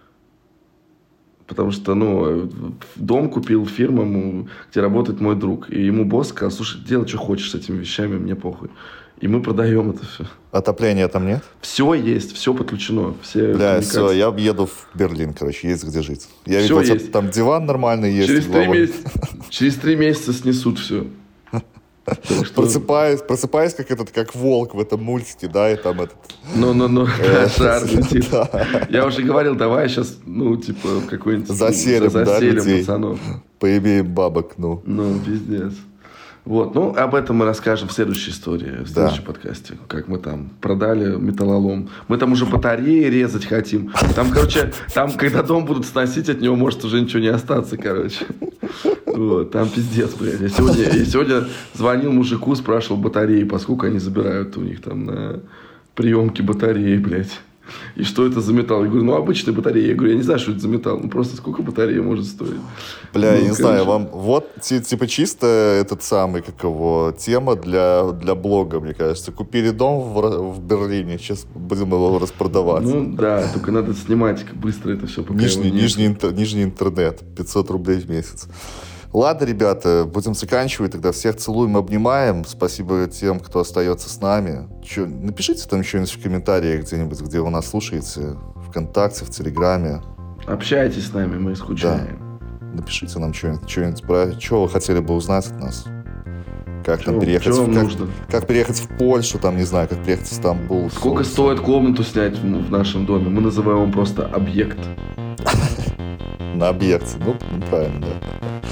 Потому что, ну, дом купил фирму, где работает мой друг. И ему босс сказал, слушай, делай, что хочешь с этими вещами, мне похуй. И мы продаем это все. Отопления там нет? Все есть, все подключено. Все Бля, все, я еду в Берлин, короче, есть где жить. Я все видел, есть. Там диван нормальный есть. Через три, месяца, через три месяца снесут все. Что... Просыпаюсь, просыпаюсь как этот, как волк в этом мультике, да, и там этот... Ну-ну-ну, шар летит. Я уже говорил, давай сейчас, ну, типа, какой-нибудь... Заселим, да, людей. Пацанов. Поимеем бабок, ну. Ну, пиздец. Вот, ну, об этом мы расскажем в следующей истории, в следующем да. подкасте. Как мы там продали металлолом. Мы там уже батареи резать хотим. Там, короче, там, когда дом будут сносить, от него может уже ничего не остаться, короче. Вот, там пиздец, блядь. Я сегодня, я сегодня звонил мужику, спрашивал батареи, поскольку они забирают у них там на приемке батареи, блядь. И что это за металл? Я говорю, ну, обычная батарея. Я говорю, я не знаю, что это за металл. Ну, просто сколько батарея может стоить? Бля, ну, я не конечно. знаю, вам... Вот, типа, чисто этот самый, как его, тема для, для блога, мне кажется. Купили дом в, в Берлине, сейчас будем его распродавать. Ну, да, только надо снимать быстро это все. Нижний, нижний, интер, нижний интернет, пятьсот рублей в месяц. Ладно, ребята, будем заканчивать. Тогда всех целуем, обнимаем. Спасибо тем, кто остается с нами. Че, напишите там что-нибудь в комментариях где-нибудь, где вы нас слушаете. ВКонтакте, в Телеграме. Общайтесь с нами, мы скучаем. Да. Напишите нам что-нибудь, что-нибудь про... Что вы хотели бы узнать от нас? Как Чё, там переехать, в, как, нужно? Как переехать в Польшу, там, не знаю, как приехать в Стамбул. Сколько стоит комнату снять в, в нашем доме? Мы называем его просто объект. На объекте. Ну, ну, правильно, да.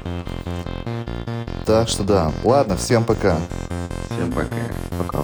Так что да. Ладно, всем пока. Всем пока. Пока.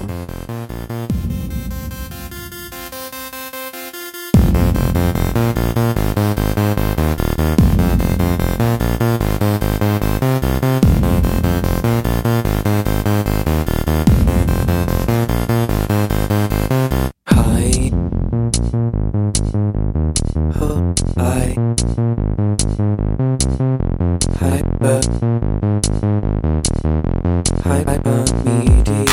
Hyper Hyper Media.